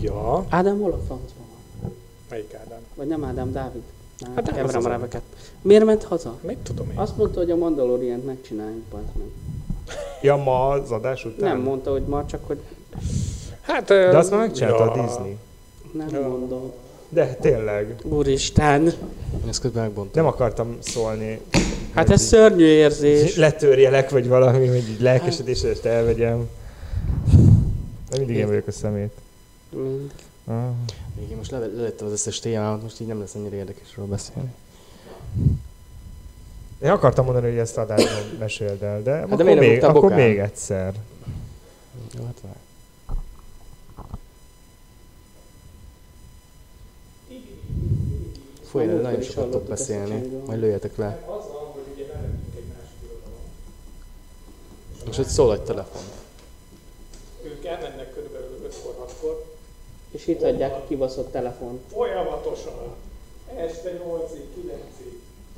Ja. Ádám hol a francban van? Melyik Ádám? Vagy nem Ádám, Dávid. Hát keverem a neveket. Miért ment haza? Mit tudom én? Azt mondta, hogy a Mandalorient megcsináljuk, bazd meg. Ja, ma az adás után? Nem mondta, hogy ma, csak hogy Hát... De azt már megcsinálta a Disney. nem mondom. De tényleg. Úristen. Én ezt közben megbontom. Nem akartam szólni. Hát ez szörnyű érzés. Letörjelek, vagy valami, hogy így lelkesedésre ezt elvegyem. De mindig én vagyok a szemét. Mind. Még én most lelettem az összes témámat, most így nem lesz annyira érdekesről beszélni. Én akartam mondani, hogy ezt adásban meséld el, de, Hát akkor még egyszer. Jó, hát várj. Fúj, nagyon sokat tudok beszélni, majd lőjetek le. Most itt szól egy telefon. Ők elmennek körülbelül 5-6-kor. És itt adják a kibaszott telefont. Folyamatosan. Este 8-ig, 9-ig.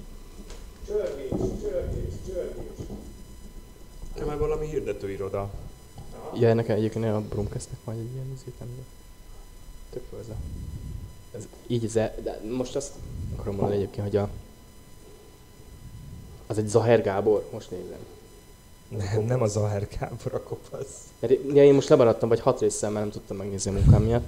Csörgés. Meg valami hirdetőiroda. Ja, ennek egyébként a Brumcastnek majd egy ilyen izétem, de tök jó ez a... Ez így, de most azt akarom mondani egyébként, hogy az egy Zahár Gábor, most nézem. Nem a Zahár Gábor a kopasz. Ja, én most lemaradtam, vagy 6 résszel, mert nem tudtam megnézni a munkám miatt.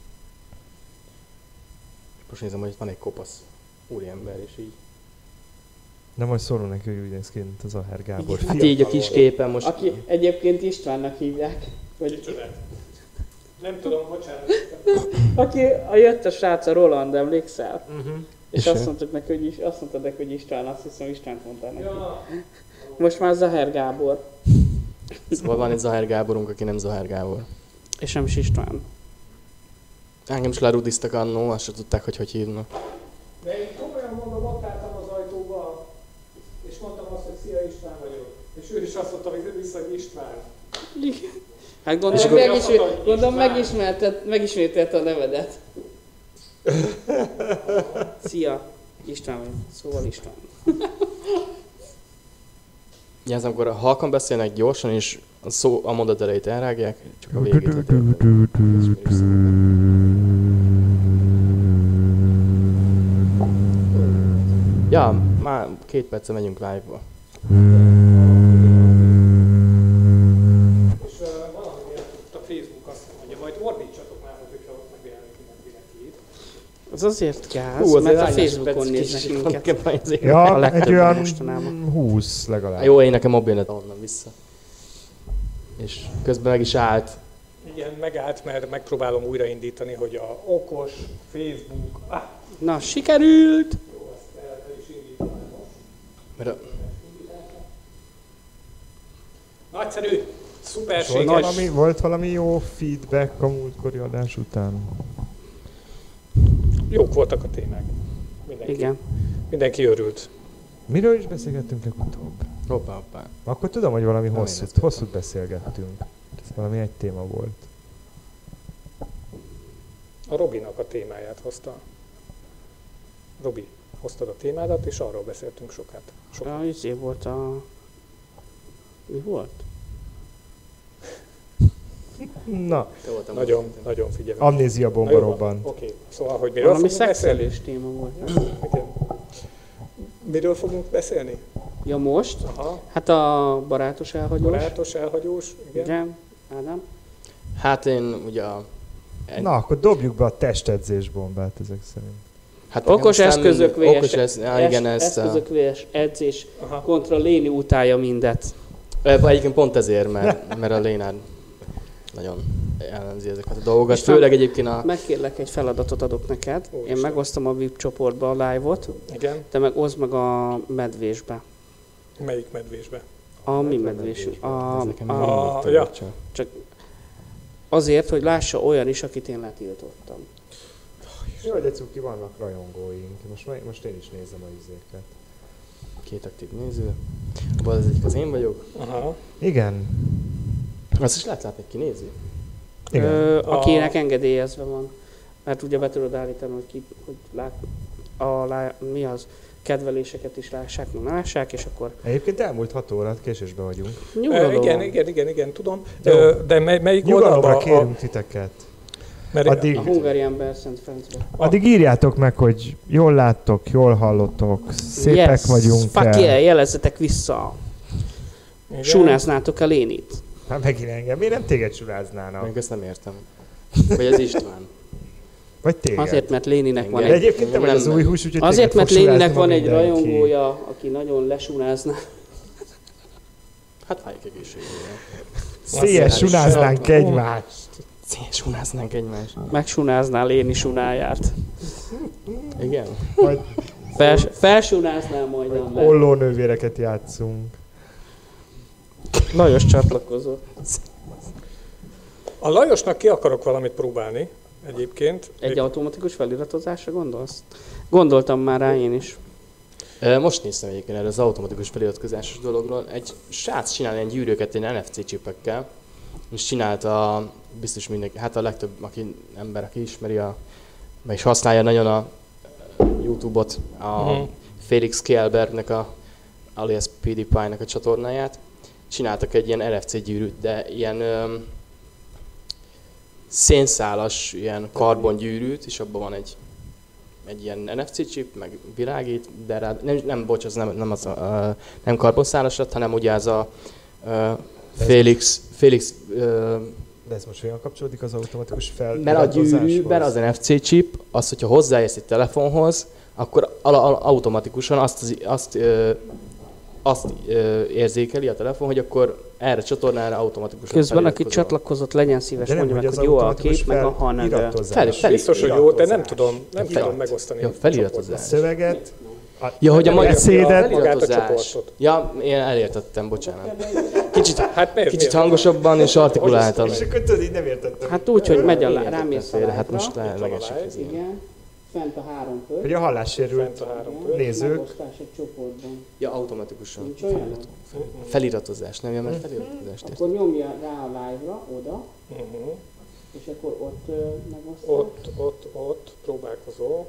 Most nézem, hogy itt van egy kopasz úriember, és így... Nem, majd szólom neki, hogy úgy néz ki, mint a Zahár Gábor. Hát így a kis képen most... Aki egyébként Istvánnak hívják. Vagy... Nem tudom, bocsánat. Aki jött a srác, a Roland, emlékszel? És És azt ő? mondtad neki, hogy István, azt hiszem Istvánt mondtál neki. Ja. Most már Zahár Gábor. Szóval van egy Zahár Gáborunk, aki nem Zahár Gábor. És nem is István. Engem is lerudiztak annó, azt se tudták, hogy hívnak. De én komolyan mondom, ott álltam az ajtóba, és mondtam azt, hogy szia, István vagyok. És ő is azt mondta, hogy vissza, hogy István. Hát gondolom megismételte a nevedet. Szia, István vagy. Szóval István. Ja, ez amikor halkan beszélnek gyorsan, és a mondat elejét elrágják, csak a végét Ja, már 2 perce megyünk live-ba. És valamiért a Facebook azt mondja, majd ordítsatok már, hogyha ott megjelenik mindenkinek. Az azért gáz, mert a Facebookon néznek minket. Ja, A legtöbben egy olyan mostanában. 20 legalább. Jó, én nekem mobilnet onnan vissza. És közben meg is állt. Igen, megállt, mert megpróbálom újraindítani, hogy a okos Facebook... Na, sikerült! Jó, ezt el is indítom most. Mert Nagyszerű! Szuperséges! Volt valami jó feedback a múltkori adás után? Jók voltak a témák. Igen. Mindenki örült. Miről is beszélgettünk legutóbb? hoppá. Akkor tudom, hogy valami Nem hosszút beszélgettünk. Valami egy téma volt. A Robinak a témáját hozta. Robi, hoztad a témádat, és arról beszéltünk sokat. Izé volt a... Mi volt? Na, Nagyon figyelem. amnézia bomba robbant. Oké, szóval, hogy miről Valami fogunk beszélni? szexelős téma volt. Igen. Miről fogunk beszélni? Ja, most? Aha, Hát a barátos elhagyós. barátos, elhagyós, igen. Igen. Ádám? Hát én ugye Na, akkor dobjuk be a testedzés bombát ezek szerint. hát Okos eszközök eszközök vs. edzés Aha. kontra Léni utálja mindet. Egyébként pont ezért, mert a Lénárd nagyon ellenzi ezeket a dolgokat. István, Főleg egyébként a... Megkérlek, egy feladatot adok neked. Én megosztom a VIP csoportba a live-ot, Igen. te meg oszd meg a medvésbe. Melyik medvésbe? A mi medvésünk. Ez nekem ja. Csak azért, hogy lássa olyan is, akit én letiltottam. Jaj, de cuki, vannak rajongóink. Most én is nézem a izéket. 2 aktív néző. Abban az egyik az én vagyok. Aha. Igen. Azt is lehet látni, ki nézi. Igen. Akinek engedélyezve van. Mert ugye be tudod állítani, hogy mi az, kedveléseket is lássák, meg lássák, és akkor... Egyébként elmúlt 6 órát, késésben vagyunk. Igen, tudom. Nyugalomra De melyik kérünk oldalban? titeket. Addig, A Hungarian Bear Szent Ferencbe. addig írjátok meg, hogy jól láttok, jól hallottok, szépek Yes, vagyunk fuck yeah, jelezzetek vissza. Igen. Súnáznátok el Lénit? Hát megint engem. Miért nem téged suráznának? Még ezt nem értem. Vagy az István. Vagy téged? Azért, mert Léninek van De egy... egyébként te vagy az új hús, úgyhogy Azért, téged mert fog surázni Léninek ma van egy mindenki. rajongója, aki nagyon lesúnázná. Hát váljék egészségére. Széjes sunáznánk egymást. Széles unáznánk egymást. Megsúnázná Léni sunáját. Igen? Majd Felsúnáznál majd a ollónővéreket játszunk. Lajos csatlakozott. A Lajosnak ki akarok valamit próbálni egyébként. Egy automatikus feliratozásra gondolsz? Gondoltam már rá én is. Most néztem egyébként erről az automatikus feliratkozásos dologról. Egy srác csinál ilyen gyűrűket ilyen NFC csipekkel, és csinálta biztos mindenki, hát a legtöbb ember, aki ismeri, meg is használja nagyon a YouTube-ot, a Felix Kjellbergnek, alias PewDiePie-nek a csatornáját. Csináltak egy ilyen NFC gyűrűt, de ilyen szénszálas, ilyen karbongyűrűt, és abban van egy ilyen NFC chip, meg világít, de rá, nem karbonszálas lett, hanem ugye ez a Felix De ez most olyan kapcsolódik az automatikus mert a feliratozáshoz? gyűrűben az NFC chip, az, hogyha hozzáérsz egy telefonhoz, akkor automatikusan azt érzékeli a telefon, hogy akkor erre csatornára automatikusan Közben, aki feliratkozol. csatlakozott, legyen szíves, De nem, mondja meg, az hogy jó a automatikus kép, meg a hang. feliratozás. Biztos, hogy jó, de nem tudom Felirat. megosztani. Ja, A feliratozás. szöveget, Ja, hogy a magyar beszédet, magát a feliratozás. csoportot. Ja, én elértettem, bocsánat. Hát miért? Kicsit hangosabban és artikuláltam. és akkor tudod, így nem értettem. Hát úgy, hogy megy a Értettem rámész a félre, hát live-ra. most legesik. Igen. Fent a 3 kör. Hogy a hallássérült Fent a 3 Igen. kör. nézők. Megosztás egy csoportban. Ja, automatikusan. Nincs olyan? Feliratozás, nem? Ja, mert feliratozást értem. Akkor nyomja rá a live-ra, oda, Mhm. és akkor ott megosztás. Ott próbálkozok.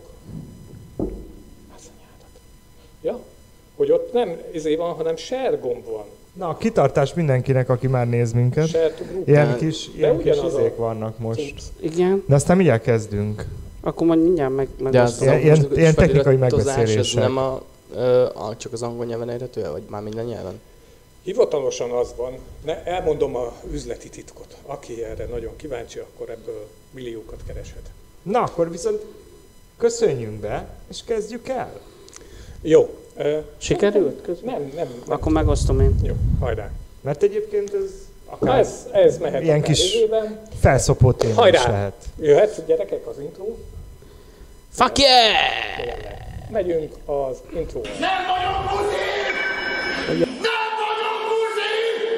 Ja, hogy ott nem van, hanem share gomb van. Na, kitartás mindenkinek, aki már néz minket. Share to group. Ilyen kis ugyanaz a- izék vannak most. Igen. De aztán mindjárt kezdünk. Akkor majd mindjárt De az megosztom. Ilyen technikai feliratozás, megbeszélések. Ez nem csak az angol nyelven érhető, vagy már minden nyelven? Hivatalosan az van, elmondom a üzleti titkot. Aki erre nagyon kíváncsi, akkor ebből milliókat kereshet. Na, akkor viszont köszönjünk be, és kezdjük el. Jó. Sikerült közben? Nem. Akkor megosztom én. Jó, hajrá. Mert egyébként ez Na, akár ez mehet ilyen akár kis végében. felszopó téma is Hajrá! lehet. Jöhet, gyerekek, az intro. Fuck yeah! Megyünk az intro. Nem vagyok buzi! Nem vagyok buzi!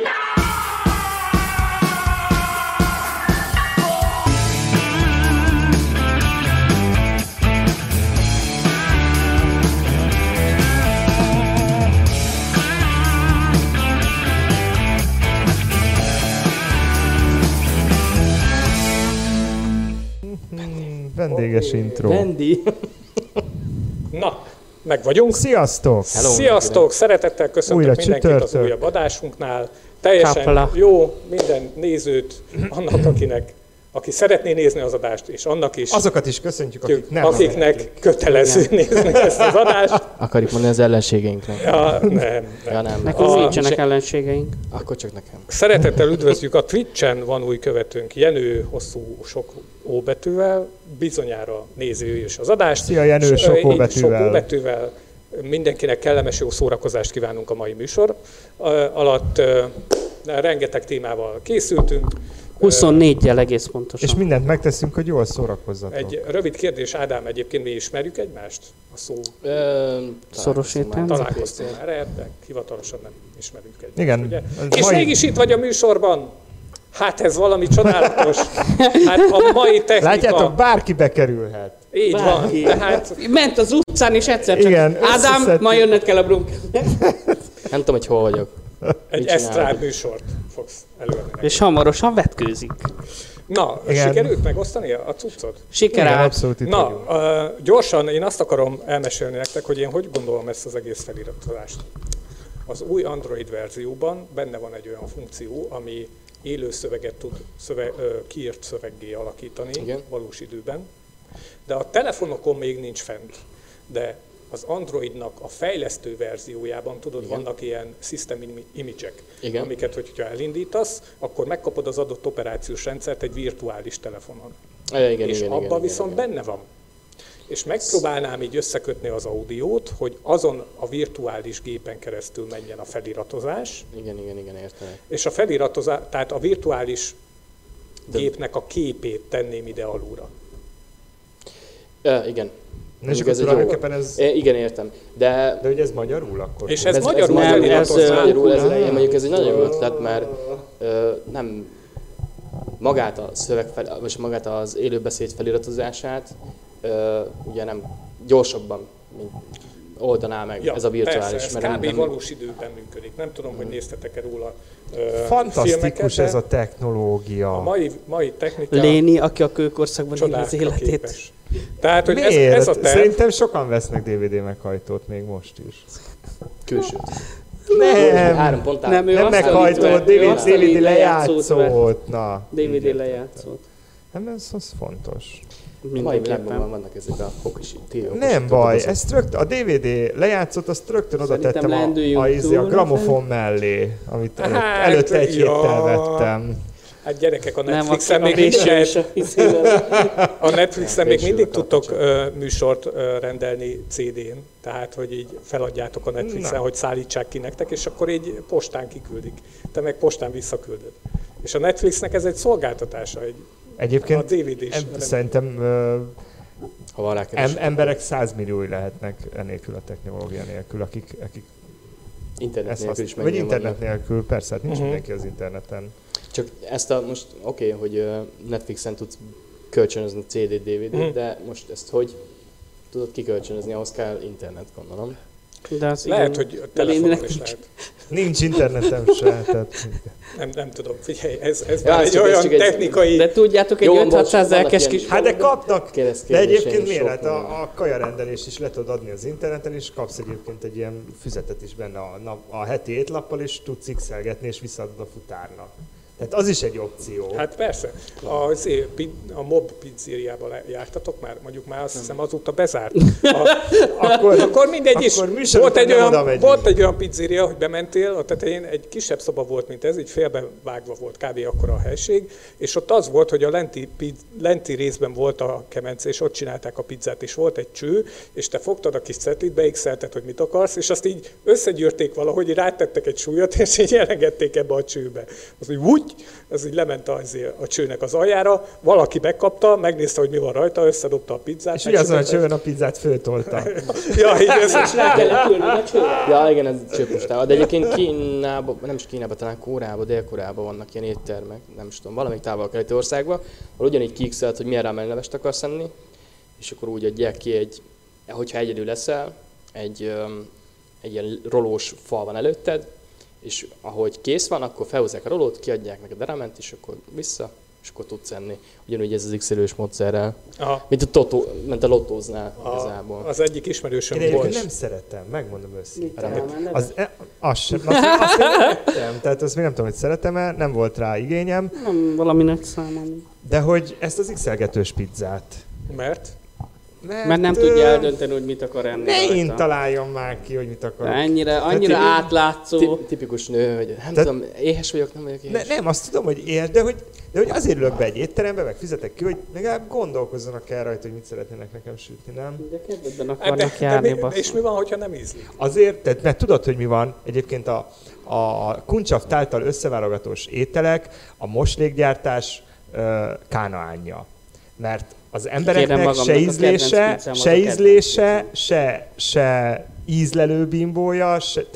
Vendéges intro. Vendi! Na, meg vagyunk. Sziasztok! Hello. Sziasztok! Szeretettel köszöntök Újra mindenkit az csütörtök. újabb adásunknál. Teljesen Kapla. jó minden nézőt, annak, aki szeretné nézni az adást, és annak is, Azokat is köszöntjük, akik nem akiknek szeretik. kötelező nézni ezt az adást. Akarjuk mondani az ellenségeinknek. Ja, nem. Ja, nem. Nekünk nincsenek ellenségeink. Akkor csak nekem. Szeretettel üdvözlük, a Twitch-en van új követőnk, Jenő, hosszú sok óbetűvel, bizonyára nézi ő is az adást. Szia, Jenő, sok Így, óbetűvel. Sok óbetűvel. Mindenkinek kellemes jó szórakozást kívánunk a mai műsor alatt. Rengeteg témával készültünk. 24-jel egész pontosan. És mindent megteszünk, hogy jól szórakozzatok. Egy rövid kérdés, Ádám, egyébként mi ismerjük egymást? A szó Szoros értelemben. találkoztunk már, de hivatalosan nem ismerjük egymást. Igen. Ugye? Ez És mai- mégis itt vagy a műsorban. Hát ez valami csodálatos. Hát a mai technika. Látjátok, bárki bekerülhet. Így Bárki. van. Tehát Ment az utcán, és egyszer csak Igen, Ádám, összeszedtük. ma jönnöd kell a brunk. Nem tudom, hogy hol vagyok. egy Mit esztrád csinálod? műsort fogsz előadni. És hamarosan vetkőzik. Na, Igen. sikerült megosztani a cuccot? Siker Igen, át. abszolút itt Na, vagyunk. gyorsan én azt akarom elmesélni nektek, hogy én hogy gondolom ezt az egész feliratozást. Az új Android verzióban benne van egy olyan funkció, ami élő szöveget tud kiírt szöveggé alakítani. Igen. Valós időben. De a telefonokon még nincs fent. De az Androidnak a fejlesztő verziójában, tudod, Igen. vannak ilyen system image-ek, Igen. amiket, hogyha elindítasz, akkor megkapod az adott operációs rendszert egy virtuális telefonon. Igen, És igen, abban igen, viszont igen. benne van. És megpróbálnám így összekötni az audiót, hogy azon a virtuális gépen keresztül menjen a feliratozás, Igen, értem. és a feliratozás, tehát a virtuális gépnek a képét tenném ide alulra. Igen. És Mondjuk akkor ez egy jó- tulajdonképpen ez... Igen, értem. De De hogy ez magyarul akkor? És ez ez magyarul nem, feliratozás. magyarul, ez mondjuk ez egy nagyon jó ötlet, mert nem magát a vagy magát az élőbeszéd feliratozását ugye nem gyorsabban mint oldaná meg ez a virtuális. Persze, ez kb. Valós időben működik. Nem tudom, hogy néztetek-e róla Fantasztikus filmeket, ez de a technológia. a mai technika Léni, aki a kőkorszakban éli az csodákra életét. képes. Tehát, hogy Miért? ez a terv, Szerintem sokan vesznek DVD meghajtót még most is. Külsőt. Nem, 3 pontán. Nem, ő nem azt a meghajtót, ő azt a DVD lejátszót lejátszót. Na, DVD lejátszót. nem, ez fontos. A mai világban Mindenképpen. vannak ezek a okos tévék. Nem baj, ezt a DVD lejátszót azt rögtön oda Szerintem tettem lendüljünk a túl. gramofon mellé, amit Hát, előtte egy héttel ja. vettem. hát gyerekek, a Nem, Netflixen a még mindig réső lehet is a izével. A Netflixen még mindig Később tudtok műsort rendelni CD-n, tehát hogy így feladjátok a Netflixen, hogy szállítsák ki nektek, és akkor így postán kiküldik. Te meg postán visszaküldöd. És a Netflixnek ez egy szolgáltatása, a Egyébként DVD-s. szerintem Ha van rákeresés. emberek 100 milliói lehetnek enélkül a technológia nélkül, akik Internet ezt nélkül is használják. Vagy mennyien internet vannak. nélkül, persze, hát nincs mindenki az interneten. Csak ezt most oké, hogy Netflixen tudsz kölcsönözni CD, DVD-t, de most ezt hogy tudod kikölcsönözni, ahhoz kell internet, gondolom. De az Lehet, igen. hogy De telefonon Léninek is nincs. lehet. Nincs internetem se, tehát Nem tudom, figyelj, ez Ja, már ez egy csak- ez olyan csak egy- technikai... De tudjátok, egy Jó, 5-600 most vannak lelkes ilyen- kis... hát de kapnak, Kérdez de egyébként kérdéseim, miért? Hát sok a kajarendelést is le tudod adni az interneten, és kapsz egyébként egy ilyen füzetet is benne a heti étlappal, és tudsz x-elgetni, és visszaadod a futárnak. Tehát az is egy opció. Hát persze. A Mob pizzériába jártatok már? Mondjuk már azt hiszem azóta bezárt. Akkor mindegy is. akkor műsor után nem oda megyünk. Volt egy olyan pizzéria, hogy bementél, a tetején egy kisebb szoba volt, mint ez, így félbevágva volt kb. Akkora a helység, és ott az volt, hogy a lenti részben volt a kemence, és ott csinálták a pizzát, és volt egy cső, és te fogtad a kis cetlit, beixelted, hogy mit akarsz, és azt így összegyűrték valahogy, rátettek egy súlyot, és így elengedték ebbe a csőbe. Az így úgy, az így lement a csőnek az aljára, valaki megkapta, megnézte, hogy mi van rajta, összedobta a pizzát. És ugyanazon a csőn a pizzát föltolta. Ja, így ez Rá kellett ülni a csőre. Ja, igen, ez csőpostával. De egyébként Kínában, nem is Kínában, talán Kóreában, Dél-Koreában vannak ilyen éttermek, nem is tudom, valamelyik távol-keleti országban, ahol ugyanígy kiixelt, hogy milyen rámenylevest akarsz enni, és akkor úgy adják ki hogyha egyedül leszel, egy ilyen rolós fal van előtted, és ahogy kész van, akkor felhozzák a rolót, kiadják neked a ráment, és akkor vissza, és akkor tudsz enni. Ugyanúgy ez az X-elős módszerrel, Aha. mint a lottóznál igazából. Az egyik ismerősöm Én egyébként volt. nem szeretem, megmondom őszintén. Mit elmenned? Azt még nem ettem, tehát azt még nem tudom, hogy szeretem-e, nem volt rá igényem, Nem valami nagy számom. de hogy ezt az x-elgetős pizzát. Mert? Mert nem tudja eldönteni, hogy mit akar enni. Ne én rajta. találjam már ki, hogy mit akarok. Annyira átlátszó. Tipikus nő, hogy nem Tehát- tudom, éhes vagyok, nem vagyok éhes. Nem, azt tudom, hogy ér, de hogy azért ülök be egy étterembe, meg fizetek ki, hogy legalább gondolkozzanak el rajta, hogy mit szeretnének nekem sütni, nem? De kedvedben Hát akarnak járni, basszus. és mi van, hogyha nem ízlik? Azért, tehát, mert tudod, hogy mi van, egyébként a Kuncshaft által összeválogatós ételek a moslékgyártás kánaánja. Mert az embereknek magamnak se a kedvenc ízlése, pizzám az se a ízlése, se ízlelő bimbója,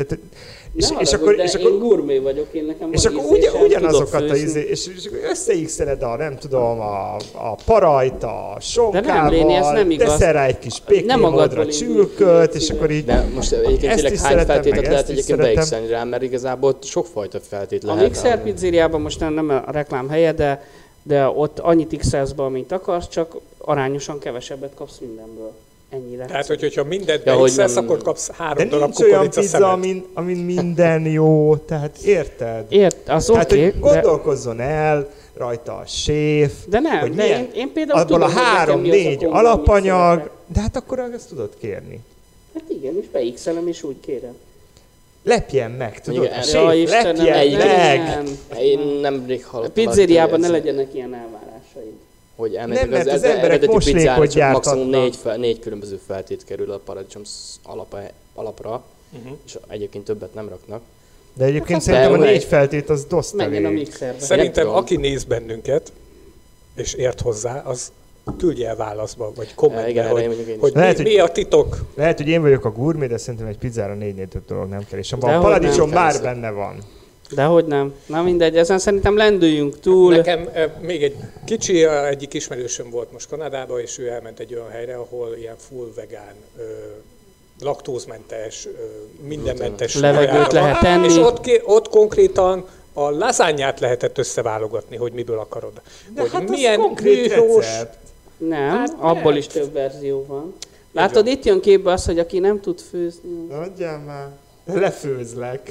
és akkor én gurmé vagyok, én nekem és van akkor ízlésem, ugyanazokat tudok a főzni. és akkor összeixeled nem tudom, a parajt a sonkával, Léni, ez nem igaz. teszel rá egy kis Nem péknémodra magadból csülköt, és indulj, akkor így... De most egyébként Ezt tényleg is hány szeretem, feltételt meg lehet ezt is egyébként szeretem. beixelni rá, mert igazából sokfajta feltét A lehet. Mixer pizzériában most nem a reklám helye, de ott annyit x be, amint akarsz, csak arányosan kevesebbet kapsz mindenből. ennyire. Tehát, hogyha mindent Ja, hogy beixelsz, nem- akkor kapsz 3 De darab nincs olyan kukorica pizza, szemet. amin minden jó, tehát érted? Az Tehát, oké, hogy gondolkozzon el rajta a séf, de nem, hogy de milyen, én például abból tudom, a hogy nekem mi az a 3-4 kombi, alapanyag, amit szeretek. de hát akkor ezt tudod kérni. Hát igen, és beixelem, és úgy kérem. Lepjen meg, tudod? Igen, A Ja, séf, Istenem, lepjen meg! Én nemrég A hallottam. pizzériában ne legyenek ilyen elvárásaid. Hogy elmentek Nem, mert az eredeti emberek pizzára, moslékot csak maximum gyártatnak. 4 különböző feltét kerül a paradicsom alapra, és egyébként többet nem raknak. De egyébként Hát szerintem a de- 4 feltét az dost Menjen a elég. mixerbe. Szerintem tudom. aki néz bennünket, és ért hozzá, az küldje el válaszba, vagy kommentbe, Igen, erre hogy, mondjuk én is. hogy Lehet, mi a titok. Lehet, hogy én vagyok a gurmé, de szerintem egy pizzára 4-nél több dolog nem kell. És a Dehogy paradicsom nem. már benne van. Dehogy nem. Na mindegy, ezen szerintem lendüljünk túl. Nekem még egy kicsi, egyik ismerősöm volt most Kanadában, és ő elment egy olyan helyre, ahol ilyen full vegán, laktózmentes, mindenmentes Levegőt kajára van. lehet tenni. És ott konkrétan a lazányát lehetett összeválogatni, hogy miből akarod. De hogy hát az milyen konkrét műhós, recept. Nem, Hát abból lehet. is több verzió van. Látod, itt jön képbe az, hogy aki nem tud főzni. Adjál már. Lefőzlek.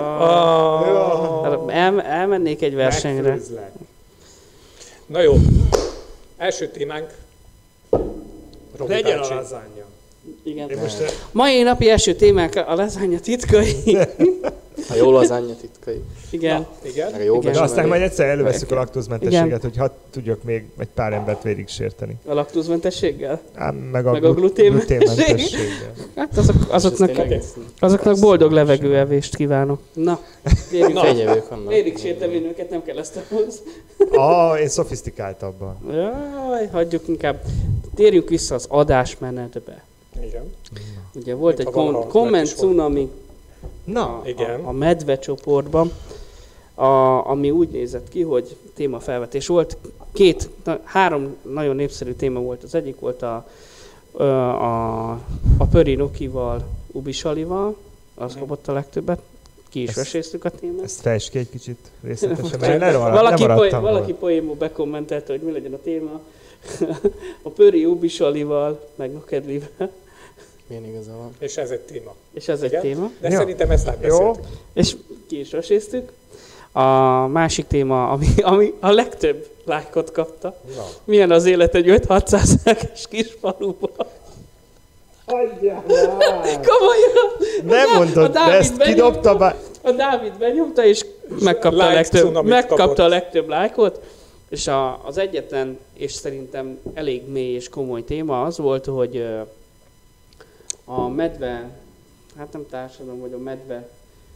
Elmennék egy versenyre. Megfőzlek. Na jó, első témánk. Robi Legyen a bácsi. lazanya. Igen. Én most Mai napi első témánk a lazánya titkai. A jó lazánja titkai. Igen. Igen. Meg a jó Igen. De becsemel. aztán majd egyszer előveszük a Igen. laktózmentességet, hogy hadd tudjak még egy pár embert végig sérteni. A laktózmentességgel? Meg a Meg a gluténmentesség. gluténmentességgel. Hát És ezt tényleg azoknak boldog levegőevést kívánok. Na, térjünk fényevők vannak. Félig sérteménőket nem kell ezt ahhoz. Én szofisztikáltabban. Jaj, hagyjuk inkább. Térjünk vissza az adásmenetbe. Igen. Ugye volt Mint egy ha valaha komment lett is volna. cunami Na, Igen. a medve csoportban, ami úgy nézett ki, hogy témafelvetés volt. 3 nagyon népszerű téma volt. Az egyik volt a Pöri Nokival, Ubisalival, az kapott a legtöbbet. Ki is Ezt- veséztük a témát. ezt fejtsd ki egy kicsit részletesen, mert én nem Valaki maradtam poénból bekommentelte, hogy mi legyen a téma. A Pöri Ubisalival, meg Nokedlivel. Milyen igaza van. És ez egy téma. És ez egy Igen? téma. De Jó. szerintem ezt átbeszéltük. És ki is veséztük. A másik téma, ami a legtöbb lájkot kapta. Na. Milyen az élet egy 5-600-es kis faluban? Komolyan! Nem mondod, de Dávid ezt kidobta be. A Dávid benyomta, és megkapta, Like megkapta cunamit a legtöbb lájkot. És az egyetlen, és szerintem elég mély és komoly téma az volt, hogy a medve, hát nem társadalom, vagy a medve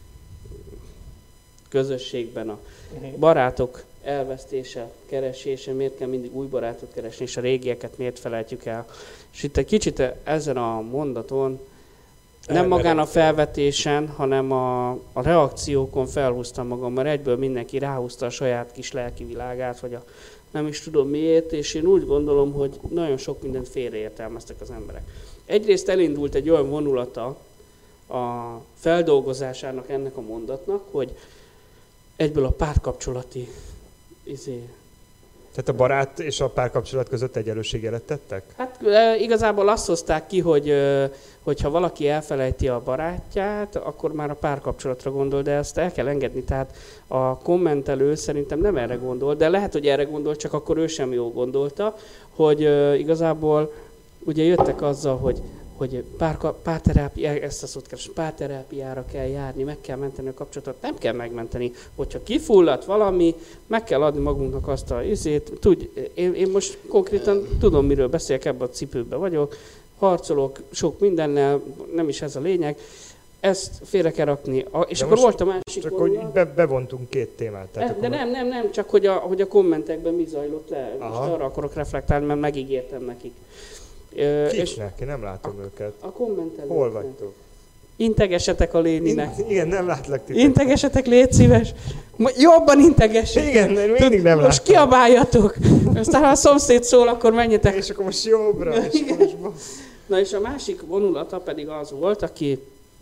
közösségben a barátok elvesztése, keresése, miért kell mindig új barátot keresni, és a régieket miért felejtjük el. És itt egy kicsit ezen a mondaton, nem magán a felvetésen, hanem a reakciókon felhúztam magam, mert egyből mindenki ráhúzta a saját kis lelki világát, vagy nem is tudom miért, és én úgy gondolom, hogy nagyon sok mindent félreértelmeztek az emberek. Egyrészt elindult egy olyan vonulata a feldolgozásának ennek a mondatnak, hogy egyből a párkapcsolati Tehát a barát és a párkapcsolat között egyenlőségjelet tettek? Hát igazából azt hozták ki, hogy ha valaki elfelejti a barátját, akkor már a párkapcsolatra gondol, de ezt el kell engedni. Tehát a kommentelő szerintem nem erre gondol, de lehet, hogy erre gondol, csak akkor ő sem jól gondolta, hogy igazából ugye jöttek azzal, hogy ezt a szót keres, párterápiára kell járni, meg kell menteni a kapcsolatot. Nem kell megmenteni. Hogyha kifulladt valami, meg kell adni magunknak azt a izét. Én most konkrétan tudom, miről beszélek, ebben a cipőben vagyok, harcolok sok mindennel, nem is ez a lényeg. Ezt félre kell rakni. És De akkor most volt a másik Csak hogy vonulat. bevontunk 2 témát. Tehát De akkor nem, csak hogy a kommentekben mi zajlott le. Most arra akarok reflektálni, mert megígértem nekik. És Kiknek? Én nem látom őket. a kommentelőknek. Hol vagytok? Integessetek a léninek. Igen, nem látlak titeket. Integessetek, légy szíves. Jobban integessetek. Igen, mindig nem Most látom. kiabáljatok. Aztán ha a szomszéd szól, akkor menjetek. És akkor most jobbra, és akkor most bal. Na és a másik vonulata pedig az volt, aki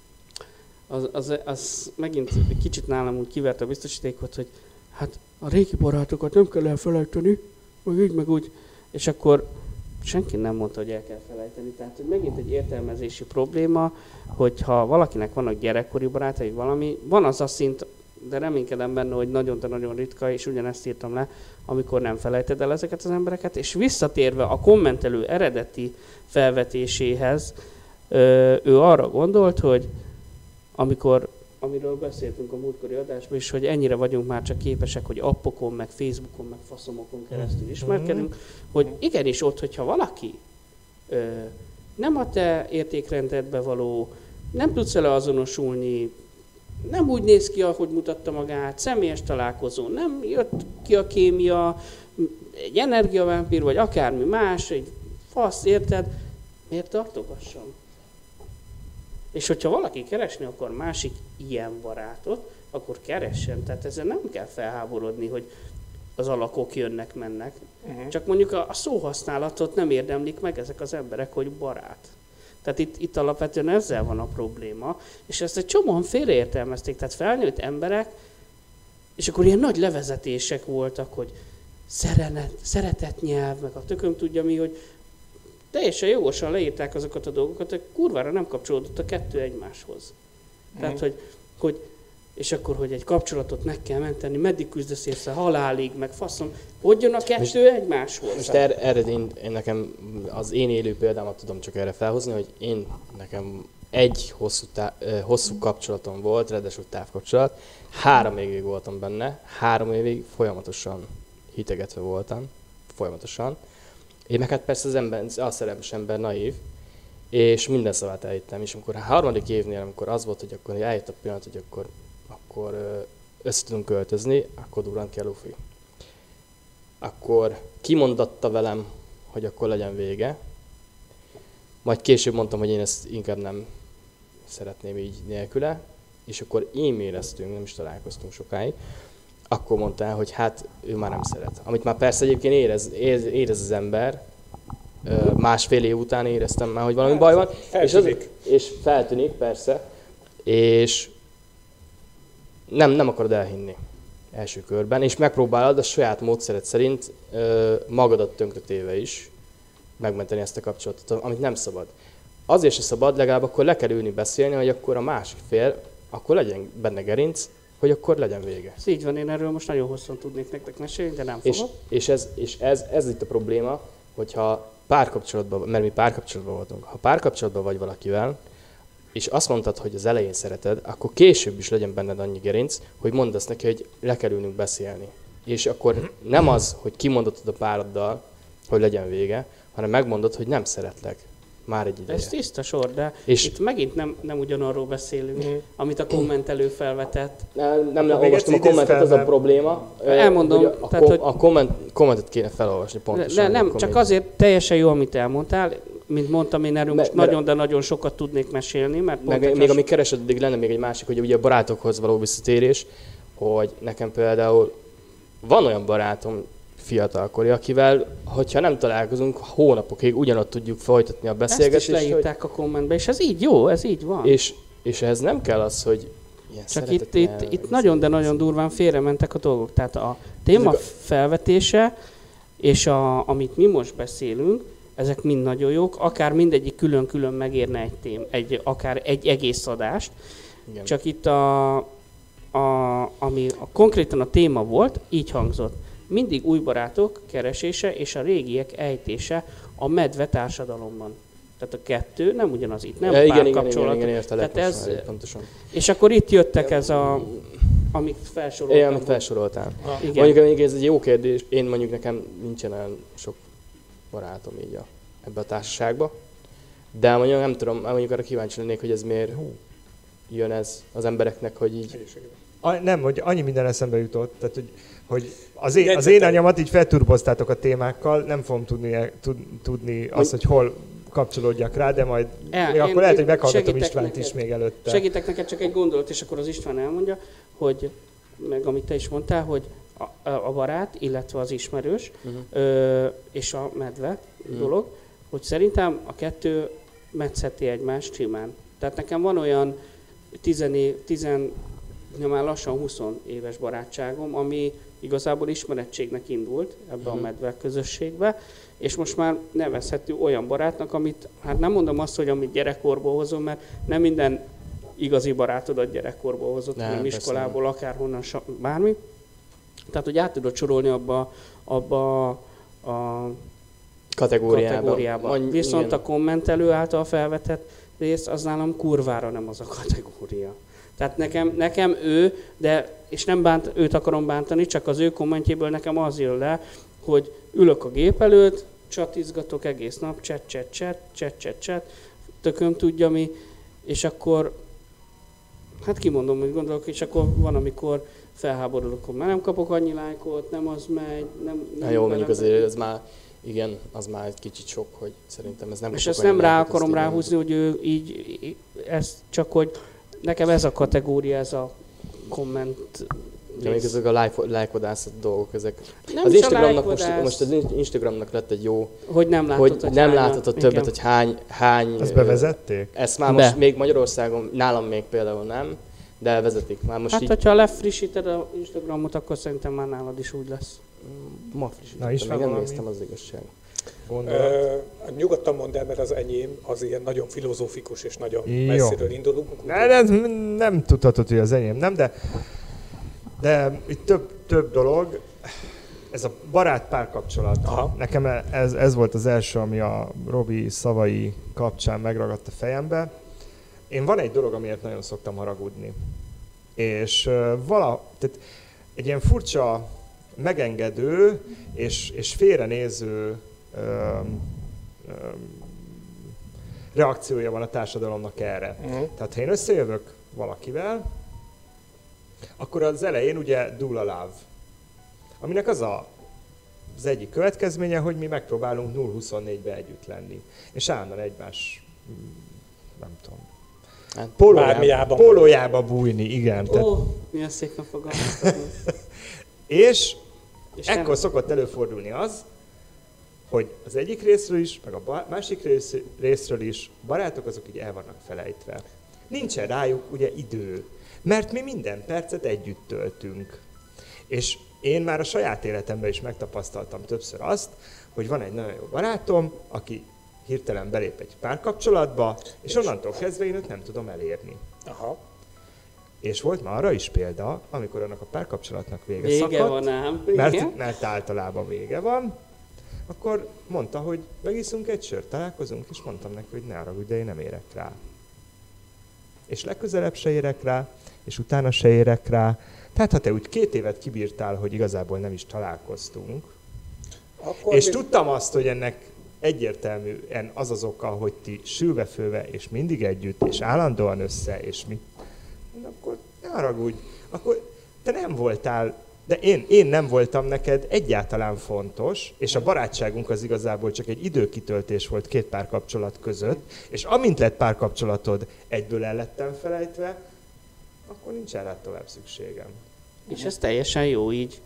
az megint egy kicsit nálam úgy kiverte a biztosítékot, hogy hát a régi barátokat nem kell elfelejteni, meg így, meg úgy. És akkor senki nem mondta, hogy el kell felejteni. Tehát, hogy megint egy értelmezési probléma, hogyha valakinek vannak gyerekkori barátai, valami, van az a szint, de reménykedem benne, hogy nagyon, de nagyon ritka, és ugyanezt írtam le, amikor nem felejted el ezeket az embereket, és visszatérve a kommentelő eredeti felvetéséhez, ő arra gondolt, hogy amiről beszéltünk a múltkori adásban is, hogy ennyire vagyunk már csak képesek, hogy appokon, meg Facebookon, meg faszomokon keresztül ismerkedünk, hogy igenis ott, hogyha valaki nem a te értékrendedbe való, nem tudsz vele azonosulni, nem úgy néz ki, ahogy mutatta magát, személyes találkozó, nem jött ki a kémia, egy energiavámpír, vagy akármi más, egy fasz, érted? Miért tartogassam? És hogyha valaki keresni akar másik ilyen barátot, akkor keressen. Tehát ezzel nem kell felháborodni, hogy az alakok jönnek-mennek. Csak mondjuk a szóhasználatot nem érdemlik meg ezek az emberek, hogy barát. Tehát itt alapvetően ezzel van a probléma, és ezt egy csomóan félreértelmezték. Tehát felnőtt emberek, és akkor ilyen nagy levezetések voltak, hogy szeretett nyelv, meg a tököm tudja mi, hogy teljesen jogosan leírták azokat a dolgokat, hogy kurvára nem kapcsolódott a kettő egymáshoz. Tehát, hogy és akkor, hogy egy kapcsolatot meg kell menteni, meddig küzdesz érte, halálig, meg faszom, hogy jön a kettő egymáshoz? Most erre én nekem az én élő példámat tudom csak erre felhozni, hogy nekem egy hosszú kapcsolatom volt, ráadásul távkapcsolat, 3 évig voltam benne, 3 évig folyamatosan hitegetve voltam, folyamatosan. Én meg hát persze a szerelmes ember naív, és minden szavát elhittem, és amikor a 3. évnél, amikor az volt, hogy akkor eljött a pillanat, hogy akkor össze tudunk költözni, akkor durrant ki a lufi. Akkor kimondatta velem, hogy akkor legyen vége. Majd később mondtam, hogy én ezt inkább nem szeretném így nélküle, és akkor e-maileztünk, nem is találkoztunk sokáig. Akkor mondta el, hogy hát ő már nem szeret. Amit már persze egyébként érez az ember, 1,5 év után éreztem már, hogy valami baj van. És feltűnik, persze. És nem akarod elhinni első körben, és megpróbálod a saját módszered szerint magadat tönkretéve is megmenteni ezt a kapcsolatot, amit nem szabad. Azért se szabad, legalább akkor le kell ülni beszélni, hogy akkor a másik fél, akkor legyen benne gerinc, hogy akkor legyen vége. Ez így van, én erről most nagyon hosszan tudnék nektek mesélni, de nem fogok. És ez itt a probléma, hogyha párkapcsolatban, mert mi párkapcsolatban voltunk, ha párkapcsolatban vagy valakivel, és azt mondtad, hogy az elején szereted, akkor később is legyen benned annyi gerinc, hogy mondd azt neki, hogy le kell ülnünk beszélni. És akkor nem az, hogy kimondottad a pároddal, hogy legyen vége, hanem megmondod, hogy nem szeretlek. Már egy ideje. Ez tiszta sor, de és itt megint nem ugyanarról beszélünk, amit a kommentelő felvetett. Nem olvastam a kommentet, az a probléma. Elmondom. A kommentet kéne felolvasni pontosan. Nem, csak azért teljesen jó, amit elmondtál. Mint mondtam, én erről most nagyon, de nagyon sokat tudnék mesélni. Mert még amíg keresed, addig lenne még egy másik, hogy ugye a barátokhoz való visszatérés, hogy nekem például van olyan barátom, fiatalkori, akivel, hogyha nem találkozunk, hónapokig ugyanott tudjuk folytatni a beszélgetést. Ezt is leírták a kommentbe, és ez így jó, ez így van. És ehhez nem kell az, hogy ilyen csak itt nagyon, de nagyon durván félrementek a dolgok. Tehát a téma felvetése, és amit mi most beszélünk, ezek mind nagyon jók, akár mindegyik külön-külön megérne akár egy egész adást. Igen. Csak itt ami konkrétan a téma volt, így hangzott. Mindig új barátok keresése és a régiek ejtése a medve társadalomban. Tehát a kettő nem ugyanaz itt, nem párkapcsolat. Igen, értelek ez, pontosan. És akkor itt jöttek amit felsoroltam. Amit felsoroltál. Mondjuk ez egy jó kérdés. Én mondjuk nekem nincsen olyan sok barátom így ebbe a társaságba. De mondjuk nem tudom, mondjuk arra kíváncsi lennék, hogy ez miért jön ez az embereknek, hogy így... Nem, hogy annyi minden eszembe jutott, tehát hogy az én anyamat így felturboztátok a témákkal, nem fogom tudni azt, hogy hol kapcsolódjak rá, de majd akkor lehet, hogy meghallgatom Istvánt is még előtte. Segítek neked csak egy gondolat, és akkor az István elmondja, hogy meg amit te is mondtál, hogy a barát, illetve az ismerős és a medve dolog, hogy szerintem a kettő metszeti egymást simán. Tehát nekem van olyan 10 már lassan 20 éves barátságom, ami igazából ismerettségnek indult ebbe a medve közösségbe, és most már nevezhető olyan barátnak, amit, hát nem mondom azt, hogy amit gyerekkorból hozom, mert nem minden igazi barátodat gyerekkorból hozott, hanem iskolából, akárhonnan, bármi. Tehát, hogy át tudod sorolni abba a kategóriába. Viszont igen. A kommentelő által felvetett rész, az nálam kurvára nem az a kategória. Tehát nekem ő, és nem őt akarom bántani, csak az ő kommentjéből nekem az jön le, hogy ülök a gép előtt, csatizgatok egész nap, chat, tököm tudja mi, és akkor, hát kimondom, hogy gondolok, és akkor van, amikor felháborodok, hogy már nem kapok annyi lájkot, nem az megy, nem jó, mondjuk azért ez már, igen, az már egy kicsit sok, hogy szerintem ez nem. És ezt nem rá akarom ráhúzni, hogy ő így, ez csak, hogy nekem ez a kategória, ez a komment. De még ezek a lájkodászat dolgok, ezek. Nem az Instagramnak most az Instagramnak lett egy jó, hogy nem láthatod többet, hogy hány. Ezt bevezették? Ezt már most még Magyarországon, nálam még például nem, de vezetik már most. Hát, így... hogyha lefrissíted az Instagramot, akkor szerintem már nálad is úgy lesz. Ma frissítettem, még nem néztem, az igazság. Nyugodtan mondd el, mert az enyém az ilyen nagyon filozófikus és nagyon messziről indulunk. Nem tudhatod, hogy az enyém nem, de itt több dolog. Ez a barát-párkapcsolat. Nekem ez volt az első, ami a Robi szavai kapcsán megragadt a fejembe. Én van egy dolog, amiért nagyon szoktam haragudni. És tehát egy ilyen furcsa, megengedő és félrenéző reakciója van a társadalomnak erre. Tehát ha én összejövök valakivel, akkor az elején ugye dúl a love, aminek az egyik következménye, hogy mi megpróbálunk 0-24-be együtt lenni. És állandóan egymás, nem tudom, pólójába bújni, igen. Milyen szép nap a És ekkor szokott előfordulni az, hogy az egyik részről is, meg a másik részről is barátok azok így el vannak felejtve. Nincsen rájuk ugye idő, mert mi minden percet együtt töltünk. És én már a saját életemben is megtapasztaltam többször azt, hogy van egy nagyon jó barátom, aki hirtelen belép egy párkapcsolatba, és onnantól kezdve én őt nem tudom elérni. Aha. És volt már arra is példa, amikor annak a párkapcsolatnak vége szakadt, van ám. Mert általában vége van, akkor mondta, hogy megiszunk egy sört, találkozunk, és mondtam neki, hogy ne haragudj, de én nem érek rá. És legközelebb se érek rá, és utána se érek rá. Tehát ha te úgy 2 évet kibírtál, hogy igazából nem is találkoztunk, és tudtam azt, hogy ennek egyértelműen az az oka, hogy ti sülve-főve, és mindig együtt, és állandóan össze, és mi, akkor ne haragudj, akkor te nem voltál, de én nem voltam neked egyáltalán fontos, és a barátságunk az igazából csak egy időkitöltés volt 2 párkapcsolat között, és amint lett párkapcsolatod, egyből el lettem felejtve, akkor nincs rá tovább szükségem. És ez teljesen jó így.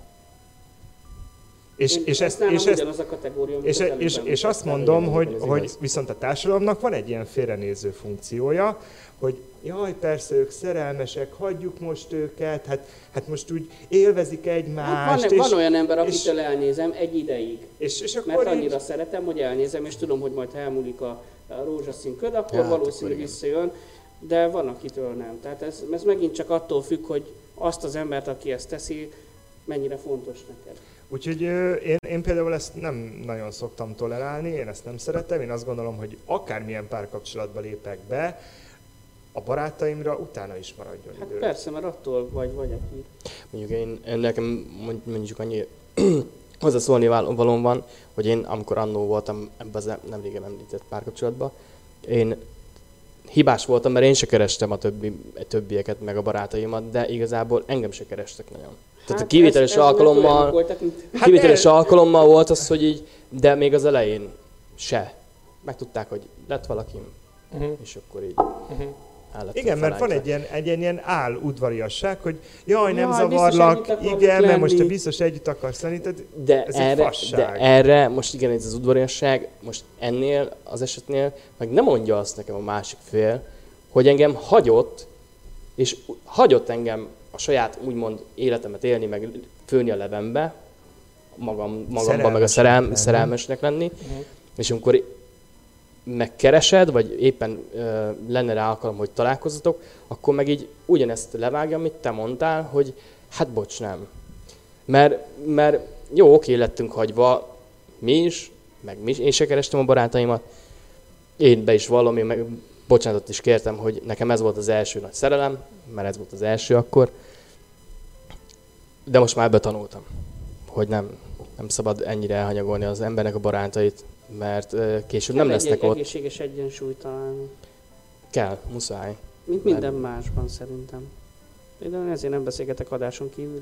És azt mondom, hogy viszont a társadalomnak van egy ilyen félrenéző funkciója, hogy jaj, persze ők szerelmesek, hagyjuk most őket, hát most úgy élvezik egymást. Hát van olyan ember, akitől elnézem egy ideig. És akkor mert annyira szeretem, hogy elnézem, és tudom, hogy majd elmúlik a rózsaszín köd, akkor valószínű visszajön, de van, akitől nem. Tehát ez megint csak attól függ, hogy azt az embert, aki ezt teszi, mennyire fontos neked. Úgyhogy én például ezt nem nagyon szoktam tolerálni, én ezt nem szeretem, én azt gondolom, hogy akármilyen párkapcsolatba lépek be, a barátaimra utána is maradjon idő. Hát persze, mert attól vagy aki. Mondjuk nekem mondjuk annyi hozzászólni valóm van, hogy én amikor annó voltam ebben az nem régen említett párkapcsolatban, én hibás voltam, mert én se kerestem a többieket, meg a barátaimat, de igazából engem se kerestek nagyon. Tehát a kivételes alkalommal volt az, hogy így, de még az elején se. Megtudták, hogy lett valakim, és akkor így igen, mert van egy ilyen udvariasság, hogy jaj, nem zavarlak, igen, mert most te biztos együtt akarsz lenni, tehát ez egy fasság. De erre, most igen, ez az udvariasság, most ennél az esetnél, meg nem mondja azt nekem a másik fél, hogy engem hagyott, és hagyott engem a saját úgymond életemet élni, meg főni a levembe, magamban meg a szerelmesnek lenni, és amikor megkeresed, vagy éppen lenne rá alkalom, hogy találkozzatok, akkor meg így ugyanezt levágja, amit te mondtál, hogy hát bocs, nem. Mert jó, oké, lettünk hagyva mi is, én se kerestem a barátaimat, én be is vallom, én meg bocsánatot is kértem, hogy nekem ez volt az első nagy szerelem, mert ez volt az első akkor, de most már betanultam, hogy nem szabad ennyire elhanyagolni az embernek a barátait, mert később nem lesznek ott. Egészséges egyensúlyt találni. Kell, muszáj. Mint minden másban szerintem. Például ezért nem beszélgetek adáson kívül.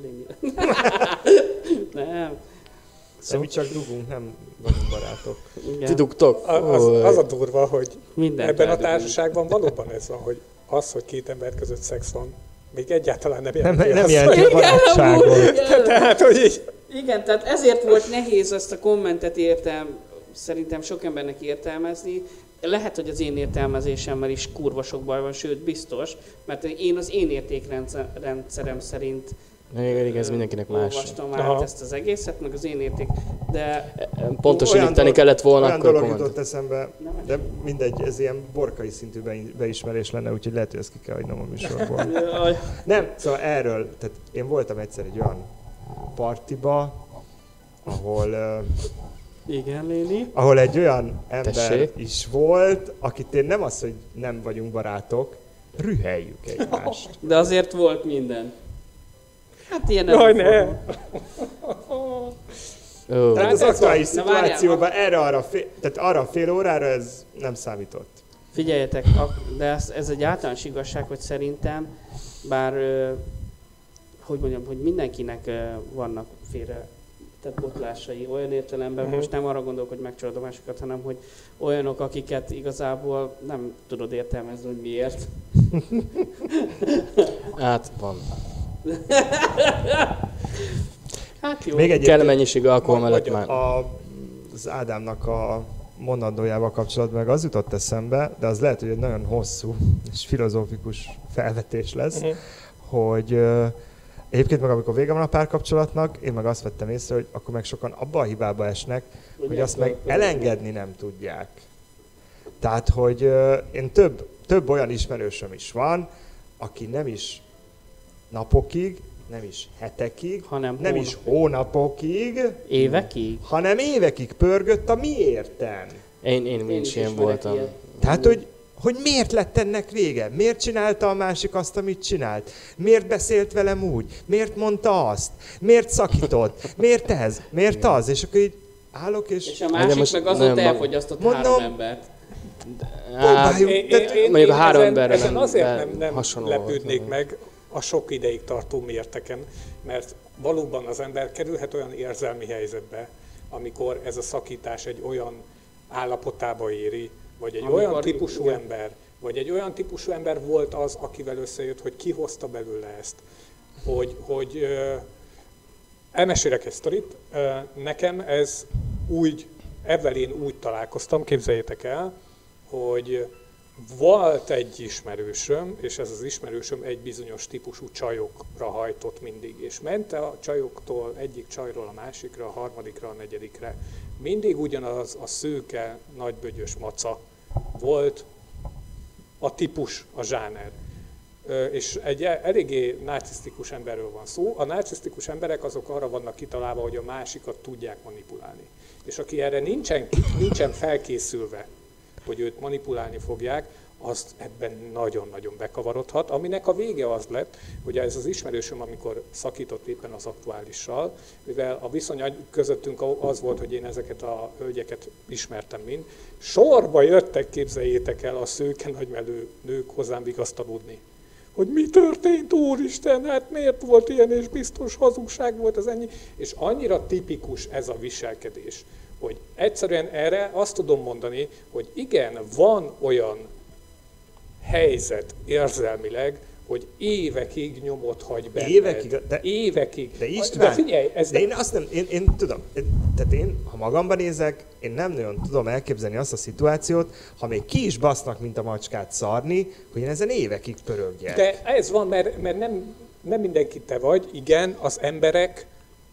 Nem. Szóval mi csak dugunk, nem vagyunk barátok. Ti dugtok? Az a durva, hogy minden ebben a társaságban valóban ez van, hogy az, hogy két ember között szex van, még egyáltalán nem jelenti. Nem jelenti a barátságot. Tehát, hogy így... Igen, tehát ezért volt nehéz ezt a kommentet szerintem sok embernek értelmezni. Lehet, hogy az én értelmezésemmel is kurva sok baj van, sőt biztos, mert én az én értékrendszerem szerint ez mindenkinek más. Olvastam át ezt az egészet, meg az én de... Pontosítani kellett volna. Olyan dolog jutott eszembe, de mindegy, ez ilyen borkai szintű beismerés lenne, úgyhogy lehet, hogy ezt ki kell hagynom a műsorból. Nem, szóval erről, tehát én voltam egyszer egy olyan partiba, ahol... Igen, Léni. Ahol egy olyan ember Tessék? is volt, akit én nem az, hogy nem vagyunk barátok, rüheljük egymást. De azért volt minden. Hát ilyen Jaj, ne! Tehát az aktuális szituációban arra a fél órára ez nem számított. Figyeljetek, de ez egy általános igazság, hogy szerintem, bár, hogy mondjam, hogy mindenkinek vannak félre tehát botlásai olyan értelemben, most nem arra gondolok, hogy megcsalod a másikat, hanem hogy olyanok, akiket igazából nem tudod értelmezni, hogy miért. Hát van. Hát jó. Még kell mennyiség alkohol mellett már. Az Ádámnak a mondandójával kapcsolatban meg az jutott eszembe, de az lehet, hogy egy nagyon hosszú és filozófikus felvetés lesz, hogy egyébként meg amikor vége van a párkapcsolatnak, én meg azt vettem észre, hogy akkor meg sokan abba a hibába esnek, hogy azt meg elengedni nem tudják. Tehát, hogy én több olyan ismerősöm is van, aki nem is napokig, nem is hetekig, nem is hónapokig, évekig, hanem évekig pörgött a miérten. Én is ilyen voltam. Ilyen. Tehát, hogy miért lett ennek vége? Miért csinálta a másik azt, amit csinált? Miért beszélt velem úgy? Miért mondta azt? Miért szakított? Miért ez? Miért az? És akkor így állok és a másik meg azóta elfogyasztott 3 embert. Mondjuk a 3 emberre ezen azért nem lepődnék meg a sok ideig tartó mérteken, mert valóban az ember kerülhet olyan érzelmi helyzetbe, amikor ez a szakítás egy olyan állapotába éri, vagy egy olyan típusú ember, vagy egy olyan típusú ember volt az, akivel összejött, hogy ki hozta belőle ezt. Hogy elmesélek egy sztorit, nekem ez ezzel én úgy találkoztam, képzeljétek el, hogy volt egy ismerősöm, és ez az ismerősöm egy bizonyos típusú csajokra hajtott mindig, és ment a csajoktól egyik csajról a másikra, a harmadikra, a negyedikre. Mindig ugyanaz a szőke, nagybögyös maca volt a típus, a zsáner. És egy eléggé narcisztikus emberről van szó. A narcisztikus emberek azok arra vannak kitalálva, hogy a másikat tudják manipulálni. És aki erre nincsen felkészülve, hogy őt manipulálni fogják, azt ebben nagyon-nagyon bekavarodhat, aminek a vége az lett, hogy ez az ismerősöm, amikor szakított éppen az aktuálissal, mivel a viszony közöttünk az volt, hogy én ezeket a hölgyeket ismertem mind, sorba jöttek, képzeljétek el, a szőke nagymelő nők hozzám vigasztalódni. Hogy mi történt, úristen, hát miért volt ilyen, és biztos hazugság volt az ennyi. És annyira tipikus ez a viselkedés, hogy egyszerűen erre azt tudom mondani, hogy igen, van olyan helyzet érzelmileg, hogy évekig nyomot hagy benned. Évekig. De István, de figyelj, én tudom, tehát én, ha magamban nézek, én nem nagyon tudom elképzelni azt a szituációt, ha még ki is basznak, mint a macskát szarni, hogy én ezen évekig pörögjek. De ez van, mert nem mindenki te vagy, igen, az emberek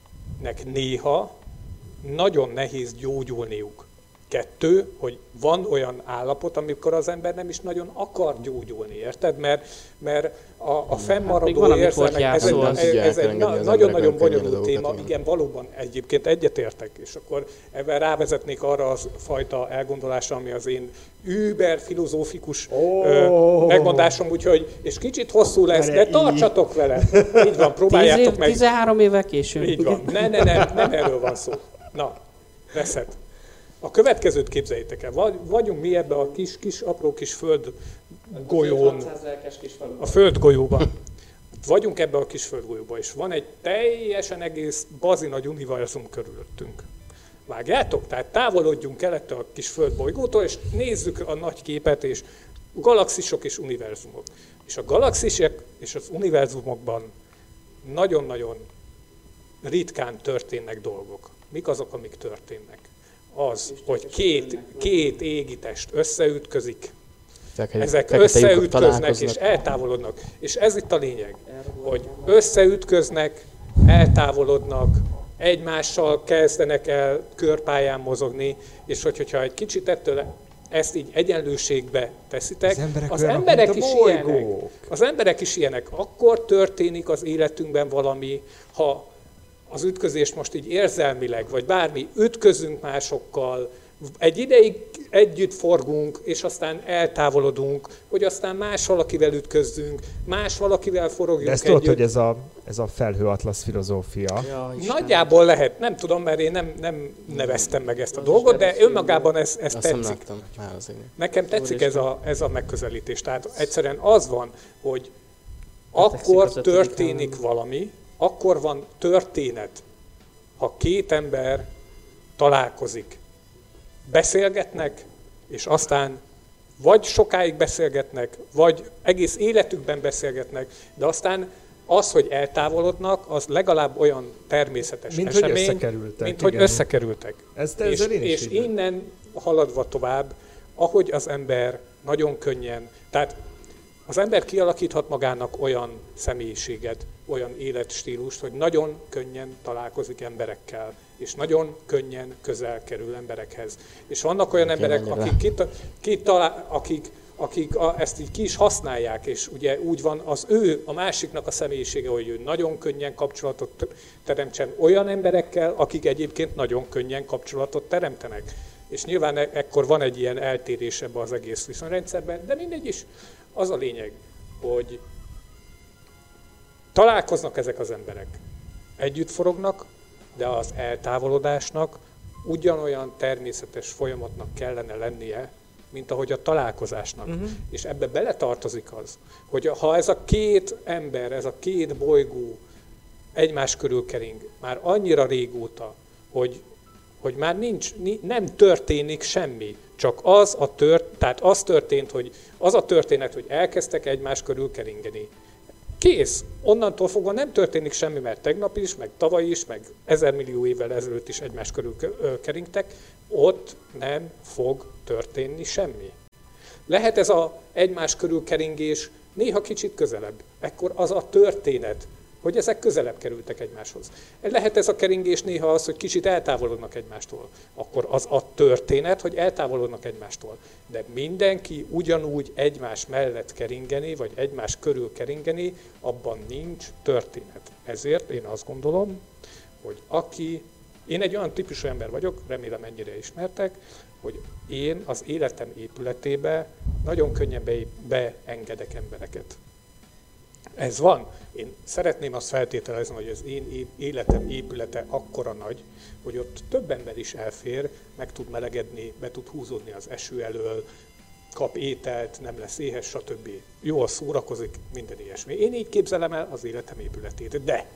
embereknek néha nagyon nehéz gyógyulniuk. 2, hogy van olyan állapot, amikor az ember nem is nagyon akar gyógyulni, érted? Mert a fennmaradó érzelmek, ez egy nagyon-nagyon bonyolult téma. Igen, valóban egyébként egyetértek, és akkor ebben rávezetnék arra a fajta elgondolásra, ami az én über filozófikus megmondásom, úgyhogy, és kicsit hosszú lesz, de tartsatok vele. Így van, próbáljátok meg. 13 évvel később. Így van. Nem erről van szó. Na, veszed. A következőt képzeljétek el. Vagyunk mi ebbe a apró kis földgolyón, a földgolyóban. Vagyunk ebbe a kis földgolyóban, és van egy teljesen egész bazi nagy univerzum körülöttünk. Vágjátok? Tehát távolodjunk el ettől a kis földbolygótól, és nézzük a nagy képet, és galaxisok és univerzumok. És a galaxisek és az univerzumokban nagyon-nagyon ritkán történnek dolgok. Mik azok, amik történnek? Az, hogy két égitest összeütközik, ezek összeütköznek és eltávolodnak. És ez itt a lényeg, hogy összeütköznek, eltávolodnak, egymással kezdenek el körpályán mozogni, és hogyha egy kicsit ettől ezt így egyenlőségbe teszitek, az emberek is ilyenek. Akkor történik az életünkben valami, ha az ütközést most így érzelmileg, vagy bármi, ütközünk másokkal, egy ideig együtt forgunk, és aztán eltávolodunk, hogy aztán más valakivel ütközzünk, más valakivel forogjunk együtt. De ezt tudod, hogy ez a felhőatlasz filozófia. Ja, nagyjából lehet, nem tudom, mert én nem neveztem meg ezt a dolgot, de önmagában ez tetszik. Nekem tetszik ez a megközelítés. Tehát egyszerűen az van, hogy akkor történik valami, akkor van történet, ha két ember találkozik, beszélgetnek, és aztán vagy sokáig beszélgetnek, vagy egész életükben beszélgetnek, de aztán az, hogy eltávolodnak, az legalább olyan természetes esemény, mint hogy összekerültek. És innen haladva tovább, ahogy az ember nagyon könnyen, tehát az ember kialakíthat magának olyan személyiséget, olyan életstílust, hogy nagyon könnyen találkozik emberekkel, és nagyon könnyen közel kerül emberekhez. És vannak olyan emberek, akik ezt így ki is használják, és ugye úgy van a másiknak a személyisége, hogy ő nagyon könnyen kapcsolatot teremtsen olyan emberekkel, akik egyébként nagyon könnyen kapcsolatot teremtenek. És nyilván ekkor van egy ilyen eltérés ebbe az egész viszonyrendszerben, de mindegy is. Az a lényeg, hogy találkoznak ezek az emberek, együtt forognak, de az eltávolodásnak ugyanolyan természetes folyamatnak kellene lennie, mint ahogy a találkozásnak. És ebbe beletartozik az, hogy ha ez a két ember, ez a két bolygó egymás körül kering már annyira régóta, hogy már nem történik semmi, csak tehát az történt, hogy az a történet, hogy elkezdtek egymás körül keringeni. Kész! Onnantól fogva nem történik semmi, mert tegnap is, meg tavaly is, meg 1000 millió évvel ezelőtt is egymás körül keringtek, ott nem fog történni semmi. Lehet ez az egymás körül keringés néha kicsit közelebb. Ekkor az a történet, hogy ezek közelebb kerültek egymáshoz. Lehet ez a keringés néha az, hogy kicsit eltávolodnak egymástól. Akkor az a történet, hogy eltávolodnak egymástól. De mindenki ugyanúgy egymás mellett keringeni, vagy egymás körül keringeni, abban nincs történet. Ezért én azt gondolom, hogy én egy olyan típusú ember vagyok, remélem ennyire ismertek, hogy én az életem épületébe nagyon könnyen beengedek embereket. Ez van. Én szeretném azt feltételezni, hogy az én életem épülete akkora nagy, hogy ott több ember is elfér, meg tud melegedni, be tud húzódni az eső elől, kap ételt, nem lesz éhes, stb. Jól szórakozik, minden ilyesmi. Én így képzelem el az életem épületét. De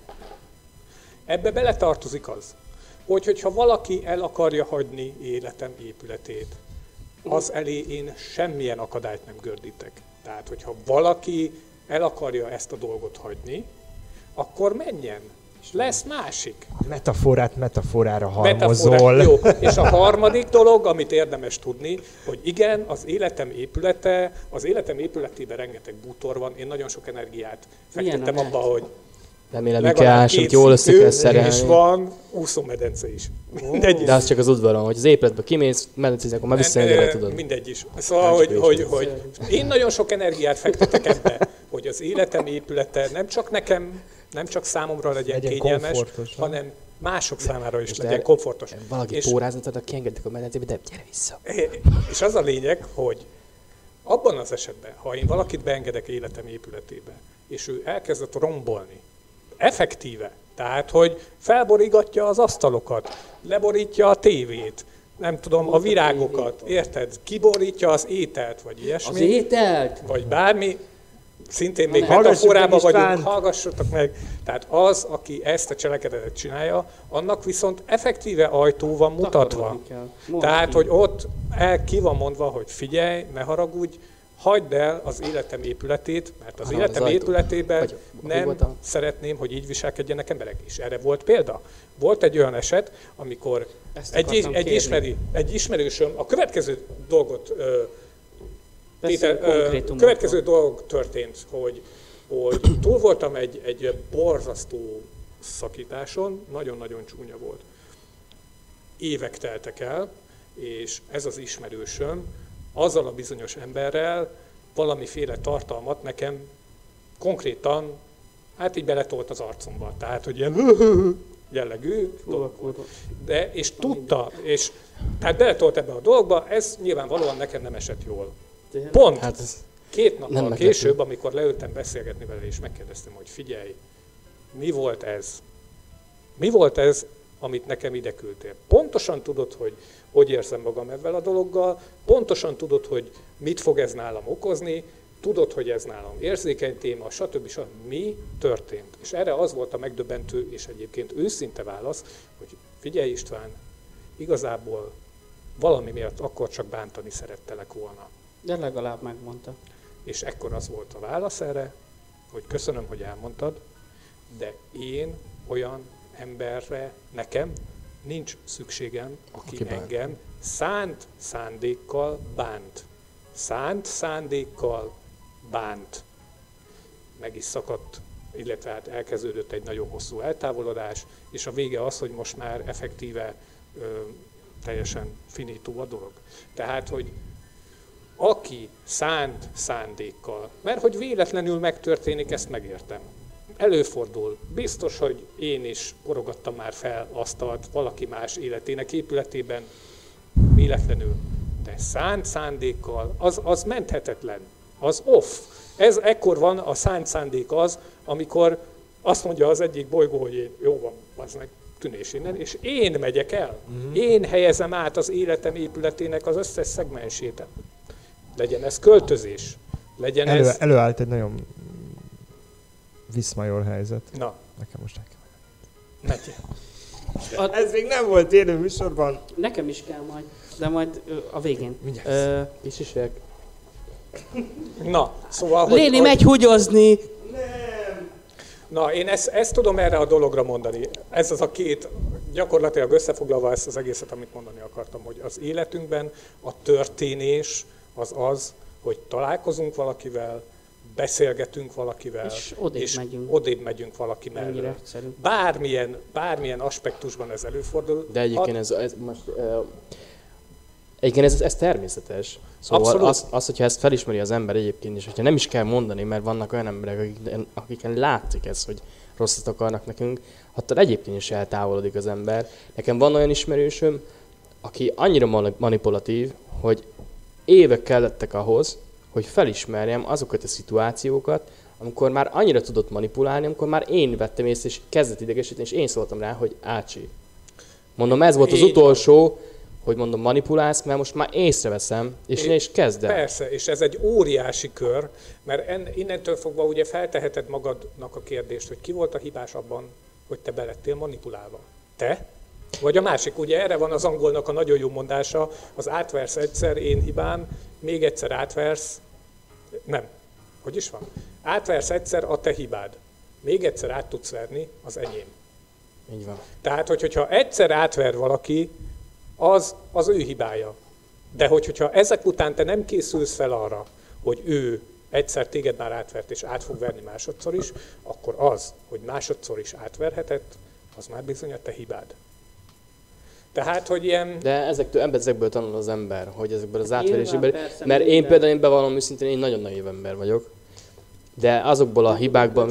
ebbe beletartozik az, hogyha valaki el akarja hagyni életem épületét, az elé én semmilyen akadályt nem gördítek. Tehát, hogyha valaki el akarja ezt a dolgot hagyni, akkor menjen. És lesz másik. Metaforát metaforára halmozol. Jó. És a harmadik dolog, amit érdemes tudni, hogy igen, az életem épületében rengeteg bútor van, én nagyon sok energiát fektettem abba, hogy Remélem, Mikeás, amit jól össze kell szerelni. És van úszómedence is. De az csak az udvaron, hogy az épületbe kimész, medencézni, akkor már visszajönni tudod. Mindegy is. Szóval, hogy én nagyon sok energiát fektetek ebbe, hogy az életem épülete nem csak nekem, nem csak számomra legyen kényelmes, hanem mások számára is legyen komfortos. Valaki pórázni, tehát kiengedtek a medencébe, de gyere vissza. És az a lényeg, hogy abban az esetben, ha én valakit beengedek életem épületébe, és ő elkezdett rombolni, effektíve, tehát, hogy felborígatja az asztalokat, leborítja a tévét, nem tudom, a virágokat, érted? Kiborítja az ételt, vagy ilyesmi. Az ételt? Vagy bármi. Szintén még metaforában vagyunk, hallgassatok meg. Tehát az, aki ezt a cselekedetet csinálja, annak viszont effektíve ajtó van mutatva. Tehát, hogy ott ki van mondva, hogy figyelj, ne haragudj, hagyd el az életem épületét, mert az életem épületében nem szeretném, hogy így viselkedjenek emberek. És erre volt példa. Volt egy olyan eset, amikor egy ismerősöm a következő dolgot következő dolog történt, hogy túl voltam egy borzasztó szakításon, nagyon-nagyon csúnya volt. Évek teltek el, és ez az ismerősöm azzal a bizonyos emberrel valamiféle tartalmat nekem konkrétan, hát így beletolt az arcomba. Tehát, hogy ilyen jellegű dolog. De, és tudta, és tehát beletolt ebbe a dologba, ez nyilvánvalóan nekem nem esett jól. Pont 2 nappal később, amikor leültem beszélgetni vele, és megkérdeztem, hogy figyelj, mi volt ez? Mi volt ez, amit nekem ide küldtél? Pontosan tudod, hogy érzem magam ebben a dologgal, pontosan tudod, hogy mit fog ez nálam okozni, tudod, hogy ez nálam érzékeny téma, stb. Mi történt? És erre az volt a megdöbbentő, és egyébként őszinte válasz, hogy figyelj István, igazából valami miatt akkor csak bántani szerettelek volna. De legalább megmondta. És ekkor az volt a válasz erre, hogy köszönöm, hogy elmondtad, de én olyan emberre, nekem nincs szükségem, aki engem szánt szándékkal bánt. Szánt szándékkal bánt. Meg is szakadt, illetve hát elkezdődött egy nagyon hosszú eltávolodás, és a vége az, hogy most már effektíve teljesen finitó a dolog. Tehát, hogy aki szánt szándékkal, mert hogy véletlenül megtörténik, ezt megértem. Előfordul. Biztos, hogy én is korogattam már fel asztalt valaki más életének épületében, véletlenül. De szánt szándékkal, az menthetetlen, az off. Ekkor van a szánt szándék az, amikor azt mondja az egyik bolygó, hogy én, jó van, az meg tűnés innen, és én megyek el. Én helyezem át az életem épületének az összes szegmensét. Legyen ez költözés, legyen ez... Előállt egy nagyon viszmajor helyzet. Na. Nekem most Ez még nem volt élő műsorban. Nekem is kell majd, de majd a végén. Kisisek. Na, szóval... Léni megy húgyozni! Nem! Na, én ezt tudom erre a dologra mondani. Ez az a két, gyakorlatilag összefoglalva ezt az egészet, amit mondani akartam, hogy az életünkben a történés az, hogy találkozunk valakivel, beszélgetünk valakivel, és odébb megyünk valaki mellől. Bármilyen aspektusban ez előfordul. De egyébként ez természetes. Szóval az, hogyha ezt felismeri az ember egyébként, és hogyha nem is kell mondani, mert vannak olyan emberek, akiken látszik ez, hogy rosszat akarnak nekünk, attól egyébként is eltávolodik az ember. Nekem van olyan ismerősöm, aki annyira manipulatív, hogy évek kellettek ahhoz, hogy felismerjem azokat a szituációkat, amikor már annyira tudott manipulálni, amikor már én vettem észre, és kezdett idegesíteni, és én szóltam rá, hogy ácsi. Mondom, ez volt az utolsó, hogy mondom, manipulálsz, mert most már észreveszem, és én is kezdem. Persze, és ez egy óriási kör, mert innentől fogva ugye felteheted magadnak a kérdést, hogy ki volt a hibás abban, hogy te belettél manipulálva. Te? Vagy a másik, ugye erre van az angolnak a nagyon jó mondása, az átversz egyszer, én hibám, még egyszer átversz, nem, hogy is van? Átversz egyszer, a te hibád. Még egyszer át tudsz verni, az enyém. Így van. Tehát, hogyha egyszer átver valaki, az ő hibája. De hogyha ezek után te nem készülsz fel arra, hogy ő egyszer téged már átvert és át fog verni másodszor is, akkor az, hogy másodszor is átverhetett, az már bizony a te hibád. Tehát, hogy ilyen... De ezekből tanul az ember, hogy ezekből az átverésekből... Mert én például, én bevallom őszintén, én nagyon naív ember vagyok. De azokból a hibákból...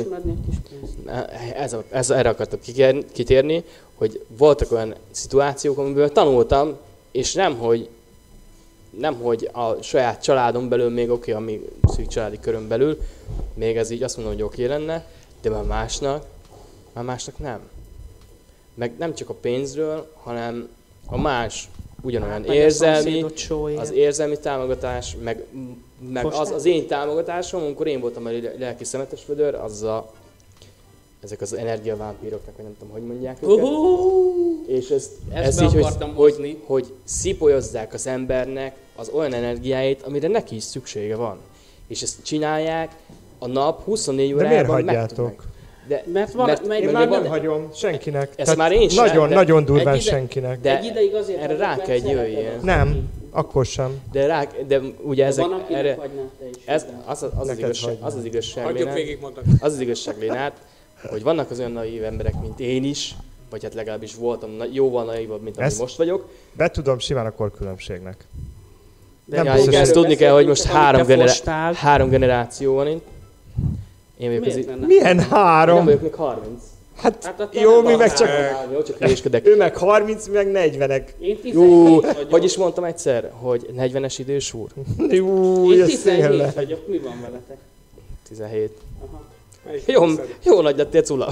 Erre akartam kitérni, hogy voltak olyan szituációk, amiből tanultam, és nem, hogy a saját családon belül még oké, ami szűk családi körön belül, még ez így azt mondom, hogy oké lenne, de már másnak nem. Meg nem csak a pénzről, hanem a más ugyanolyan érzelmi, az érzelmi támogatás, meg az én támogatásom, amikor én voltam a lelki szemetesvödör, ezek az energiavámpíroknak, vagy nem tudom, hogy mondják őket. És ez így, hogy szipolyozzák az embernek az olyan energiáit, amire neki is szüksége van. És ezt csinálják a nap 24 órában. De miért hagyjátok? Mert én már nem hagyom senkinek. Ezt már én sem. Nagyon durván senkinek. De egy ideig azért erre rá kell jöjjön. Nem, akkor sem. De ugye ezek... Van, akinek hagynál te is. Az az igazság, hagyjuk végigmondani. Az az igazság, Lénát, hogy vannak az olyan naív emberek, mint én is, vagy hát legalábbis voltam jóval naívabb, mint ami most vagyok. Be tudom simán a korkülönbségnek. Ezt tudni kell, hogy most három generáció van itt. Én milyen 3? Nem vagyok még 30. Hát jó, mi meg csak hülyéskedek. Ő meg 30, mi meg 40-ek. Én 17 vagyok. Hogy is mondtam egyszer, hogy 40-es idős úr? Én 17 vagyok, mi van veletek? 17. Aha. Jó nagy lettél, Cula.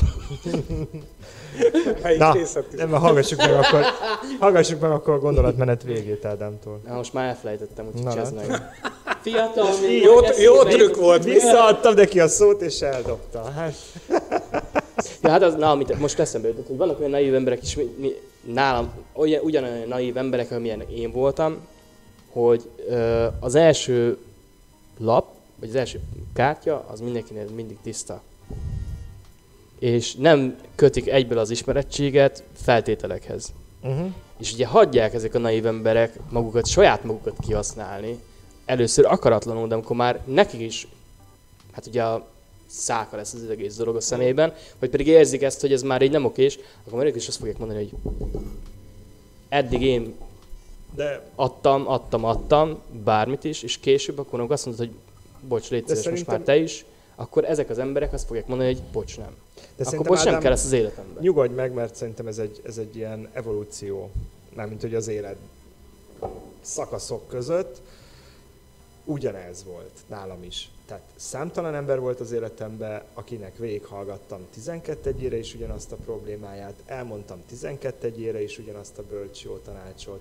Na, nem, hallgassuk meg akkor a gondolatmenet végét Ádámtól. Na, most már elfelejtettem, úgyhogy csezd meg. Fiatal, jó trükk volt. Visszaadtam neki a szót, és eldobta. Hát amit most eszembe jutott, hogy vannak olyan naív emberek is, nálam ugyanolyan naív emberek, amilyen én voltam, hogy az első lap, vagy az első kártya, az mindenkinek mindig tiszta. És nem kötik egyből az ismerettséget feltételekhez. És ugye hagyják ezek a naív emberek saját magukat kihasználni. Először akaratlanul, de amikor már nekik is, hát ugye a száka lesz az egész dolog a szemében, vagy pedig érzik ezt, hogy ez már így nem okés, akkor már ők is azt fogják mondani, hogy eddig én adtam bármit is, és később akkor azt mondod, hogy bocs, légy szíves, most már te is, akkor ezek az emberek azt fogják mondani, hogy bocs, nem. De akkor bocs, nem kell lesz az életemben. Nyugodj meg, mert szerintem ez egy ilyen evolúció, mármint hogy az élet szakaszok között ugyanez volt nálam is. Tehát számtalan ember volt az életemben, akinek végighallgattam 12-ére is ugyanazt a problémáját, elmondtam 12-ére is ugyanazt a bölcs jó tanácsot.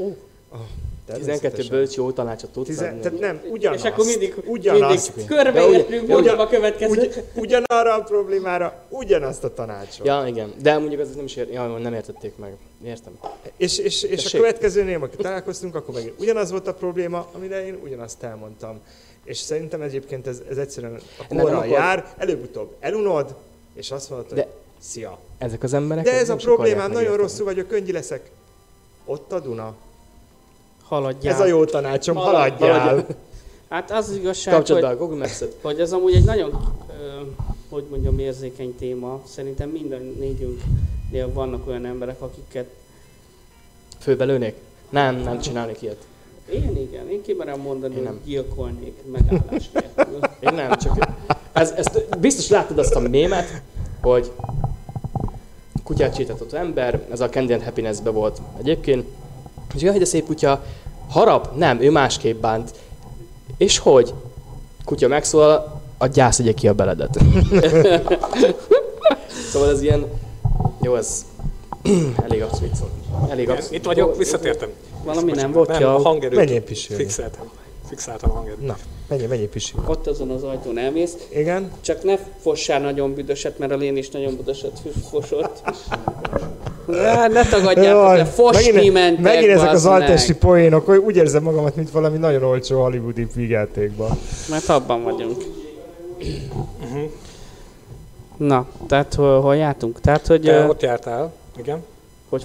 12 bölcs jó tanácsot tudsz adni. Tehát nem, ugyanazt. És akkor mindig körbeértünk, mondom a következő. Ugyanarra a problémára, ugyanazt a tanácsot. Ja, igen. De mondjuk az nem értették meg. Értem. És a következőnél, amikor találkoztunk, akkor meg ugyanaz volt a probléma, amire én ugyanazt elmondtam. És szerintem egyébként ez egyszerűen a korral jár, előbb-utóbb elunod, és azt mondod, hogy szia. Ezek az emberek... De ez a problémám, nagyon rosszul vagyok, könnyű leszek. Ott a Duna. Haladjál. Ez a jó tanácsom, haladjál. Hát az igazság, hogy ez amúgy egy nagyon, hogy mondjam, érzékeny téma. Szerintem minden négyünknél vannak olyan emberek, akiket... Főbelőnék? Nem csinálnék ilyet. Én kimerem mondani, hogy gyilkolnék megállás nélkül. Én nem, csak... Ezt biztos láttad azt a mémet, hogy kutyát sétáltott ember, ez a Candy and Happiness-be volt egyébként, és jaj, de szép kutya, harap? Nem, ő másképp bánt. És hogy? Kutya megszólal, a gyász egye ki a beledet. Szóval ez ilyen... Jó, ez... elég abszolút szó. Itt vagyok, visszatértem. Valami nem volt, nem, a hangerőt menjél pisilni. Fixáltam a hangerőt. Na, menjél pisilni. Ott azon az ajtón elmész. Igen. Csak ne fossál nagyon büdöset, mert a Lén is nagyon büdöset fosott. Ne tagadjátok le, fosni mentek. Megint ezek az altesti poénok, hogy úgy érzem magamat, mint valami nagyon olcsó hollywoodi vígjátékban. Mert abban vagyunk. Na, tehát hol jártunk? Tehát, hogy... Te ott jártál, igen. Hogy,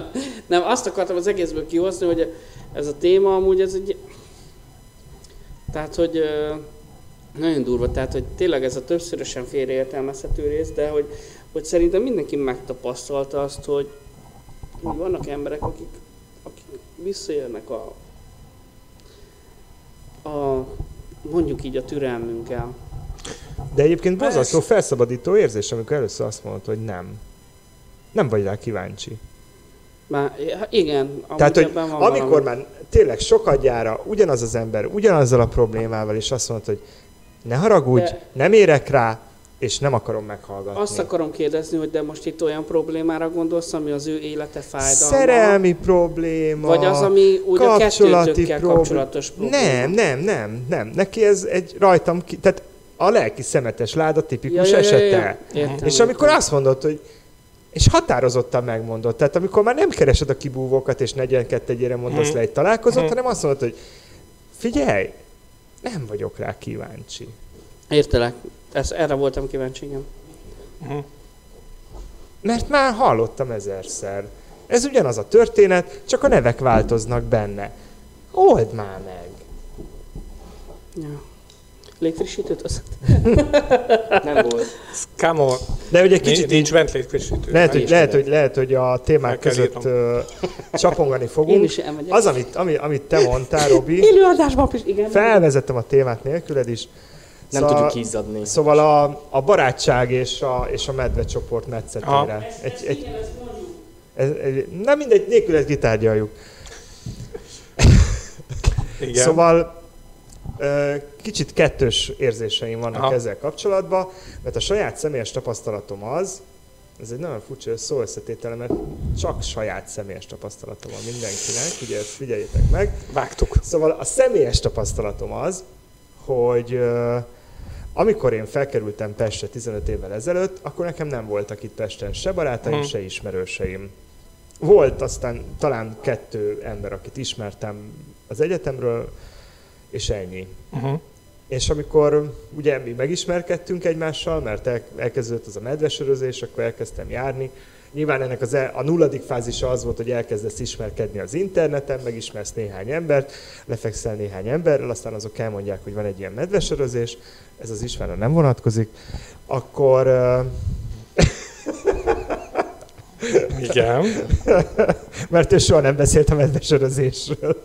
nem, azt akartam az egészből kihozni, hogy ez a téma amúgy ez egy... Tehát, hogy nagyon durva, tehát, hogy tényleg ez a többszörösen félreértelmezhető rész, de hogy szerintem mindenki megtapasztalta azt, hogy vannak emberek, akik visszaélnek a mondjuk így a türelmünkkel. De egyébként borzasztó felszabadító érzés, amikor először azt mondod, hogy nem. Nem vagy rá kíváncsi. Már, igen. Tehát, hogy amikor már tényleg sokadjára ugyanaz az ember, ugyanazzal a problémával, és azt mondod, hogy ne haragudj, nem érek rá, és nem akarom meghallgatni. Azt akarom kérdezni, hogy de most itt olyan problémára gondolsz, ami az ő élete fájdalma? Szerelmi probléma, vagy az, ami úgy a kettőtökkel kapcsolatos probléma? Nem. Neki ez egy rajtam, tehát a lelki szemetes láda tipikus esete. Értem, és amikor azt mondod, hogy és határozottan megmondod, tehát amikor már nem keresed a kibúvókat, és 42-ére mondasz le egy találkozót, hanem azt mondod, hogy figyelj, nem vagyok rá kíváncsi. Értelek. Erre voltam kíváncsi, igen. Mert már hallottam ezerszer. Ez ugyanaz a történet, csak a nevek változnak benne. Old már meg! Ja. Légfrissítőt az? Nem volt. Come on. De ugye kicsit nincs bent légfrissítő. Lehet, hogy a témák között csapongani fogunk. Én is elmegyek. Az, amit te mondtál, Robi, élőadásban is, igen. felvezettem a témát nélküled is. Nem tudjuk izzadni. Szóval a barátság és a medve csoport metszetére. Nem mindegy, nélküled kitárgyaljuk. Igen. Szóval kicsit kettős érzéseim vannak ezzel kapcsolatban, mert a saját személyes tapasztalatom az, ez egy nagyon furcsa szó összetétele, mert csak saját személyes tapasztalatom van mindenkinek, ugye ezt figyeljétek meg. Vágtuk. Szóval a személyes tapasztalatom az, hogy amikor én felkerültem Pestre 15 évvel ezelőtt, akkor nekem nem voltak itt Pesten se barátaim, se ismerőseim. Volt aztán talán 2 ember, akit ismertem az egyetemről, és ennyi. És amikor ugye mi megismerkedtünk egymással, mert elkezdődött az a medvesörözés, akkor elkezdtem járni. Nyilván ennek a nulladik fázisa az volt, hogy elkezdesz ismerkedni az interneten, megismersz néhány embert, lefekszel néhány emberrel, aztán azok elmondják, hogy van egy ilyen medvesörözés, ez az Istvánra nem vonatkozik, akkor... Igen. Mert ő soha nem beszélt a medvesörözésről.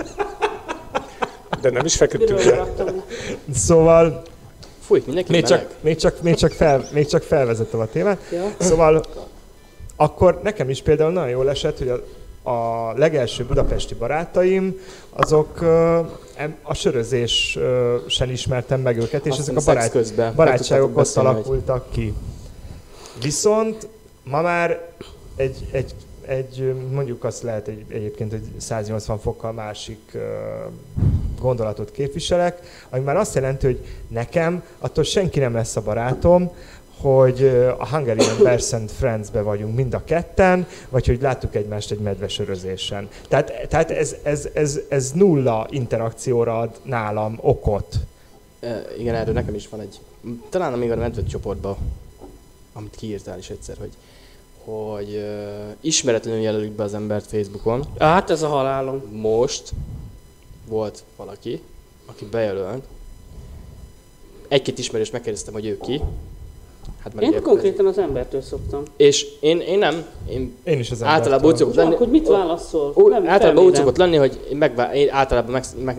De nem is feküdtünk le. Szóval... Fújt, mindenki még csak felvezettem a témát. Ja. Szóval akkor nekem is például nagyon jól esett, hogy a legelső budapesti barátaim, azok a sörözésen ismertem meg őket, és ezek a barátságok ott alakultak ki. Viszont ma már egy mondjuk azt lehet egyébként, hogy 180 fokkal másik gondolatot képviselek, ami már azt jelenti, hogy nekem attól senki nem lesz a barátom, hogy a Hungarian Bears and Friends-be vagyunk mind a ketten, vagy hogy láttuk egymást egy medvesörözésen. Tehát ez nulla interakcióra ad nálam okot. Igen, erről nekem is van egy... Talán még a medve csoportban, amit kiírtál is egyszer, hogy ismeretlenül jelölik be az embert Facebookon. Hát ez a halálom. Most volt valaki, aki bejelölt. Egy-két ismerős megkérdeztem, hogy ő ki. Hát én konkrétan az embertől szoktam. És én nem. Én is az általában úgy szokott lenni. Hogy mit válaszol? Általában úgy szokott lenni, hogy én általában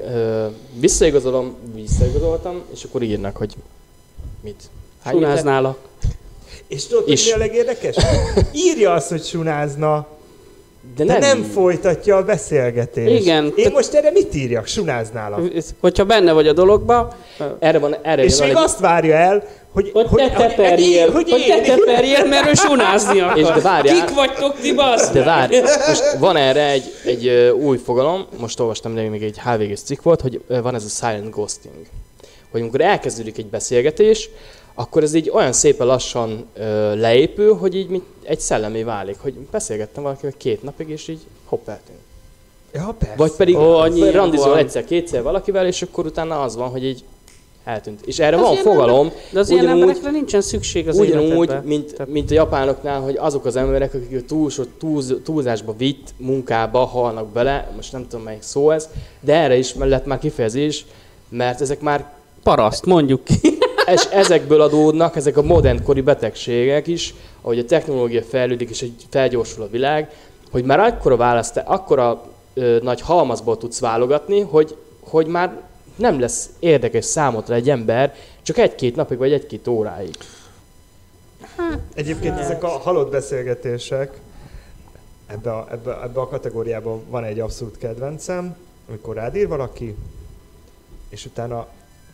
visszaigazoltam, és akkor írnak, hogy mit. Sunáználak. És tudod, mi a legérdekes? Írja azt, hogy sunázna, de nem folytatja a beszélgetést. Igen. Én most erre mit írjak? Sunáználak. Hogyha benne vagy a dologba... Erre és még azt várja el, hogy te teperjél, mert ő sunázni akar. És de várjál. Kik vagytok ti, bassz? De várj, most van erre egy új fogalom, most olvastam, de még egy HVG-s cikk volt, hogy van ez a silent ghosting. Hogy amikor elkezdődik egy beszélgetés, akkor ez így olyan szépen lassan leépül, hogy így egy szellemé válik, hogy beszélgettem valakivel 2 napig, és így hopp, eltűnt. Ja, persze. Vagy pedig randizol egyszer-kétszer valakivel, és akkor utána az van, hogy így eltűnt. És erre van fogalom. De az ilyen emberekre nincsen szükség az életedben. Mint a japánoknál, hogy azok az emberek, akik túlzásba vitt munkába halnak bele, most nem tudom melyik szó ez, de erre is lett már kifejezés, mert ezek már... Paraszt, mondjuk ki. És ezekből adódnak ezek a modernkori betegségek is, ahogy a technológia fejlődik és felgyorsul a világ, hogy már akkora nagy halmazból tudsz válogatni, hogy már nem lesz érdekes számodra egy ember csak 1-2 napig vagy 1-2 óráig. Egyébként ezek a halott beszélgetések, ebbe a kategóriában van egy abszolút kedvencem, amikor rád ír valaki, és utána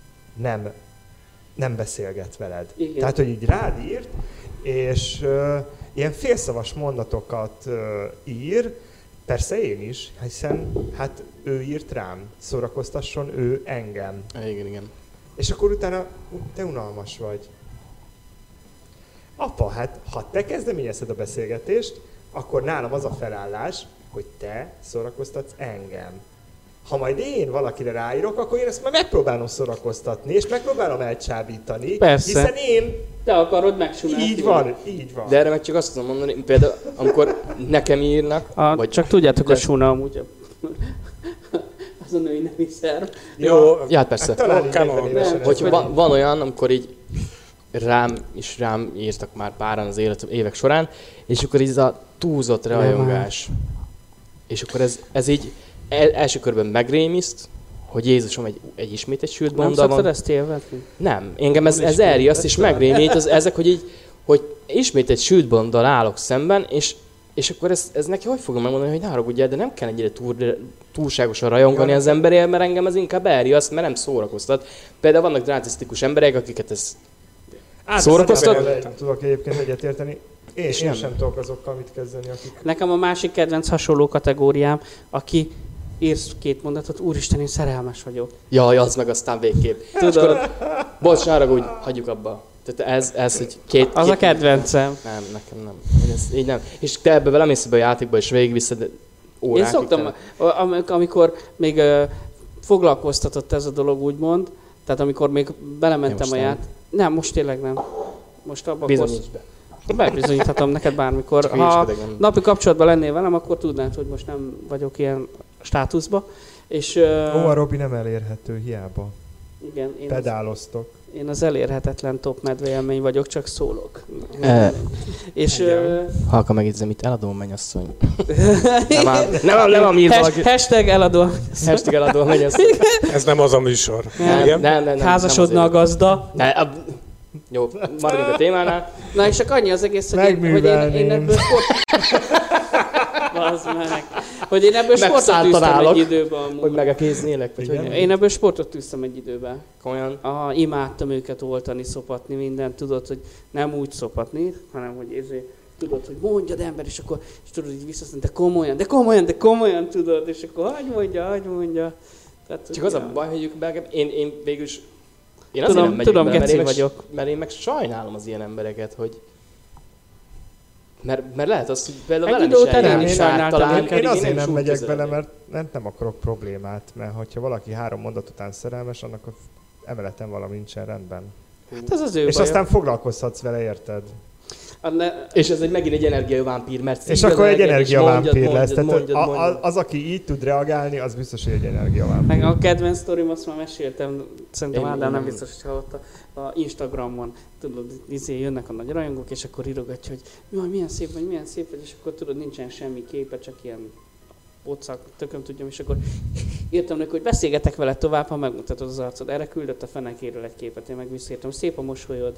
nem beszélget veled. Igen. Tehát, hogy így rád írt, és ilyen félszavas mondatokat ír, persze én is, hiszen hát ő írt rám, szórakoztasson ő engem. Igen. És akkor utána te unalmas vagy. Apa, hát ha te kezdeményezed a beszélgetést, akkor nálam az a felállás, hogy te szórakoztatsz engem. Ha majd én valakire ráírok, akkor én ezt már megpróbálom szórakoztatni, és megpróbálom elcsábítani, persze. Hiszen én... Te akarod megsunálni. Így van. De erre meg csak azt tudom mondani, például amikor nekem írnak... vagy csak tudjátok, a suna amúgy az a női nemi szerv. Jó, ja, hát persze. Hogyha van olyan, amikor így rám írtak már páran az évek során, és akkor így a túlzott rajongás. És akkor ez így első körben megrémiszt, hogy Jézusom ismét egy sült bonda van. Nem szoktad ezt élvetni? Nem, engem ez elriaszt és megrémít ezek, hogy ismét egy sült bonddal állok szemben, és akkor ez neki hogy fogom megmondani, hogy ne haragudjál, de nem kell ennyire túlságosan rajongani az emberért, mert engem ez inkább elriaszt, mert nem szórakoztat. Például vannak narcisztikus emberek, akiket ez szórakoztat. Tudok egyébként egyetérteni. Én sem tudok azokkal mit kezdeni, akik... Nekem a másik kedvenc hasonló kategóriám, aki írsz 2 mondatot, úristen, én szerelmes vagyok. Jaj, az meg aztán végképp. Tudod, bocs, arra, hogy hagyjuk abba. Tehát ez hogy Az a kedvencem. Nem, nekem nem. Így nem. És te ebbe belemész ebbe a játékba, és végigviszed órákig. Én szoktam, amikor még foglalkoztatott ez a dolog, úgymond, tehát amikor még belementem a játékba. Nem, most tényleg nem. Most abban bizonyíts be. Bebizonyíthatom neked bármikor. Ha napi kapcsolatban lennél velem, akkor tudnád, hogy most nem vagyok ilyen státuszba. És, a Robi nem elérhető, hiába. Igen, pedáloztok. Én az elérhetetlen top medveélmény vagyok, csak szólok. És... Halka megjegyzem, itt eladó mennyasszony. nem a mirlag. Hashtag eladó. Hashtag eladó mennyasszony. Ez nem az a műsor. Nem. Házasodna a gazda. Jó, maradjunk a témánál. Na és csak annyi az egész, hogy én ebből hogy én ebből sportot tűztem egy időben. Hogy megekéznélek? Én ebből sportot tűztem egy időben. Komolyan? Imádtam őket oltani, szopatni, mindent. Tudod, hogy nem úgy szopatni, hanem hogy tudod, hogy mondjad ember, és akkor és tudod, így visszaszólni, de komolyan, tudod, és akkor hagy mondja. Tehát, csak az a baj, hogy én végül is én azért nem megyek bele, mert én meg sajnálom az ilyen embereket, hogy mert lehet az, hogy például velem is sajnáltam. Én azért nem megyek bele, mert nem akarok problémát, mert hogyha valaki 3 mondat után szerelmes, annak a emeleten valami nincsen rendben. Hát ez az ő és aztán foglalkozhatsz vele, érted? És ez megint egy energiavámpír, mert és akkor egy energiavámpír lesz. Az, aki így tud reagálni, az biztos, hogy egy energiavámpír. Meg a kedvenc sztorim, azt már meséltem, szerintem Ádám nem biztos, hogy hallotta, a Instagramon, tudod, jönnek a nagy rajongók, és akkor írogatja, hogy jaj, milyen szép vagy, és akkor tudod, nincsen semmi képe, csak ilyen pocak, tököm tudjam, és akkor írtam neki, hogy beszélgetek vele tovább, ha megmutatod az arcod. Erre küldött a fenekéről egy képet, én meg visszaírtam, szép a mosolyod.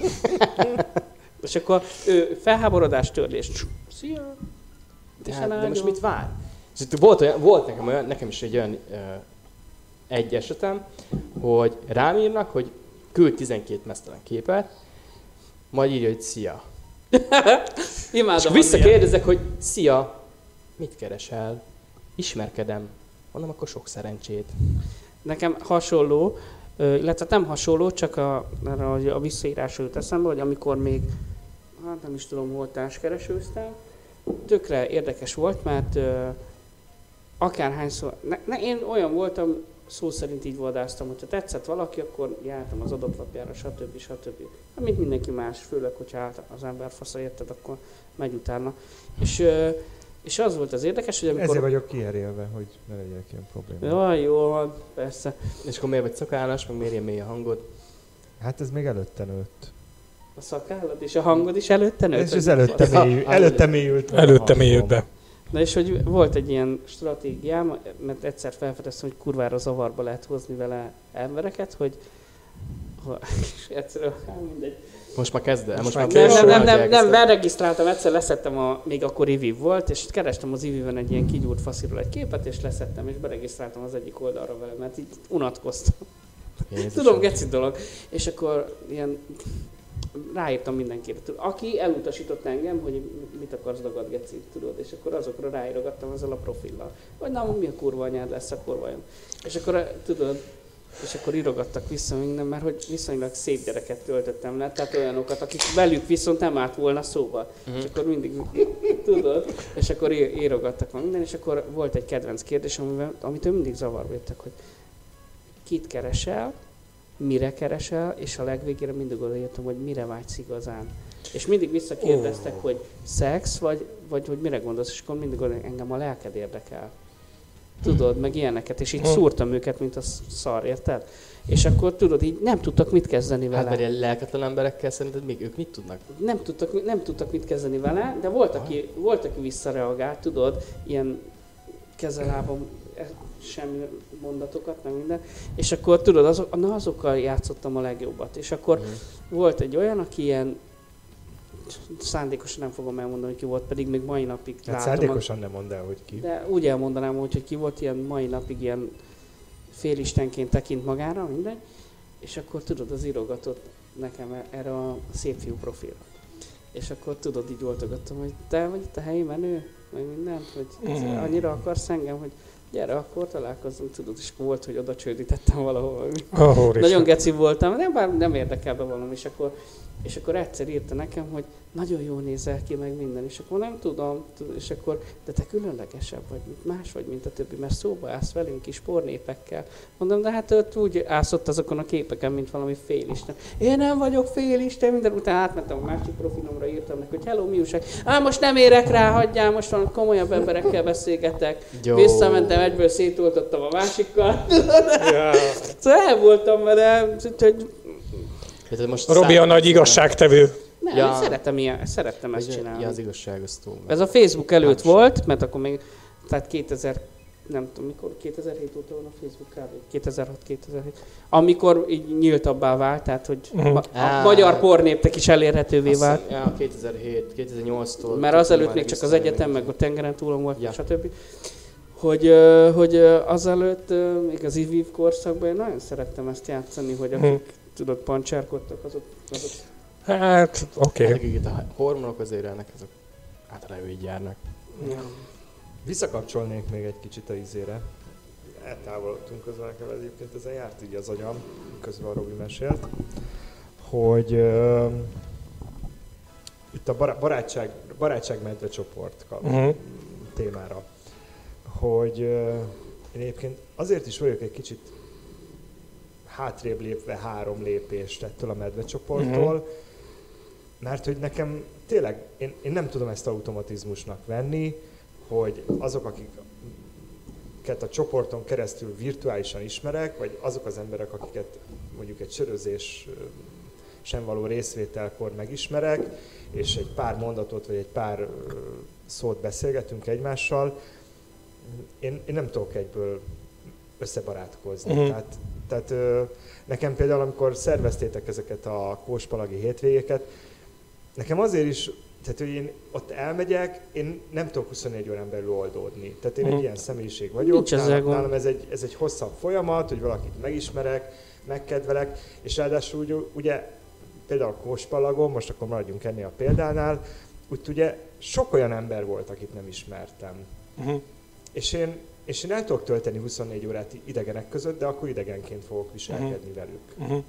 És akkor ő felháborodás, törlés. Szia! De most mit vár? Volt nekem is egy olyan egy esetem, hogy rám írnak, hogy küld 12 meztelen képet, majd írja, hogy szia. Imádom. És visszakérdezek, hogy szia, mit keresel? Ismerkedem. Mondom, akkor sok szerencsét. Nekem hasonló, illetve nem hasonló, csak a visszaírásra jut eszembe, hogy amikor még, hát nem is tudom, hol társkeresőztem, tökre érdekes volt, mert akárhányszor, én olyan voltam, szó szerint így vadásztam, hogyha tetszett valaki, akkor jártam az adatlapjára, stb. Hát, mint mindenki más, főleg, hogyha az ember fasza, érted, akkor megy utána. És És az volt az érdekes, hogy amikor... Ezért vagyok kierélve, hogy ne legyenek ilyen problémák. Jaj, jó van, persze. És akkor miért vagy szakállas, meg miért ilyen mély a hangod? Hát ez még előtte nőtt. A szakállad és a hangod is előtte nőtt? És ez előtte mélyült. Előtte mélyült be. Na és hogy volt egy ilyen stratégiám, mert egyszer felfedeztem, hogy kurvára zavarba lehet hozni vele embereket, hogy egyszerűen, mindegy. Most már kezd el? Nem, beregisztráltam, egyszer leszettem, még akkor IVIV volt, és kerestem az IVIV-en egy ilyen kigyúrt fasziról egy képet, és leszettem, és beregisztráltam az egyik oldalra vele, mert így unatkoztam. Tudom, geci dolog. És akkor ilyen ráírtam mindenkire. Aki elutasított engem, hogy mit akarsz dagad, geci, tudod, és akkor azokra ráírogattam ezzel a profillal. Vagy na, mi a kurva anyád lesz akkor vajon. És akkor, tudod, és akkor írogattak vissza minden, mert hogy viszonylag szép gyereket töltöttem le, tehát olyanokat, akik velük viszont nem állt volna szóba. És akkor mindig, tudod, és akkor írogattak van minden, és akkor volt egy kedvenc kérdés, amitől mindig zavarba jöttek, hogy kit keresel, mire keresel, és a legvégére mindig odaírtam, hogy mire vágysz igazán. És mindig visszakérdeztek, hogy szex, vagy hogy mire gondolsz, és akkor mindig oda, engem a lelked érdekel. Tudod, meg ilyeneket, és így szúrtam őket, mint a szar, érted? És akkor tudod, így nem tudtak mit kezdeni vele. Hát mert ilyen lelketlen emberekkel szerinted még ők mit tudnak? Nem tudtak mit kezdeni vele, de volt, aki visszareagált, tudod, ilyen kezelában semmi mondatokat, meg minden. És akkor tudod, azokkal játszottam a legjobbat. És akkor volt egy olyan, aki ilyen szándékosan nem fogom elmondani, hogy ki volt, pedig még mai napig látom. Szándékosan nem mondd el, hogy ki. De úgy elmondanám, hogy ki volt, ilyen mai napig ilyen félistenként tekint magára, mindegy. És akkor tudod, az írogatott nekem erre a szép fiú profilra. És akkor tudod, így voltogattam, hogy te vagy itt a helyi menő, meg mindent, hogy annyira akarsz engem, hogy gyere, akkor találkozzunk, tudod, és akkor volt, hogy oda csődítettem valahol. Nagyon geci voltam, nem érdekel be valami, és akkor egyszer írta nekem, hogy nagyon jól nézel ki, meg minden, és akkor nem tudom, és akkor, de te különlegesebb vagy, más vagy, mint a többi, mert szóba állsz velünk is pornépekkel. Mondom, de hát őt úgy ászott azokon a képeken, mint valami félisten. Én nem vagyok félisten, minden után átmentem a másik profilomra, írtam neki, hogy hello, mi újság? Most nem érek rá, hagyjál, most van komolyabb emberekkel beszélgetek. Jó. Visszamentem, egyből szétoltottam a másikkal. Yeah. Szóval el voltam vele, hogy Robi a nagy igazságtevő. Nem, szerettem ezt csinálni. Ja, az igazság, az túl. Ez a Facebook előtt volt, mert akkor még, tehát 2000, nem tudom mikor, 2007 óta van a Facebook kb. 2006-2007. Amikor így nyíltabbá vált, tehát hogy a magyar pornéptek is elérhetővé vált. Ja, 2007, 2008-tól. Mert azelőtt még csak az egyetem, meg a tengeren túlon volt, stb. Hogy azelőtt, még az IVIV korszakban én nagyon szerettem ezt játszani, hogy akik tudod, pancsárkodtak, azok... Hát, oké. Hát, akik itt a hormonok azért ennek, azok általában így járnak. Ja. Visszakapcsolnék még egy kicsit a izére. Eltávolodtunk közben, nekem egyébként ezen járt így az agyam, közben a Robi mesélt, hogy itt a barátságmedve csoport témára, hogy én egyébként azért is vagyok egy kicsit hátrébb lépve 3 lépést ettől a medvecsoporttól, mert hogy nekem tényleg, én nem tudom ezt automatizmusnak venni, hogy azok, akiket a csoporton keresztül virtuálisan ismerek, vagy azok az emberek, akiket mondjuk egy sörözés sem való részvételkor megismerek, és egy pár mondatot, vagy egy pár szót beszélgetünk egymással, én nem tudok egyből összebarátkozni. Tehát nekem például, amikor szerveztétek ezeket a kóspalagi hétvégéket, nekem azért is, tehát hogy én ott elmegyek, én nem tudok 24 órán belül oldódni. Tehát én egy ilyen személyiség vagyok, nálam ez egy hosszabb folyamat, hogy valakit megismerek, megkedvelek, és ráadásul ugye például a kóspalagon, most akkor maradjunk ennél a példánál, úgy ugye sok olyan ember volt, akit nem ismertem. És én el tudok tölteni 24 órát idegenek között, de akkor idegenként fogok viselkedni velük.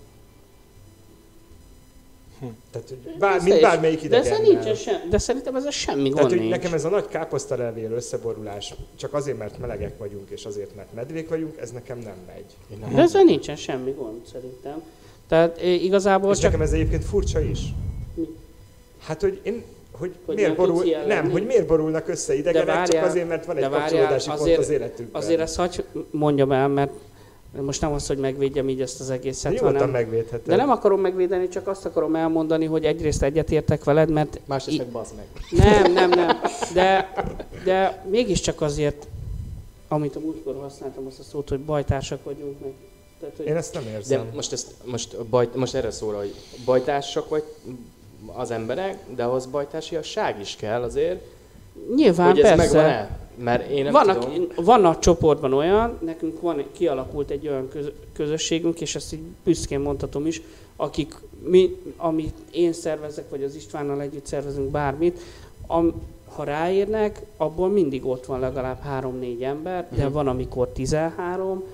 Tehát, hogy bármelyik idegennel. De szerintem ez semmi gond Tehát, nincs. Nekem ez a nagy káposztalevél összeborulás, csak azért, mert melegek vagyunk, és azért, mert medvék vagyunk, ez nekem nem megy. De ezzel nincsen semmi gond, szerintem. Tehát igazából és nekem ez egyébként furcsa is. Mi? Hát, hogy hogy miért borulnak össze idegenek, csak azért, mert van egy kapcsolódási pont az életükben. Azért ezt hadd mondjam el, mert most nem az, hogy megvédjem így ezt az egészet, hanem... megvédheted. De nem akarom megvédeni, csak azt akarom elmondani, hogy egyrészt egyetértek veled, mert... Másrészt meg bazd meg. Nem. De mégiscsak azért, amit a múltkor használtam azt a szót, hogy bajtársak vagyunk meg. Tehát, hogy... Én ezt nem érzem. De most erre szól, hogy bajtársak vagy az emberek, de ahhoz bajtársiasság is kell azért. Nyilván, hogy ez persze. megvan-e? Mert én nem tudom. Van a csoportban olyan, nekünk kialakult egy olyan közösségünk, és ezt így büszkén mondhatom is, amit én szervezek, vagy az Istvánnal együtt szervezünk bármit, ha ráérnek, abból mindig ott van legalább 3-4 ember, de van, amikor 13,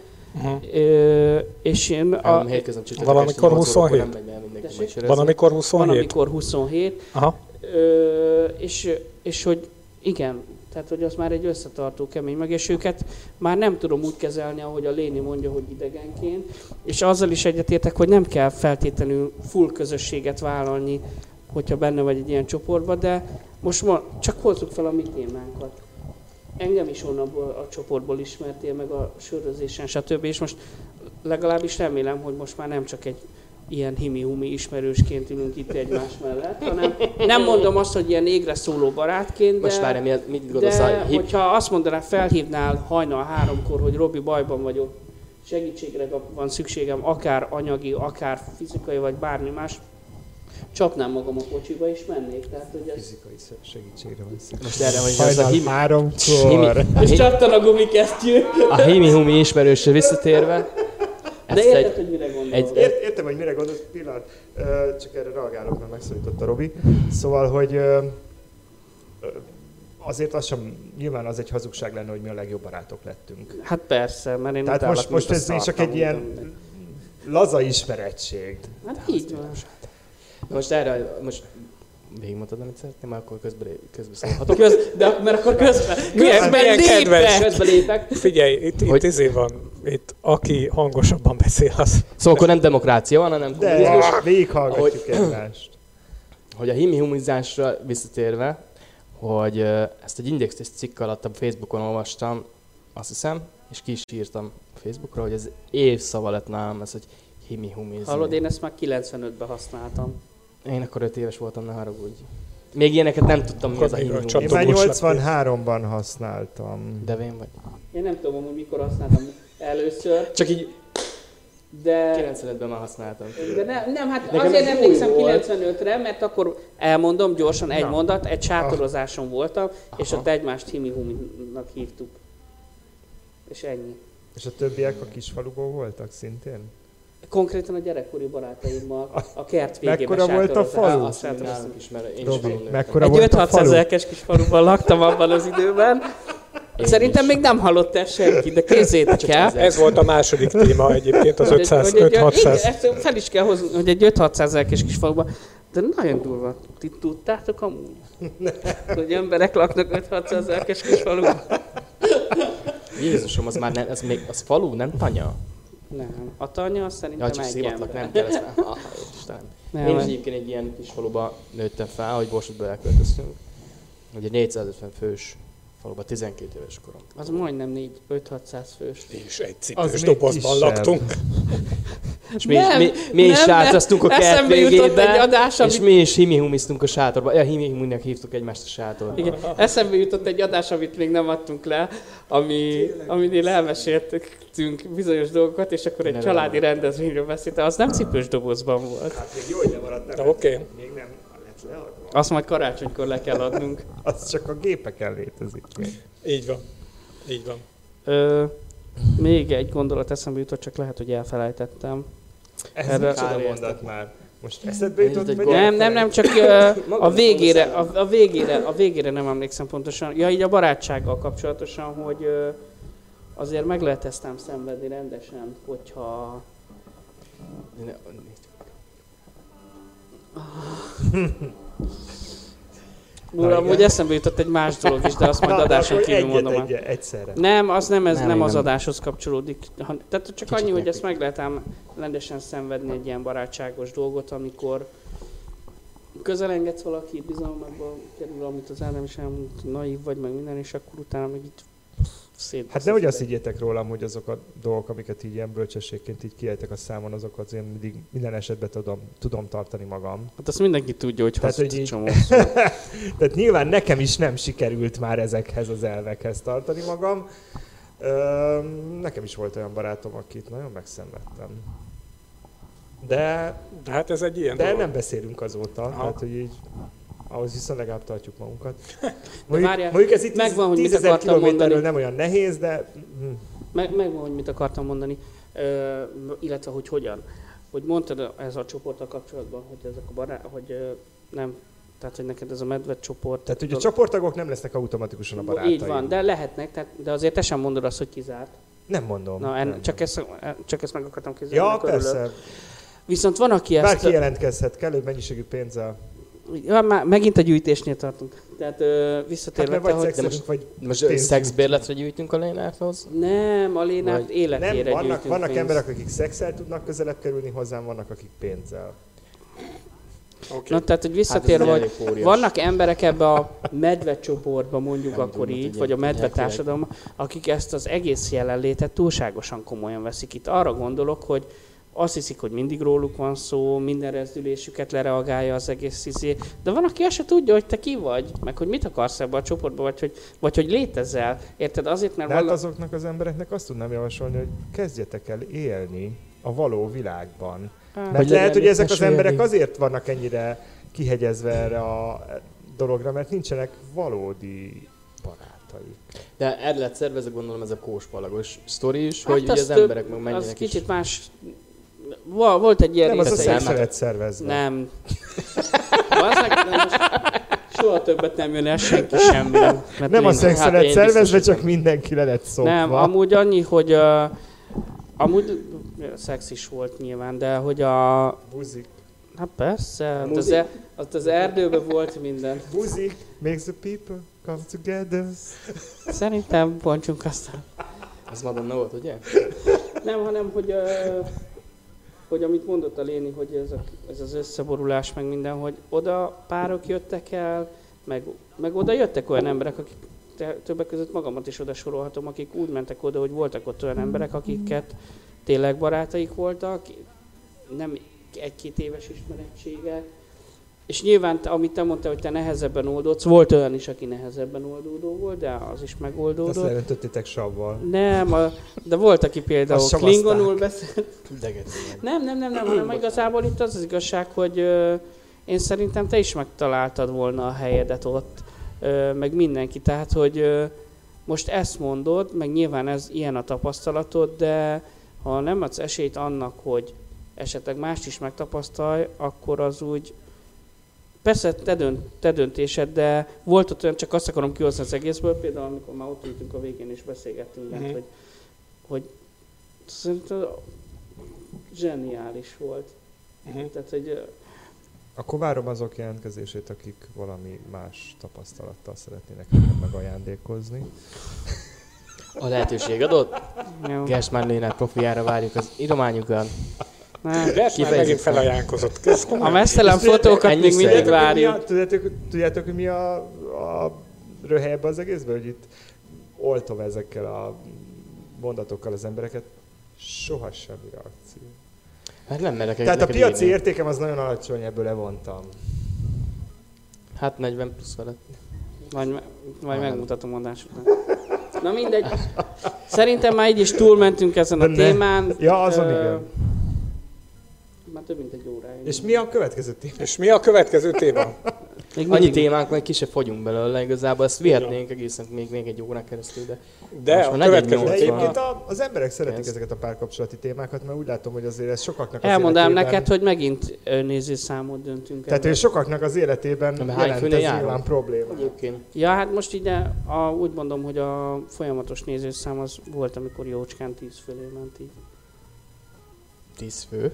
és én... Valamikor 27. Van, amikor 27. Van, amikor 27. Aha. És hogy igen, tehát hogy az már egy összetartó kemény meg, és őket már nem tudom úgy kezelni, ahogy a Léni mondja, hogy idegenként, és azzal is egyetértek, hogy nem kell feltétlenül full közösséget vállalni, hogyha benne vagy egy ilyen csoportban, de most csak hozzuk fel a mi témánkat. Engem is onnan a csoportból ismertél meg a sörözésen, stb. És most legalábbis remélem, hogy most már nem csak egy ilyen himi-humi ismerősként ülünk itt egymás mellett, hanem nem mondom azt, hogy ilyen égre szóló barátként, most várj, mit gondolsz? De hogyha azt mondanál, felhívnál hajnal 3-kor, hogy Robi, bajban vagyok, segítségre van szükségem, akár anyagi, akár fizikai, vagy bármi más, csapnám magam a kocsiba és mennék. Tehát, hogy ez... Fizikai segítségre van szükség. Most erre, hogy hajnal 3-kor. És csattan a gumikesztyű. A himi-humi ismerősre visszatérve. De érted, hogy mire gondolod? Értem, hogy mire gondolsz, pillanat. Csak erre reagálok, mert megszólított a Robi. Szóval, hogy azért az sem, nyilván az egy hazugság lenne, hogy mi a legjobb barátok lettünk. Hát persze, mert én tehát most ez csak egy ilyen laza ismerettség. Hát így van. Most végigmondtad, amit szeretném, már akkor közben szólhatok. Mert akkor közben lépek. Figyelj, itt izé van, itt aki hangosabban beszél az. Szóval akkor nem demokrácia van, hanem kommunizmus. De végighallgatjuk egymást. Hogy a himi-humizásra visszatérve, hogy ezt egy indexes cikk alatt a Facebookon olvastam, azt hiszem, és ki is írtam a Facebookra, hogy ez évszava lett nálam, ez, hogy himi-humizni. Hallod, én ezt már 95-ben használtam. Én akkor 5 éves voltam, ne haragudj. Még ilyeneket nem tudtam, mi az a himi-humi. Én már 83-ban használtam. De vén vagy? Én nem tudom, hogy mikor használtam először. Csak így... De... 95-ben már használtam. De nem, hát nekem azért emlékszem 95-re, mert akkor elmondom gyorsan egy mondat, egy sátorozáson voltam, és ott egymást himi-huminak hívtuk. És ennyi. És a többiek a kisfaluból voltak szintén? Konkrétan a gyerekkori barátaimmal a kert végében mekkora volt a falu? Robi, mekkora volt a falu? Egy 5-600-es kis faluban laktam abban az időben. Szerintem még nem hallott el senki, de képzeljétek el. Ez volt a második téma egyébként, az 500-600. Ezt fel is kell hozni, hogy egy 5-600-es kis faluban. De nagyon durva. Ti tudtátok amúgy? Hogy emberek laknak 5-600-es kis faluban? Jézusom, az már nem, az falu, nem tanya? Nem. A tanya az szerintem egy ember. Nem kell ezt Istenem. Én is egyébként egy ilyen kis faluba nőttem fel, hogy Borsodba elköltöztünk. Ugye 450 fős faluba 12 éves korom. Az majdnem 5-600 fős. És egy cipős dobozban laktunk. És mi is sátraztunk a kert végébe, és mi is himi-humiztunk a sátorba. Ja, himi-huminak hívtuk egymást a sátorba. Igen. Eszembe jutott egy adás, amit még nem adtunk le, aminél elmeséltünk bizonyos dolgokat, és akkor egy családi rendezvényről beszéltem. Az nem cipős dobozban volt. Hát még jó, hogy nem maradt, nem. Oké. Még nem lett leadva. Azt majd karácsonykor le kell adnunk. Az csak a gépeken létezik. Így van. Így van. Még egy gondolat eszembe jutott, csak lehet, hogy elfelejtettem. Ez micsoda mondat már. Most eszedbe jutott, vagy nem, csak a végére nem emlékszem pontosan. Ja, így a barátsággal kapcsolatosan, hogy azért meg lehet ezt nem szenvedni rendesen, hogyha... Uram, hogy eszembe jutott egy más dolog is, de azt majd adáson kívül mondom. Egyszerre. Nem, az nem az adáshoz kapcsolódik. Tehát csak annyi, hogy ezt meg lehet ám rendesen szenvedni egy ilyen barátságos dolgot, amikor közelengedsz valaki, bizalmakba kerül, amit az Ádám is elmondott, naív vagy, meg minden, és akkor utána meg így szét. Hát nehogy azt higgyétek rólam, hogy azok a dolgok, amiket így ilyen bölcsességként így kiejtek a számon, azokat én mindig minden esetben tudom tartani magam. Hát azt mindenki tudja, hogy hazudsz csomó. Tehát nyilván nekem is nem sikerült már ezekhez az elvekhez tartani magam. Nekem is volt olyan barátom, akit nagyon megszenvedtem. De hát ez egy ilyen de dolog. Nem beszélünk azóta, tehát hogy így ahhoz viszont legalább tartjuk magunkat. Mondjuk ez itt megvan, hogy mit 10 000 kilométerről nem olyan nehéz, de... Megvan, hogy mit akartam mondani, illetve hogy hogyan. Hogy mondtad ez a csoporttal kapcsolatban, hogy ezek a hogy nem, tehát hogy neked ez a medved csoport... Tehát ugye a csoporttagok nem lesznek automatikusan a barátaim. Így van, de lehetnek, de azért te sem mondod azt, hogy kizárt. Nem mondom. Na, nem. Csak ezt meg akartam képzelni. Ja, persze. Viszont van, aki ezt... Bárki jelentkezhet, kellő mennyiségű pénzzel. Ja, már megint a gyűjtésnél tartunk. Tehát visszatérve... Hát, vagy most szexbérletre gyűjtünk a Lénárthoz? Nem, a Lénárt életére gyűjtünk vannak pénzt. emberek, akik szexel tudnak közelebb kerülni hozzám, vannak, akik pénzzel. Okay. Na, tehát, hogy visszatérve, hogy vannak emberek ebbe a medve csoportba, mondjuk nem akkor így, vagy a medve társadalomban, akik ezt az egész jelenlétet túlságosan komolyan veszik. Itt arra gondolok, hogy azt hiszik, hogy mindig róluk van szó, minden rezdülésüket lereagálja az egész izé. De van, aki azt se tudja, hogy te ki vagy, meg hogy mit akarsz ebbe a csoportba, vagy hogy létezel. Érted? Azért, mert hát azoknak az embereknek azt tudnám javasolni, hogy kezdjetek el élni a való világban. Mert lehet, hogy ezek az emberek azért vannak ennyire kihegyezve erre a dologra, mert nincsenek valódi barátaik. De erre lett szervezve, gondolom, ez a kóspalagos sztori is, hát hogy ugye az emberek meg menjenek az kicsit más... Volt egy ilyen nem, az a szexre lett szervezve. Nem. Soha többet nem jön el senki semmire. Nem a szexre lett szervezve, csak mindenki le lett szokva. Nem, amúgy annyi, hogy... amúgy szex is volt nyilván, de hogy a... Buzik. Hát persze, az erdőben volt minden. Buzik makes the people come together. Szerintem bontsunk aztán. Ez Madonna volt, ugye? Nem, hanem, hogy amit mondott a Léni, hogy ez az összeborulás, meg minden, hogy oda párok jöttek el, meg oda jöttek olyan emberek, akik többek között magamat is oda sorolhatom, akik úgy mentek oda, hogy voltak ott olyan emberek, akiket tényleg barátaik voltak, nem egy-két éves ismerettsége. És nyilván, amit te mondtál, hogy te nehezebben oldódsz, volt olyan is, aki nehezebben oldódó volt, de az is megoldódott. Azt leöntöttétek savval. Nem, de volt, aki például klingonul beszélt. Nem, hanem igazából itt az igazság, hogy én szerintem te is megtaláltad volna a helyedet ott, meg mindenki. Tehát, hogy most ezt mondod, meg nyilván ez ilyen a tapasztalatod, de ha nem adsz esélyt annak, hogy esetleg mást is megtapasztalj, akkor az úgy... Persze te döntésed, de volt ott olyan, csak azt akarom kihozni az egészből, például amikor már ott ültünk a végén és beszélgettünk, hogy szerintem zseniális volt. Tehát, hogy... Akkor várom azok jelentkezését, akik valami más tapasztalattal szeretnének nekem megajándékozni. A lehetőség adott? Gerstmann Lénár profiára várjuk az írományukat. Gerstmann megint felajánlkozott. A mesztelen fotókat még mindig várjuk. Tudjátok, hogy mi a röhely ebben az egészben? Hogy itt oltom ezekkel a mondatokkal az embereket. Soha semmi reakció. Hát nem merek. Tehát a piaci értékem az nagyon alacsony, ebből levontam. Hát 40 plusz felett. Majd megmutatom adás után. Na mindegy. Szerintem már így is túlmentünk ezen a témán. Ja, azon igen. Már több mint egy óráig. És mi a következő téma? Annyi témánk, majd ki se fogyunk belőle, igazából ezt vihetnénk egészen még egy órán keresztül, de a következő egyébként az emberek szeretik ezeket a párkapcsolati témákat, mert úgy látom, hogy azért ez sokaknak az elmondám neked, hogy megint nézőszámot döntünk. Tehát, hogy sokaknak az életében jelent ez nyilván probléma. Ja, hát most ide úgy mondom, hogy a folyamatos nézőszám az volt, amikor jócskán 10 fölé ment így. 10 fő?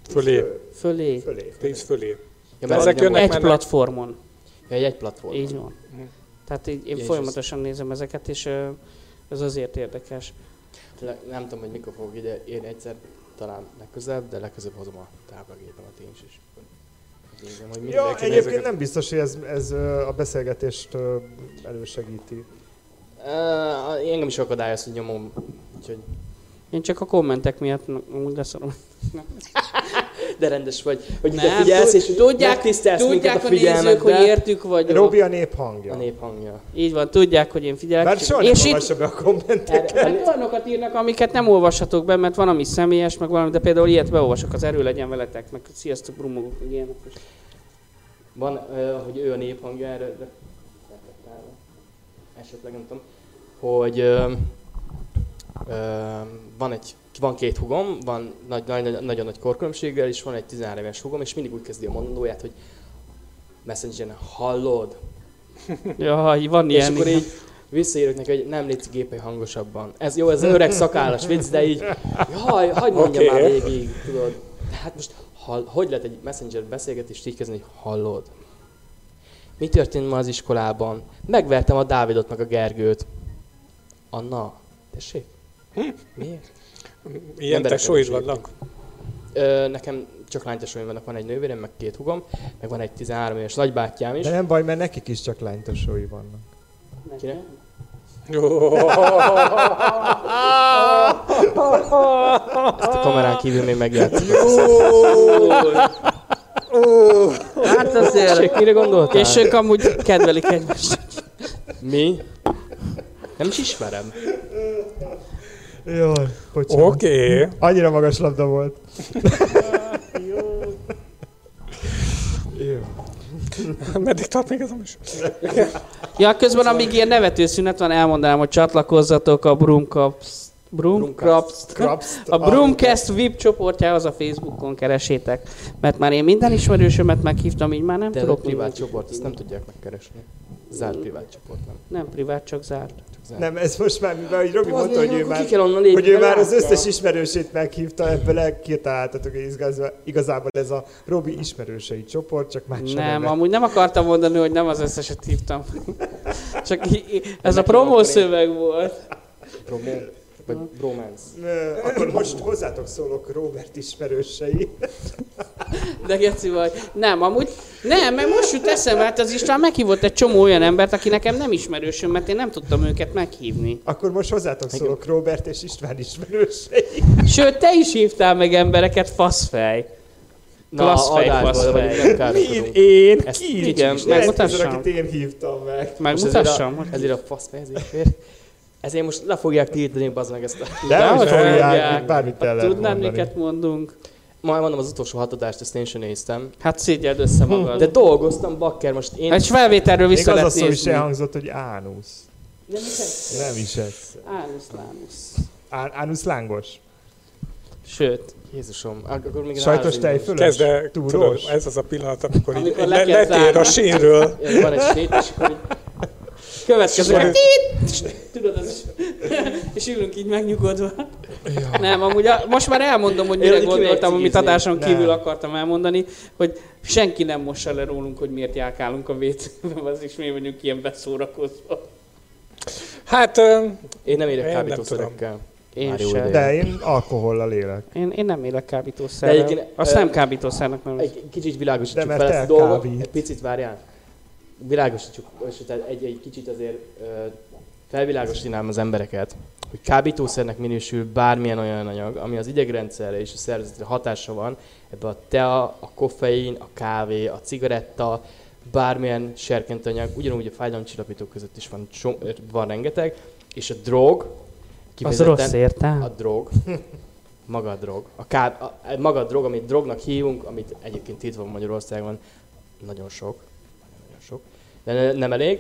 Fölé. 10 fölé. Ja, ezek egy platformon. Ja, egy platformon. Így van. Tehát én folyamatosan nézem ezeket, és ez azért érdekes. Nem tudom, hogy mikor fogok ide érni egyszer, talán legközelebb, de legközelebb hozom a táblagépemet én is. hogy ja, egyébként nem biztos, hogy ez a beszélgetést elősegíti. Engem is akadályoz, hogy nyomom. Úgyhogy... Én csak a kommentek miatt úgy leszorom. De rendes vagy, hogy ide figyelsz, és megtisztelsz minket a nézők, hogy értük vagy. Robi a nép hangja. A nép hangja. Így van, tudják, hogy én figyelek. Mert soha nem olvassa be a kommenteket. Olyanokat írnak, amiket nem olvashatok be, mert van, ami személyes, meg valami, de például ilyet beolvasok, az erő legyen veletek, meg sziasztok, brumogok, meg ilyenek. Van, hogy ő a nép hangja, erre esetleg nem tudom, hogy van két húgom, van nagyon nagy korkülönbséggel, és van egy 13 éves húgom, és mindig úgy kezdi a mondandóját, hogy Messengeren, hallod? Jaj, van ilyen. És akkor így visszaírok neki, hogy nem légy gépelj hangosabban. Ez jó, ez öreg szakállas vicc, de így, jaj, hagyd mondja már végig, tudod. Hát most, hogy lehet egy Messenger beszélgetést így kezdeni, hogy hallod? Mi történt ma az iskolában? Megvertem a Dávidot meg a Gergőt. Anna, tessék? Miért? Ilyen tesóid vannak? Nekem csak lánytesóim vannak, van egy nővérem, meg két hugom, meg van egy 13 éves nagybátyám is. De nem baj, mert nekik is csak lánytesói vannak. Kinek? Ezt a kamerán kívül még megjátszom. Hát azért. Mire gondoltál? És ők amúgy kedvelik egymást. Mi? Nem is ismerem. Jaj, bocsánat. Oké. Annyira magas labda volt. Jó. Meddig tart még ez a műsor? Ja, közben amíg ilyen nevetőszünet van, elmondanám, hogy csatlakozzatok a a Broomcast VIP csoportjához a Facebookon, keresétek. Mert már én minden ismerősömet meghívtam, így már nem de tudok. De privát csoport, ezt nem tudják megkeresni. Zárt privát csoport, nem. Nem privát, csak zárt. Nem, ez most már, mivel hogy Robi mondta, hogy ő már az összes ismerősét meghívta, ebből kitaláltatok, hogy igazából ez a Robi ismerősei csoport, csak más nem, amúgy nem akartam mondani, hogy nem az összeset hívtam. Csak ez a promószöveg volt. Promó? Vagy bromance? Akkor most hozzátok szólok Robert ismerősei. De geci vagy. Nem, amúgy nem, mert most jut eszembe, hát az István meghívott egy csomó olyan embert, aki nekem nem ismerősöm, mert én nem tudtam őket meghívni. Akkor most hozzátok szólok Robert és István ismerősei. Sőt, te is hívtál meg embereket, faszfej. Klasszfej, faszfej. Én? Ki? Igen, megmutassam. Akit én hívtam meg. Megmutassam. Ezért a faszfej, ezért most le fogják tiltani, bazd meg ezt a... De hogy fogják, bármit el lehet tudnám, miket mondunk. Majd mondom, az utolsó 6 adást, ezt én sem néztem. Hát szégyeld össze magad. De dolgoztam, bakker, most én... Egy felvételről vissza lehet nézni. Még az a szó is elhangzott, hogy ánusz. Nem is ez. Ánusz, lánusz. Ánusz lángos. Sőt. Jézusom, akkor még sajtos tejfölös? Kezdve, tudod, ez az a pillanat, amikor így letér a sínről. Van egy sét, és akkor következő. Tudod, az és ülünk így megnyugodva. Ja. Nem, amúgy most már elmondom, hogy mire gondoltam, amit adáson kívül akartam elmondani, hogy senki nem mossa le rólunk, hogy miért járkálunk a WC-ben, az is mi vagyunk ilyen beszórakozva. Hát... én nem érek kábítószerekkel. Én sem. De én alkohollal élek. Én nem élek kábítószerrel. Azt nem kábítószernek nem. Egy kicsit világosítsuk fel ezt a dolgot. Egy picit várjál. Világosítsuk, egy kicsit azért felvilágosítanám az embereket, hogy kábítószernek minősül bármilyen olyan anyag, ami az idegrendszerre és a szervezetre hatása van. Ebben a tea, a koffein, a kávé, a cigaretta, bármilyen serkentőanyag, ugyanúgy a fájdalomcsillapítók között is van rengeteg, és a drog, az rossz értelme? A drog, maga a drog, maga a drog, amit drognak hívunk, amit egyébként tiltva van Magyarországon, nagyon sok, de nem elég.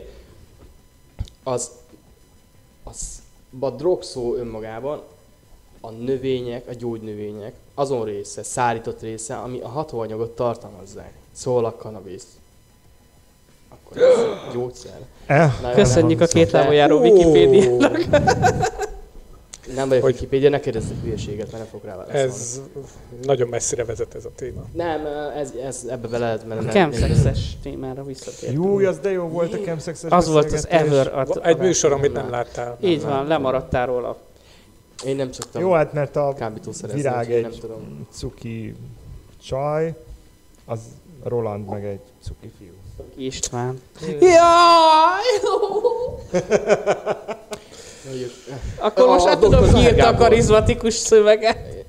A drog szó önmagában a növények, a gyógynövények, azon része, szárított része, ami a hatóanyagot tartalmazzák. Szóval a cannabis. Akkor ez gyógyszer. Köszönjük a kétlábon járó Wikipédiának. Nem vagyok Wikipédia, ne kérdezzek hülyeséget, mert nem fog rá válaszolni. Ez nagyon messzire vezet ez a téma. Nem, ez ebbe bele lehet menni. A chemsexes témára visszatértünk. Jó, az de jó volt a chemsexes. Az volt az ever. Egy műsor, amit nem láttál. Így van, lemaradtál róla. Én nem szoktam. Jó, hát mert a kábítószerezni, Virág egy nem tudom. cuki csaj, az Roland meg egy cuki fiú. István. Jaj! Akkor most már tudom, ki írta a karizmatikus szöveget.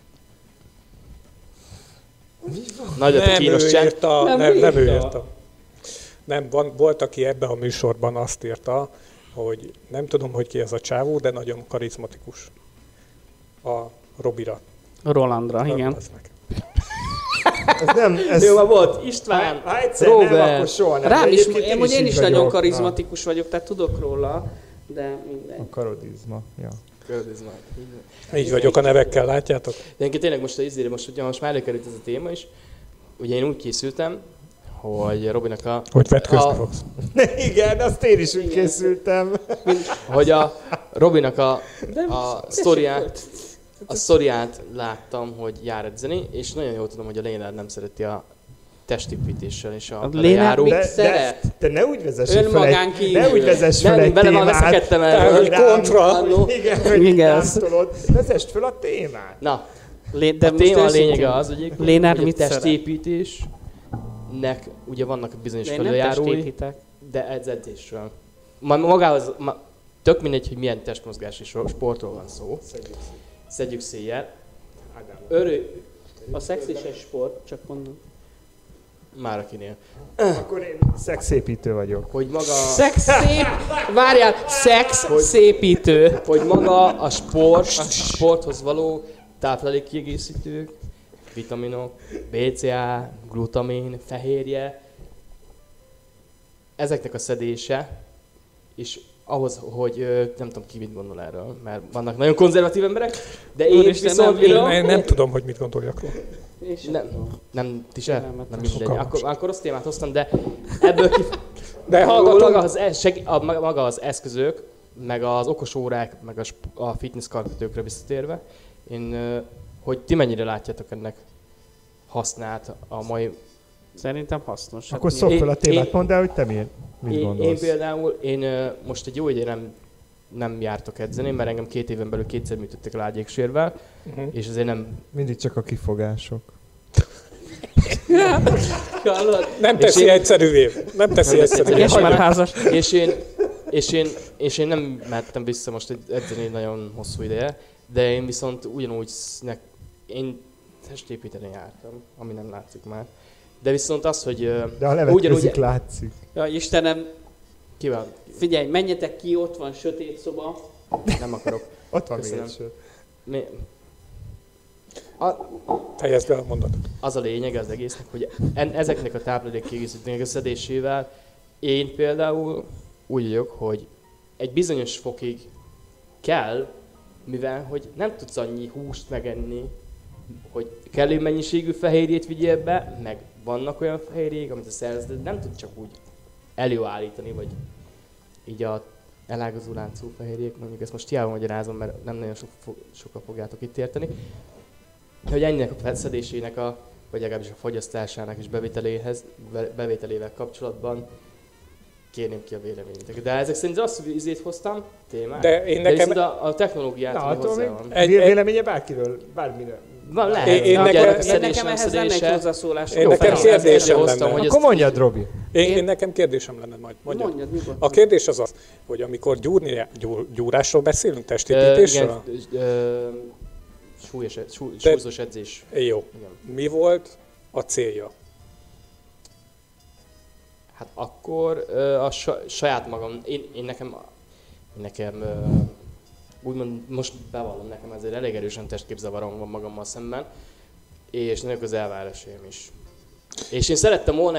Nagyot a kínos csend. Nem ő írta. Nem, volt, aki ebben a műsorban azt írta, hogy nem tudom, hogy ki ez a csávó, de nagyon karizmatikus. A Robira. Rolandra, igen. Ez nem, ez... Jó, volt István, ha egyszer Robert. nem, akkor soha nem. Rám is, én is nagyon vagyok. karizmatikus vagyok, tehát tudok róla, de mindegy. A karodizma, ja. Így vagyok a nevekkel, látjátok? De tényleg most az izére, most már előkerült ez a téma is. Ugye én úgy készültem, hogy Robinak a... Hogy vetkőzni fogsz. Igen, azt én is úgy készültem. Hogy a Robinak a sztoriát láttam, hogy jár edzeni, és nagyon jól tudom, hogy a Lénárd nem szereti a testépítéssel és a Lénárd mit szeret? De ne úgy vezess fel egy bele van veszekedtem erről. Kontra. Igen, hogy rámtolod. Vezest fel a témát. Na, a téma a lényege az, hogy a testépítésnek ugye vannak bizonyos felüljárói, de ez edzésről. Magához, tök mindegy, hogy milyen testmozgási sportról van szó. Szedjük széjjel. A szex is egy sport, csak mondom. Már akinél. Akkor én szexépítő vagyok. Hogy maga... Várjál, szépítő. Hogy maga a sporthoz való táplálékkiegészítők, vitaminok, BCA, glutamin, fehérje, ezeknek a szedése, és ahhoz, hogy nem tudom ki mit gondol erről, mert vannak nagyon konzervatív emberek, de én viszont... Én nem tudom, hogy mit gondoljak róla. Nem, ti se? Nem mindegy. Akkor rossz témát hoztam, de ebből de maga az eszközök, meg az okos órák, meg a fitness karkötőkre visszatérve, hogy ti mennyire látjátok ennek hasznát a mai... Szerintem hasznos. Akkor szok fel a témát, mondd el, hogy te mit gondolsz. Én például, most egy jó ideje nem jártok edzeni, mert engem 2 éven belül 2-szer műtöttek a lágyéksérrel, és azért nem... Mindig csak a kifogások. Nem teszi egyszerűvé. Nem teszi egyszerűvé. És én nem mehettem vissza most edzeni nagyon hosszú ideje, de én viszont ugyanúgy én testépíteni jártam, ami nem látszik már. De viszont az, hogy... De a levetközik látszik. Ja, Istenem, kíván. Figyelj, menjetek ki, ott van sötét szoba. Nem akarok. Ott van még egy sőt. Fejezd be a mondatot. Az a lényeg az egésznek, hogy ezeknek a táplálékkiegészítőnek a szedésével én például úgy vagyok, hogy egy bizonyos fokig kell, mivel hogy nem tudsz annyi húst megenni, hogy kellő mennyiségű fehérjét vigyél be, meg vannak olyan fehérjék, amit a szervezeted nem tud csak úgy előállítani, vagy így a elágazó láncú fehérjék, mondjuk ezt most hiába magyarázom, mert nem nagyon sokkal fogjátok itt érteni, hogy ennek a feszedésének, vagy legalábbis a fogyasztásának és bevételével kapcsolatban kérném ki a véleményetek. De ezek szerint azt izét hoztam, témát, de nekem... a technológiát hozzá van. Véleménye bárkiről, bármire. Van, lehet. Én nekem ehhez lenne egy hozzászólás. Én nekem kérdésem lenne. Akkor mondjad, Robi. Én nekem kérdésem lenne majd. Mondjad, mikor? A kérdés az, hogy amikor gyúrásról beszélünk, testépítésről? Igen, súlyzós edzés. Jó. Igen. Mi volt a célja? Hát akkor a saját magam, én nekem úgymond most bevallom, nekem ezért elég erősen testképzavarom van magammal szemben, és nagyon az elvárásaim is. És én szerettem volna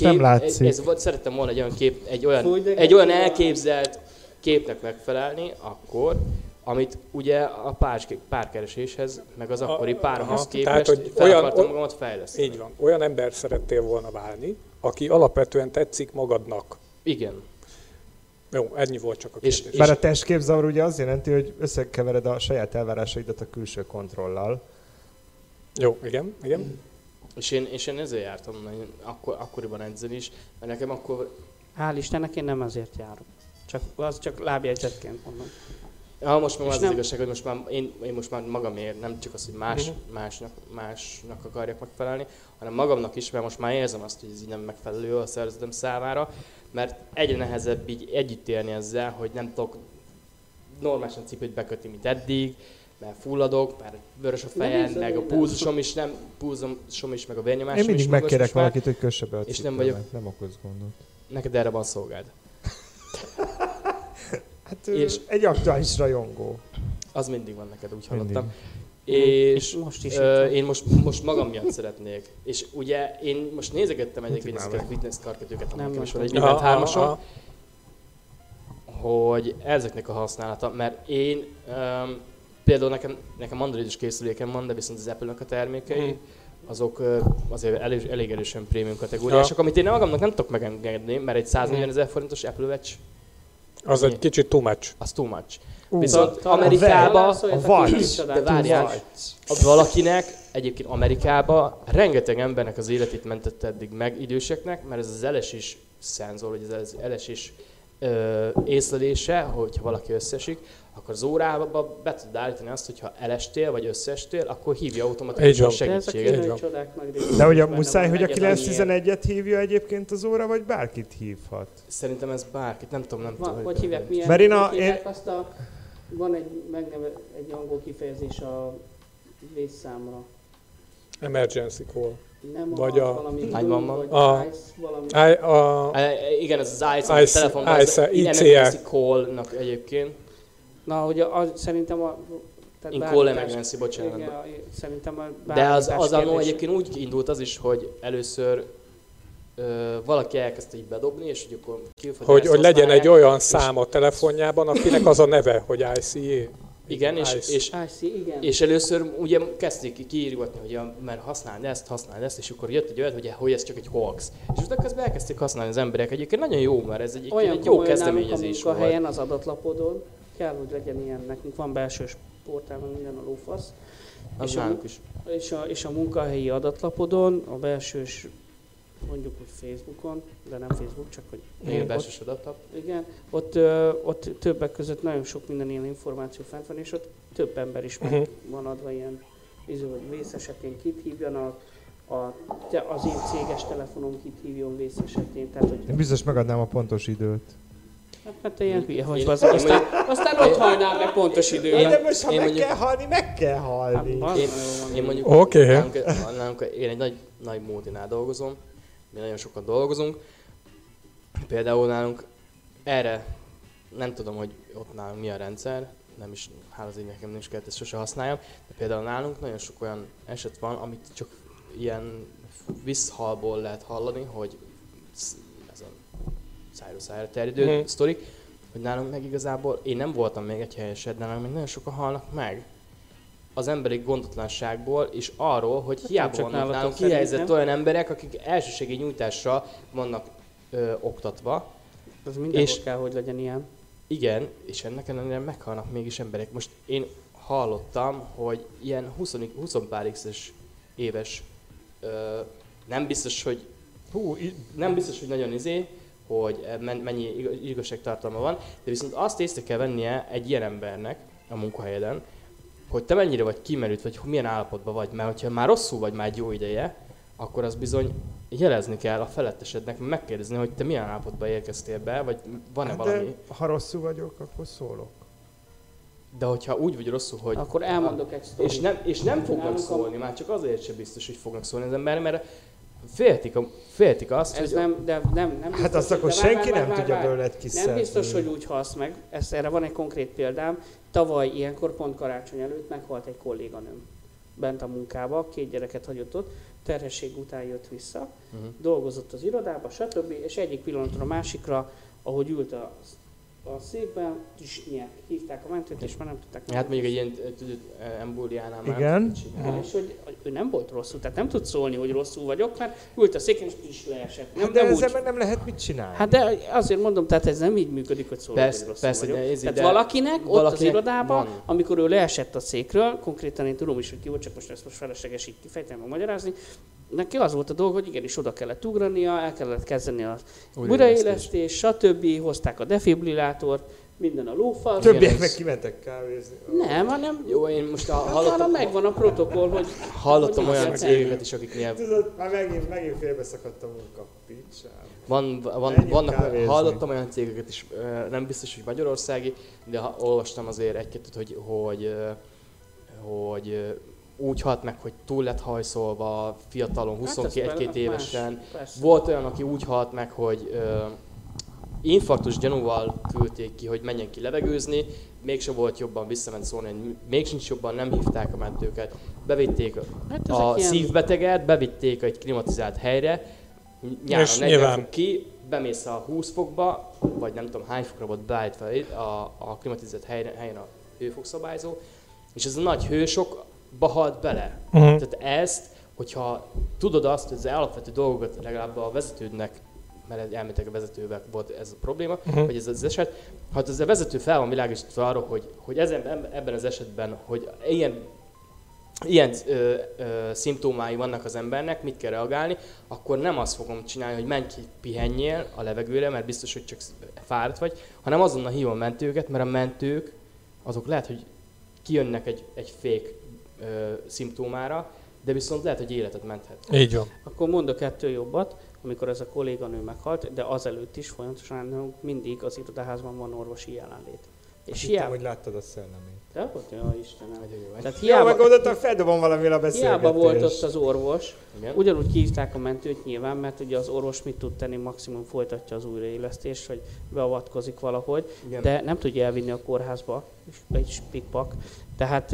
egy olyan kép, képnek megfelelni akkor, amit ugye a párkereséshez, meg az akkori párhoz képest fel akartam magamat fejleszteni. Így van. Olyan ember szerettél volna válni, aki alapvetően tetszik magadnak. Igen. Jó, ennyi volt csak a kérdés. Bár a testképzavar ugye azt jelenti, hogy összekevered a saját elvárásaidat a külső kontrollal. Jó, igen. És én ezzel jártam akkoriban edzeni is, mert nekem akkor... Hál' Istennek én nem azért járok. Csak lábjegyzetként mondom. Most már az igazság, hogy én most már magamért, nem csak az, hogy másnak akarjak megfelelni, hanem magamnak is, mert most már érzem azt, hogy ez így nem megfelelő a szervezetem számára, mert egyre nehezebb így együtt élni ezzel, hogy nem tudok normálisan cipőt bekötni, mint eddig, mert fulladok, mert vörös a fejem, meg a pulzusom is, meg a vérnyomásom is. Én mindig megkérek valakit, hogy kösse be a cipőmet, nem okoz gondot. Neked erre van szolgád. Hát és egy aktuális rajongó. Az mindig van neked, úgy hallottam. És most is én most magam miatt szeretnék. És ugye én most nézegettem egyébként ezeket a fitness karkötőket, amiket is van egy mindent hármason, hogy ezeknek a használata, mert én például nekem androidos készülékem van, de viszont az Apple-nek a termékei, azok azért elég erősen prémium kategóriások, amit én magamnak nem tudok megengedni, mert egy 140 000 forintos Apple Watch az egy kicsit too much. Az too much. Viszont Amerikában, de várjál, valakinek, egyébként Amerikában rengeteg embernek az életét mentette eddig meg időseknek, mert ez az LSI szenzor, vagy ez az LSI észlelése, hogyha valaki összesik, akkor az órába be tud állítani azt, hogyha elestél, vagy összeestél, akkor hívja automatikusan segítséget. De ugye muszáj, hogy a 911-et hívja egyébként az óra, vagy bárkit hívhat? Szerintem ez bárkit, nem tudom. Hogy hívják, milyen? Mert van egy angol kifejezés a vészszámra. Emergency call. Nem vagy valami igen, ez az ICE telefon, az emergency call-nak egyébként. Na, hogy szerintem call emergency, bocsánat. Szerintem de az annó egyébként úgy indult az is, hogy először valaki elkezdte így bedobni, és hogy akkor hogy legyen egy olyan szám a telefonjában, akinek az a neve, hogy ICE. Igen, és először ugye kezdték kiírgatni, hogy mert használd ezt, és akkor jött egy olyan, hogy ez csak egy hoax. És utána közben elkezdték használni az emberek. Egyébként nagyon jó, mert ez egy jó kezdeményezés volt. A helyen az adatlapodon kell, hogy legyen ilyen, nekünk van belsős portálon minden a lófasz. Az nálunk is. És a munkahelyi adatlapodon, a belsős, mondjuk, hogy Facebookon, de nem Facebook, csak hogy... Igen, belsős adatlap. Igen, ott többek között nagyon sok minden ilyen információ fent van, és ott több ember is van adva ilyen, hogy vész esetén kit hívjanak, az én céges telefonom kit hívjon vész esetén. Tehát, hogy... Én biztos megadnám a pontos időt. Hát te ilyen hülye vagy, aztán ott halnál meg pontos időben. De most, ha kell halni, meg kell halni. Én mondjuk, nálunk én egy nagy multinál dolgozom, mi nagyon sokat dolgozunk. Például nálunk erre nem tudom, hogy ott nálunk mi a rendszer, nem is, hála az nekem nem is kellett ezt sose használjam, de például nálunk nagyon sok olyan eset van, amit csak ilyen visszhalból lehet hallani, hogy ez a szájról szájra terjedő sztorik, hogy nálunk meg igazából, én nem voltam még egy helyeset, de nálunk még nagyon sokan halnak meg az emberi gondotlanságból, és arról, hogy hiába vannak nálunk kihelyezett olyan emberek, akik elsőségi nyújtásra vannak oktatva. Az mindenhol kell, hogy legyen ilyen. Igen, és ennek ellenére meghalnak mégis emberek. Most én hallottam, hogy ilyen 20 pár x-es éves, nem biztos, hogy nagyon hogy mennyi igazságtartalma van, de viszont azt észre kell vennie egy ilyen embernek a munkahelyeden, hogy te mennyire vagy kimerült, vagy milyen állapotban vagy, mert hogyha már rosszul vagy már egy jó ideje, akkor az bizony jelezni kell a felettesednek, megkérdezni, hogy te milyen állapotban érkeztél be, vagy van-e valami... De ha rosszul vagyok, akkor szólok. De hogyha úgy vagy rosszul, hogy... Akkor elmondok egy sztorit. És nem fognak szólni, már csak azért sem biztos, hogy fognak szólni az ember, mert féltik azt, ez hogy... nem hát biztos, azt akkor senki nem tudja belőled kiszedni. Nem biztos, hogy úgy halsz meg. Erre van egy konkrét példám. Tavaly ilyenkor, pont karácsony előtt meghalt egy kolléganőm bent a munkába, 2 gyereket hagyott ott, terhesség után jött vissza, dolgozott az irodába, stb. És egyik pillanatra a másikra, ahogy ült a székben, hívták a mentőt, és már nem tudták. Hát mondjuk egy ilyen embóliánál már igen. És hogy ő nem volt rosszul, tehát nem tud szólni, hogy rosszul vagyok, mert ült a széken, és is leesett. De ezzel meg nem lehet mit csinálni. Hát de azért mondom, tehát ez nem így működik, hogy szólok, hogy rosszul vagyok. Tehát valakinek ott az irodában, amikor ő leesett a székről, konkrétan én tudom is, hogy ki volt, csak most ezt felesleges így kifejteni, meg magyarázni, neki az volt a dolog, hogy igenis oda kellett ugrania, el kellett kezdeni a újraélesztés, stb. Hozták a defibrillátort, minden a lófasz. Többiek meg kimentek kávézni. Nem, hanem Jó, én most hallottam, megvan a protokoll, hogy... hallottam olyan cégeket is, akiknél... Tudod, már megint félbeszakadt a munka, picsám. Hallottam olyan cégeket is, nem biztos, hogy magyarországi, de olvastam azért egy-kettőt, hogy úgy halt meg, hogy túl lett hajszolva fiatalon, 21-2 évesen. Persze. Volt olyan, aki úgy halt meg, hogy infarktus gyanúval küldték ki, hogy menjen ki levegőzni, mégse volt jobban, visszament szólni, hogy még sincs jobban, nem hívták a mentőket. Bevitték a szívbeteget, bevitték egy klimatizált helyre, nyáron 40 fok ki, bemész a 20 fokba, vagy nem tudom hány fokra volt beállítva a klimatizált helyen a hőfokszabályzó, és ez a nagy hősokba halt bele. Tehát ezt, hogyha tudod azt, hogy az alapvető dolgokat legalább a vezetődnek, mert elméletek a vezetővel volt ez a probléma, vagy ez az eset, ha az a vezető fel van világosítva arról, hogy ebben az esetben, hogy ilyen szimptomái vannak az embernek, mit kell reagálni, akkor nem azt fogom csinálni, hogy menj ki, pihenjél a levegőre, mert biztos, hogy csak fáradt vagy, hanem azonnal hívom a mentőket, mert a mentők azok lehet, hogy kijönnek egy fék szimptomára, de viszont lehet, hogy életet menthet. Így van. Akkor mondok 2 jobbat, amikor ez a kolléganő meghalt, de azelőtt is folyamatosan mindig az irodaházban van orvosi jelenlét. És hiába, hogy láttad a szellemét. De volt, ja, Istenem. Tehát hiába, meg gondoltam, feldobom valamire a beszélgetést. Hiába volt ott az orvos. Igen. Ugyanúgy hívták a mentőt nyilván, mert ugye az orvos mit tud tenni, maximum folytatja az újraélesztést, vagy beavatkozik valahogy, igen. De nem tudja elvinni a kórházba, egy pikpak. Tehát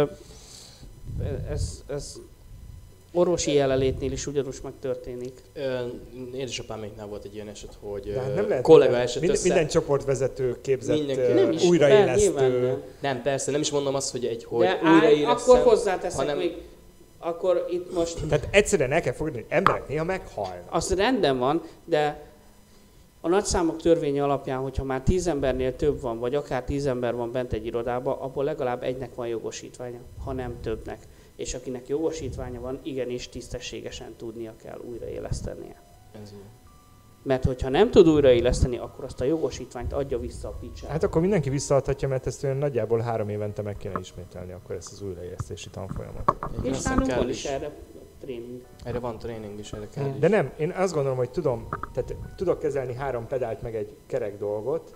ez orvosi jelenlétnél is ugyanúgy megtörténik. Édesapáméknál volt egy ilyen eset, hogy nem kollega esett össze. Minden csoportvezető képzett nem újraélesztő. Nem, persze, nem is mondom azt, hogy újraélesztő. Akkor hozzáteszek hanem... még, akkor itt most... Tehát egyszerűen el kell fogni, hogy emberek néha meghalnak. Az rendben van, de a nagyszámok törvénye alapján, hogyha már 10 embernél több van, vagy akár 10 ember van bent egy irodában, abból legalább egynek van jogosítványa, ha nem többnek. És akinek jogosítványa van, igenis tisztességesen tudnia kell újraélesztenie. Mert hogyha nem tud újraéleszteni, akkor azt a jogosítványt adja vissza a picsába. Hát akkor mindenki visszaadhatja, mert ezt olyan nagyjából 3 évente meg kéne ismételni akkor ezt az újraélesztési tanfolyamat. És nálunk van is erre tréning. Erre van tréning is, erre kell. De nem, én azt gondolom, hogy tudok kezelni 3 pedált meg egy kerek dolgot,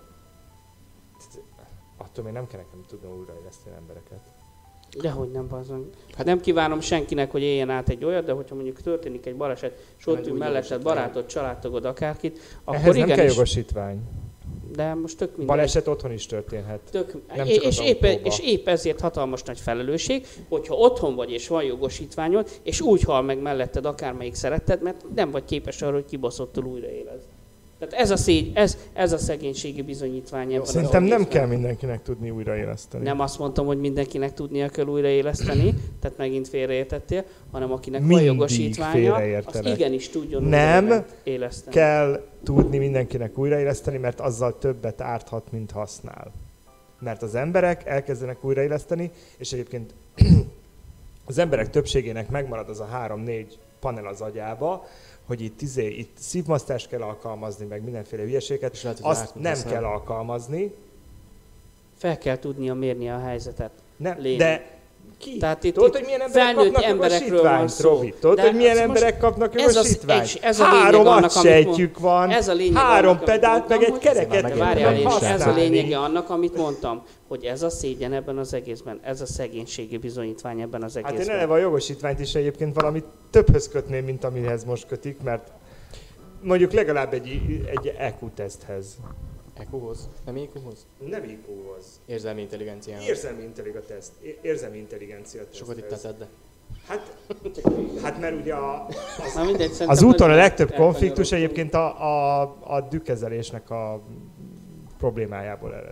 attól még nem kell nekem tudnom újraéleszteni embereket. Dehogy nem, bazdmeg. Hát nem kívánom senkinek, hogy éljen át egy olyat, de hogyha mondjuk történik egy baleset, és ott ül melletted barátod, családtagod, akárkit, akkor ehhez igenis... nem kell jogosítvány. De most tök mindegy. Baleset otthon is történhet. És épp ezért hatalmas nagy felelősség, hogyha otthon vagy és van jogosítványod, és úgy hal meg melletted akármelyik szeretted, mert nem vagy képes arra, hogy kibaszottul újraéled. Tehát ez a szegénységi bizonyítvány ebben. Szerintem nem kell mindenkinek tudni újraéleszteni. Nem azt mondtam, hogy mindenkinek tudnia kell újraéleszteni, tehát megint félreértettél, hanem akinek van jogosítványa, az igenis tudjon újraéleszteni. Nem kell tudni mindenkinek újraéleszteni, mert azzal többet árthat, mint használ. Mert az emberek elkezdenek újraéleszteni, és egyébként az emberek többségének megmarad az a 3-4 panel az agyába, hogy itt szívmasztást kell alkalmazni, meg mindenféle hülyeséget, lehet, azt nem kell alkalmazni. Fel kell tudnia mérni a helyzetet. De ki? Tudod, hogy milyen emberek kapnak jogosítványt, Robi? Tudod, hogy milyen emberek kapnak jogosítványt? 3 agysejtjük van, 3 pedált, meg egy kereket. Ez a lényege annak, amit mondtam, hogy ez a szégyen ebben az egészben, ez a szegénységi bizonyítvány ebben az egészben. Hát én eleve a jogosítványt is egyébként valami többhöz kötném, mint amihez most kötik, mert mondjuk legalább egy EQ-teszthez. EQ-hoz? Nem IQ-hoz? Nem IQ-hoz. Érzelmi intelligencia. Érzelmi intelligencia teszt. Sokat itt teszed, de. Hát mert ugye az úton a legtöbb konfliktus egyébként a dühkezelésnek a problémájából ered.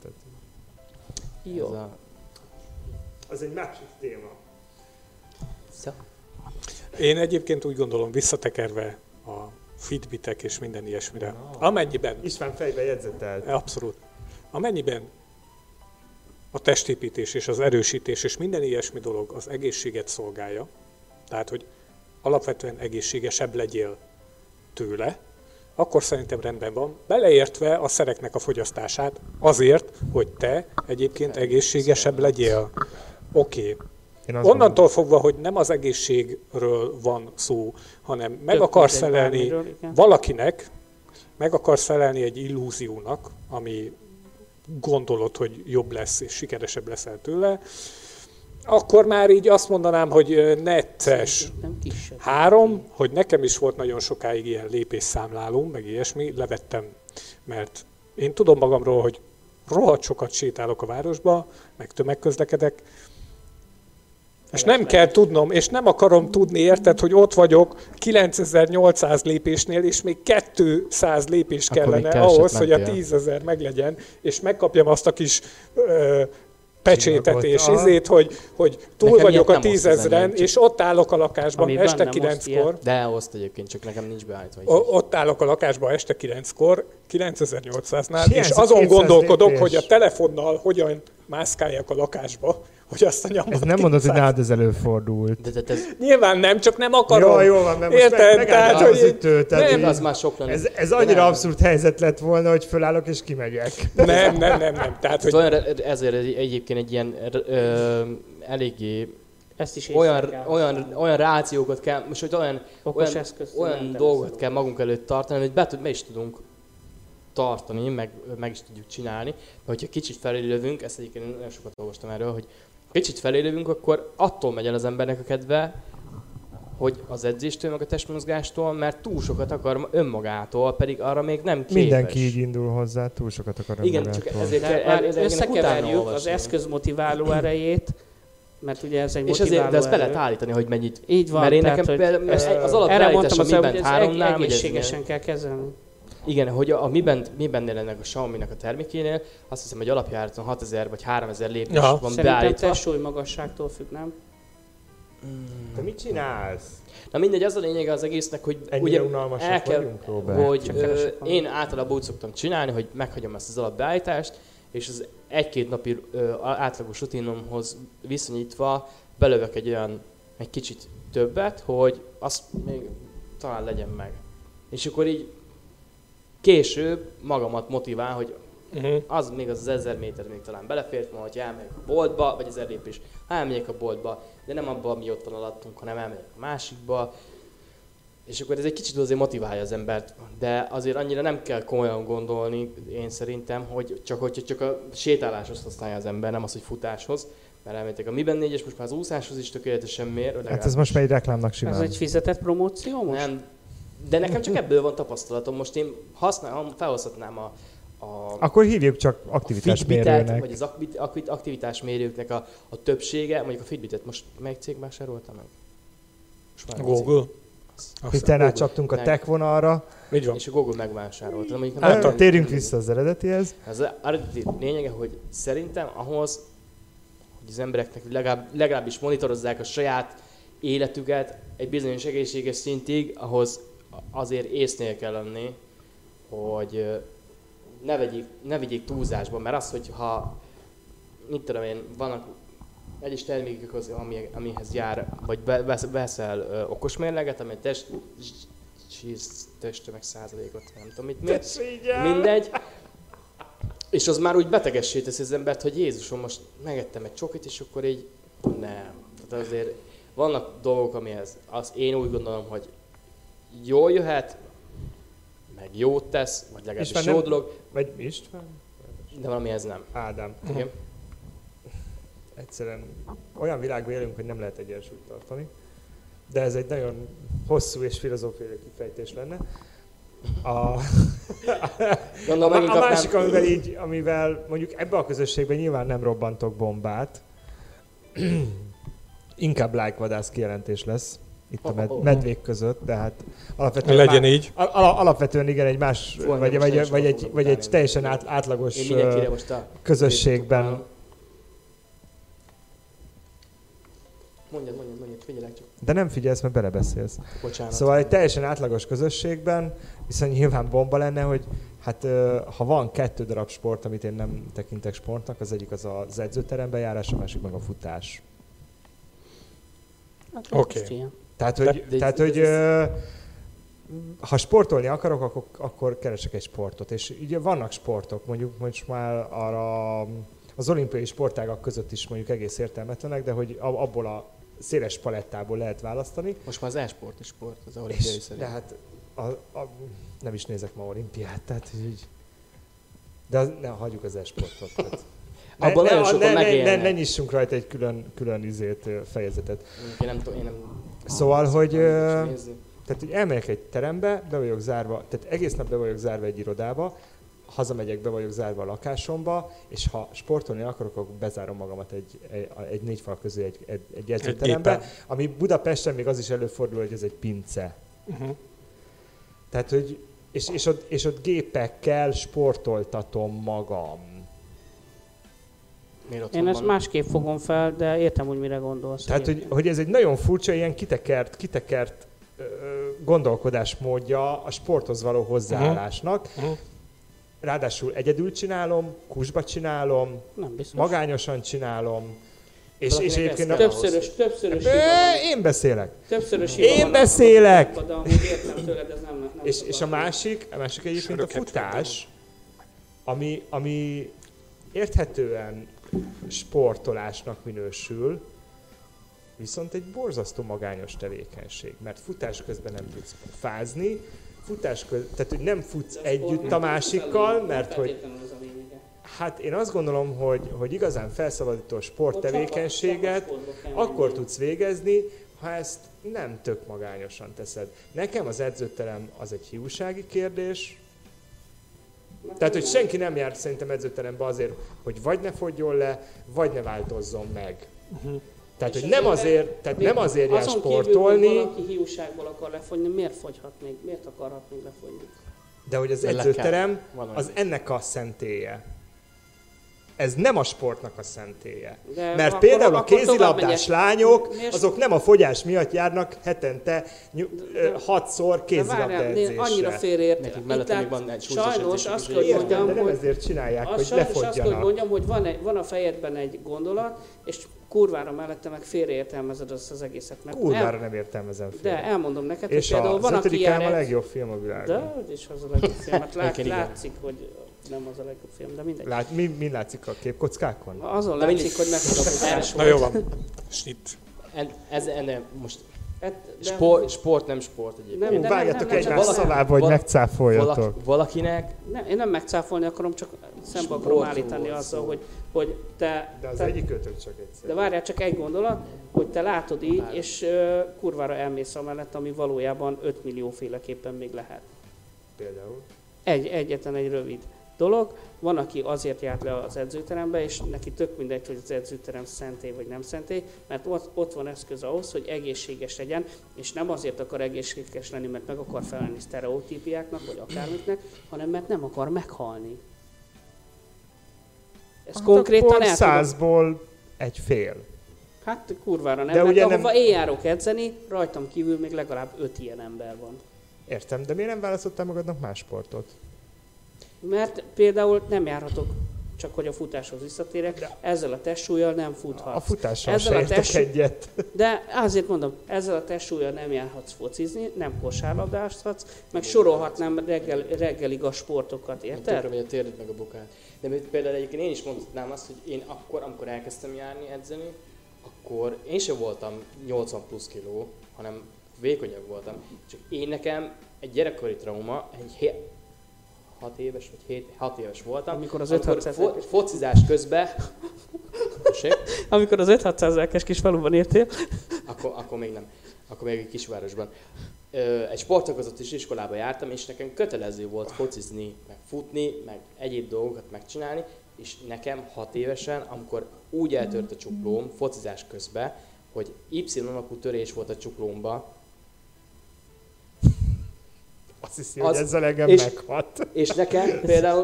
Jó. Az egy másik téma. Én egyébként úgy gondolom, visszatekerve a Fitbitek és minden ilyesmire, amennyiben... István fejbe jegyzetelt. Abszolút. Amennyiben a testépítés és az erősítés és minden ilyesmi dolog az egészséget szolgálja, tehát hogy alapvetően egészségesebb legyél tőle, akkor szerintem rendben van, beleértve a szereknek a fogyasztását azért, hogy te egyébként egészségesebb legyél. Oké. Onnantól fogva, hogy nem az egészségről van szó, hanem meg akarsz felelni valakinek, meg akarsz felelni egy illúziónak, ami gondolod, hogy jobb lesz és sikeresebb leszel tőle, akkor már így azt mondanám, hogy netes 3, hogy nekem is volt nagyon sokáig ilyen lépésszámlálóm, meg ilyesmi, levettem, mert én tudom magamról, hogy rohadt sokat sétálok a városba, meg tömegközlekedek, és nem kell tudnom, és nem akarom tudni, érted, hogy ott vagyok 9800 lépésnél, és még 200 lépés kellene ahhoz, hogy a 10 000 meglegyen, és megkapjam azt a kis pecsétetés, hogy túl nekem vagyok a 10 000-en, és ott állok a lakásban este 9-kor. De azt egyébként, csak nekem nincs beállítva. Ott állok a lakásban este 9-kor, 9800-nál, és azon gondolkodok, lépés. Hogy a telefonnal hogyan mászkáljak a lakásba, hogy azt a nyomot. Ez nem mondod, hogy nálad ez előfordult. Ez... Nyilván nem, csak nem akarom. Jó van, mert most megálltál az ütőt. Nem, az már sok lenne. Ez annyira abszurd helyzet lett volna, hogy fölállok és kimegyek. Nem. Tehát, hogy... Ezért egyébként egy ilyen eléggé ezt is olyan rációkat kell, most hogy olyan dolgokat kell magunk előtt tartani, hogy be is tudunk tartani, meg is tudjuk csinálni. Mert hogyha kicsit felélövünk, ezt egyébként nagyon sokat olvastam erről, hogy kicsit felélövünk, akkor attól megy el az embernek a kedve, hogy az edzéstől, meg a testmozgástól, mert túl sokat akar önmagától, pedig arra még nem képes. Mindenki így indul hozzá, túl sokat akar önmagától. Igen, csak ezért összekeverjük az eszközmotiváló erejét, mert ugye ez egy motiváló de ezt be lehet állítani, hogy mennyit. Így van, mert én tehát, nekem az alapbeállítás a Mi Band 3-nál, egészségesen kell kezelni. Igen, hogy a Mi Bandnél ennek a Xiaomi-nak a termékénél, azt hiszem, hogy alapjáraton 6000 vagy 3000 lépés van szerintem beállítva. Szerintem súly magasságtól függ, nem? Te mit csinálsz? Na mindegy, az a lényege az egésznek, hogy ugye el kell, hogy én általában úgy szoktam csinálni, hogy meghagyom ezt az alapbeállítást, és az 1-2 napi átlagos rutinomhoz viszonyítva belövök egy kicsit többet, hogy azt még talán legyen meg. És akkor így később magamat motivál, hogy az még az 1000 méter még talán belefért, ma, hogy elmegyek a boltba, vagy 1000 lépés, elmegyek a boltba, de nem abba, ami ott van alattunk, hanem elmegyek a másikba. És akkor ez egy kicsit azért motiválja az embert, de azért annyira nem kell komolyan gondolni, én szerintem, hogy csak a sétáláshoz használja az ember, nem az, hogy futáshoz. Mert elmentek a Mi Band 4-es, most már az úszáshoz is tökéletesen mér. Hát ez most már egy reklámnak simán. Ez egy fizetett promóció most? Nem, de nekem csak ebből van tapasztalatom. Most én felhozhatnám akkor hívjuk csak aktivitásmérőnek. Vagy az aktivitásmérőknek a többsége, mondjuk a Fitbitet most melyik cég vásárolta meg? Google. Itt rácsaptunk a tech vonalra. És a Google megvásárolta. Térjünk vissza az eredetihez. Az eredeti lényege, hogy szerintem ahhoz, hogy az embereknek legalábbis monitorozzák a saját életüket egy bizonyos egészséges szintig, ahhoz azért észnél kell lenni, hogy ne vigyék túlzásba, mert az, hogyha mit tudom én, vannak egyes termékek, amihez jár, vagy veszel okosmérleget, amely testtömeg százalékot, nem tudom mit mér, mindegy, és az már úgy betegessé teszi az embert, hogy Jézusom, most megettem egy csokit, és akkor így nem. Tehát azért vannak dolgok, amihez én úgy gondolom, hogy jól jöhet, meg jót tesz, vagy legalábbis jó dolog. Vagy István? De valamihez nem. Ádám. Igen. Egyszerűen olyan világban élünk, hogy nem lehet egyensúlyt tartani. De ez egy nagyon hosszú és filozófiai kifejtés lenne. A másik, amivel mondjuk ebbe a közösségben nyilván nem robbantok bombát, inkább like-vadász kijelentés lesz itt a medvék között, tehát alapvetően legyen így. Alapvetően igen, egy más, vagy egy teljesen átlagos közösségben. Mondjad, figyelek csak. De nem figyelsz, mert belebeszélsz. Bocsánat. Szóval egy teljesen átlagos közösségben, viszont nyilván bomba lenne, hogy hát ha van 2 darab sport, amit én nem tekintek sportnak, az egyik az edzőterembe járás, a másik meg a futás. Oké. Tehát, hogy ha sportolni akarok, akkor keresek egy sportot. És ugye vannak sportok, mondjuk most már arra az olimpiai sportágak között is mondjuk egész értelmetlenek, de hogy abból a széles palettából lehet választani. Most már az e-sport is sport, az olimpiai szerint. De hát nem is nézek ma olimpiát, tehát így... De hagyjuk az e-sportot. Abban nagyon sokan megélnek. Ne nyissunk rajta egy külön fejezetet. Én nem szóval, hogy... Tehát, hogy elmegyek egy terembe, be vagyok zárva, tehát egész nap be vagyok zárva egy irodába, hazamegyek, be vagyok zárva a lakásomba, és ha sportolni akarok, akkor bezárom magamat egy 4 fal közé egy edzőterembe, ami Budapesten még az is előfordul, hogy ez egy pince. Uh-huh. Tehát, hogy és ott gépekkel sportoltatom magam. Én ezt másképp fogom fel, de értem, hogy mire gondolsz. Tehát, hogy ez egy nagyon furcsa, ilyen kitekert gondolkodásmódja a sporthoz való hozzáállásnak. Uh-huh. Ráadásul egyedül csinálom, kusba csinálom, magányosan csinálom, és egyébként... Többszörös én beszélek. Többszörös én beszélek! De amúgy értem tőled, ez nem és a másik egyébként a futás, ami érthetően sportolásnak minősül, viszont egy borzasztó magányos tevékenység, mert futás közben nem tudsz fázni, tehát hogy nem futsz együtt a másikkal, mert hogy... Hát én azt gondolom, hogy igazán felszabadító sporttevékenységet akkor tudsz végezni, ha ezt nem tök magányosan teszed. Nekem az edzőterem az egy hiúsági kérdés, tehát, hogy senki nem jár szerintem edzőterembe azért, hogy vagy ne fogjon le, vagy ne változzon meg. Uh-huh. Tehát, hogy nem azért jár sportolni. Kívül, valaki hiúságból akar lefogyni, miért fogyhat még? Miért akarhat még lefogyni? De hogy az edzőterem az ennek a szentélye. Ez nem a sportnak a szentélye. De mert például a kézilabdás lányok, azok nem a fogyás miatt járnak hetente 6-szor kézilabda edzésre. Annyira félreértek. Sajnos azt kell mondjam, de nem ezért csinálják, hogy lefogjanak. Azt kell mondjam, hogy van a fejedben egy gondolat, és kurvára mellette meg félreértelmezed azt az egészet. Kurvára nem értelmezem félre. De elmondom neked, hogy például van, aki jár... És a legjobb film a világon. De, és az a legjobb film. Látszik, hogy nem az a legjobb film, de mindegy. Mi látszik a képkockákon? Azon látszik, hogy megkapott. Na jó van. Snit. Ez most... Sport nem sport egyébként. Vágjatok egymás szavába, hogy megcáfoljatok. Valakinek... Én nem megcáfolni akarom, csak szembe akarom állítani azzal, hogy te... De az egyikőtök csak egyszer. De várjál, csak egy gondolat, hogy te látod így, és kurvára elmész amellett, ami valójában 5 millió féleképpen még lehet. Például? Egyetlen egy rövid dolog. Van, aki azért járt le az edzőterembe, és neki tök mindegy, hogy az edzőterem szentély vagy nem szentély, mert ott van eszköz ahhoz, hogy egészséges legyen, és nem azért akar egészséges lenni, mert meg akar felelni sztereotípiáknak, vagy akármiknek, hanem mert nem akar meghalni. Ez hát konkrétan akkor 100-ból egy fél. Hát kurvára nem, mert ahova én járok edzeni, rajtam kívül még legalább 5 ilyen ember van. Értem, de miért nem választottál magadnak más sportot? Mert például nem járhatok, csak hogy a futáshoz visszatérek, ezzel a testsúllyal nem futhatsz. A futással se értek egyet. De azért mondom, ezzel a testsúllyal nem járhatsz focizni, nem kosárlabdázhatsz, meg sorolhatnám reggelig a sportokat, érted? Tökre megy a térded meg a bokát. De például egyébként én is mondhatnám azt, hogy én amikor elkezdtem járni, edzeni, akkor én sem voltam 80 plusz kiló, hanem vékonyabb voltam. Csak én nekem egy gyerekkori trauma, egy 6 éves voltam. Amikor az 5-6 focizás közben... Amikor az 5-600-es kis faluban értél? Akkor még nem. Akkor még egy kisvárosban. Egy sportagozatos iskolába jártam, és nekem kötelező volt focizni, meg futni, meg egyéb dolgokat megcsinálni, és nekem 6 évesen, amikor úgy eltört a csuklóm focizás közben, hogy Y-alakú törés volt a csuklómba, azt hiszi, hogy ezzel engem meghat. És nekem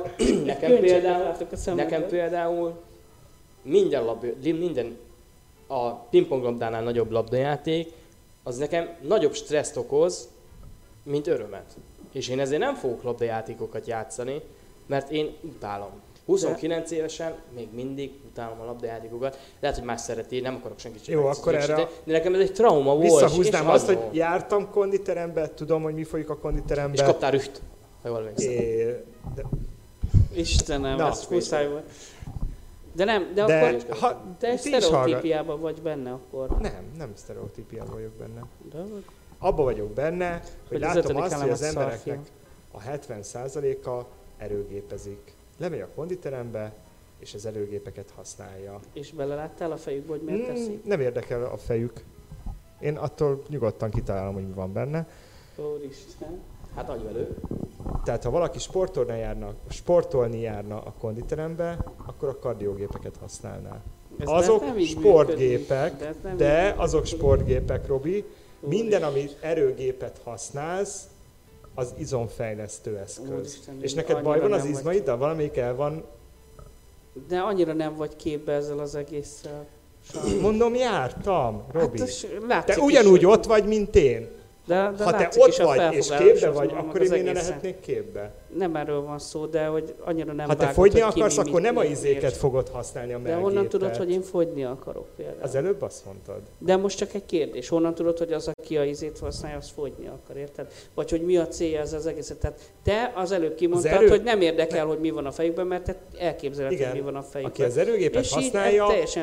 például minden a pingponglabdánál nagyobb labdajáték, az nekem nagyobb stresszt okoz, mint örömet. És én ezért nem fogok labdajátékokat játszani, mert én utálom. 29 évesen még mindig utálom a labdajátékokat. Lehet, hogy más szereti, nem akarok senkit sem. Jó, akkor erre... De nekem ez egy trauma volt. Visszahúznám azt, hogy jártam konditerembe, tudom, hogy mi folyik a konditerembe. És kaptál rüht, ha jól emlékszem. Istenem, ez muszáj volt. De akkor te sztereotípiában vagy benne akkor? Nem sztereotípiában vagyok benne. Abba vagyok benne, hogy látom azt, hogy az embereknek a 70%-a erőgépezik. Lemegy a konditerembe, és az erőgépeket használja. És beleláttál a fejükbe, hogy miért teszik? Nem érdekel a fejük. Én attól nyugodtan kitalálom, hogy mi van benne. Úristen. Hát agyvelő. Tehát ha valaki sportolni járna a konditerembe, akkor a kardiogépeket használná. Azok sportgépek, de azok sportgépek, Robi. Minden, ami erőgépet használsz, az izomfejlesztő eszköz. Úristen, és neked baj van az izmaiddal? Valamelyik el van? De annyira nem vagy képbe ezzel az egésszel. Mondom, jártam, Robi. Hát, te ugyanúgy ott vagy, mint én. De ha te ott vagy és képbe vagy, akkor én miért lehetnék képbe? Nem erről van szó, de hogy annyira nem ha te fogyni akarsz, akkor nem a izéket fogod használni, a melgépet. De honnan tudod, hogy én fogyni akarok például? Az előbb azt mondtad. De most csak egy kérdés. Honnan tudod, hogy az, aki a izét használja, az fogyni akar, érted? Vagy hogy mi a célja ez az egészet? Tehát te az előbb kimondtad, hogy nem érdekel, hogy mi van a fejükben, mert te elképzeled, hogy mi van a fejükben. Aki az erőgépet használja,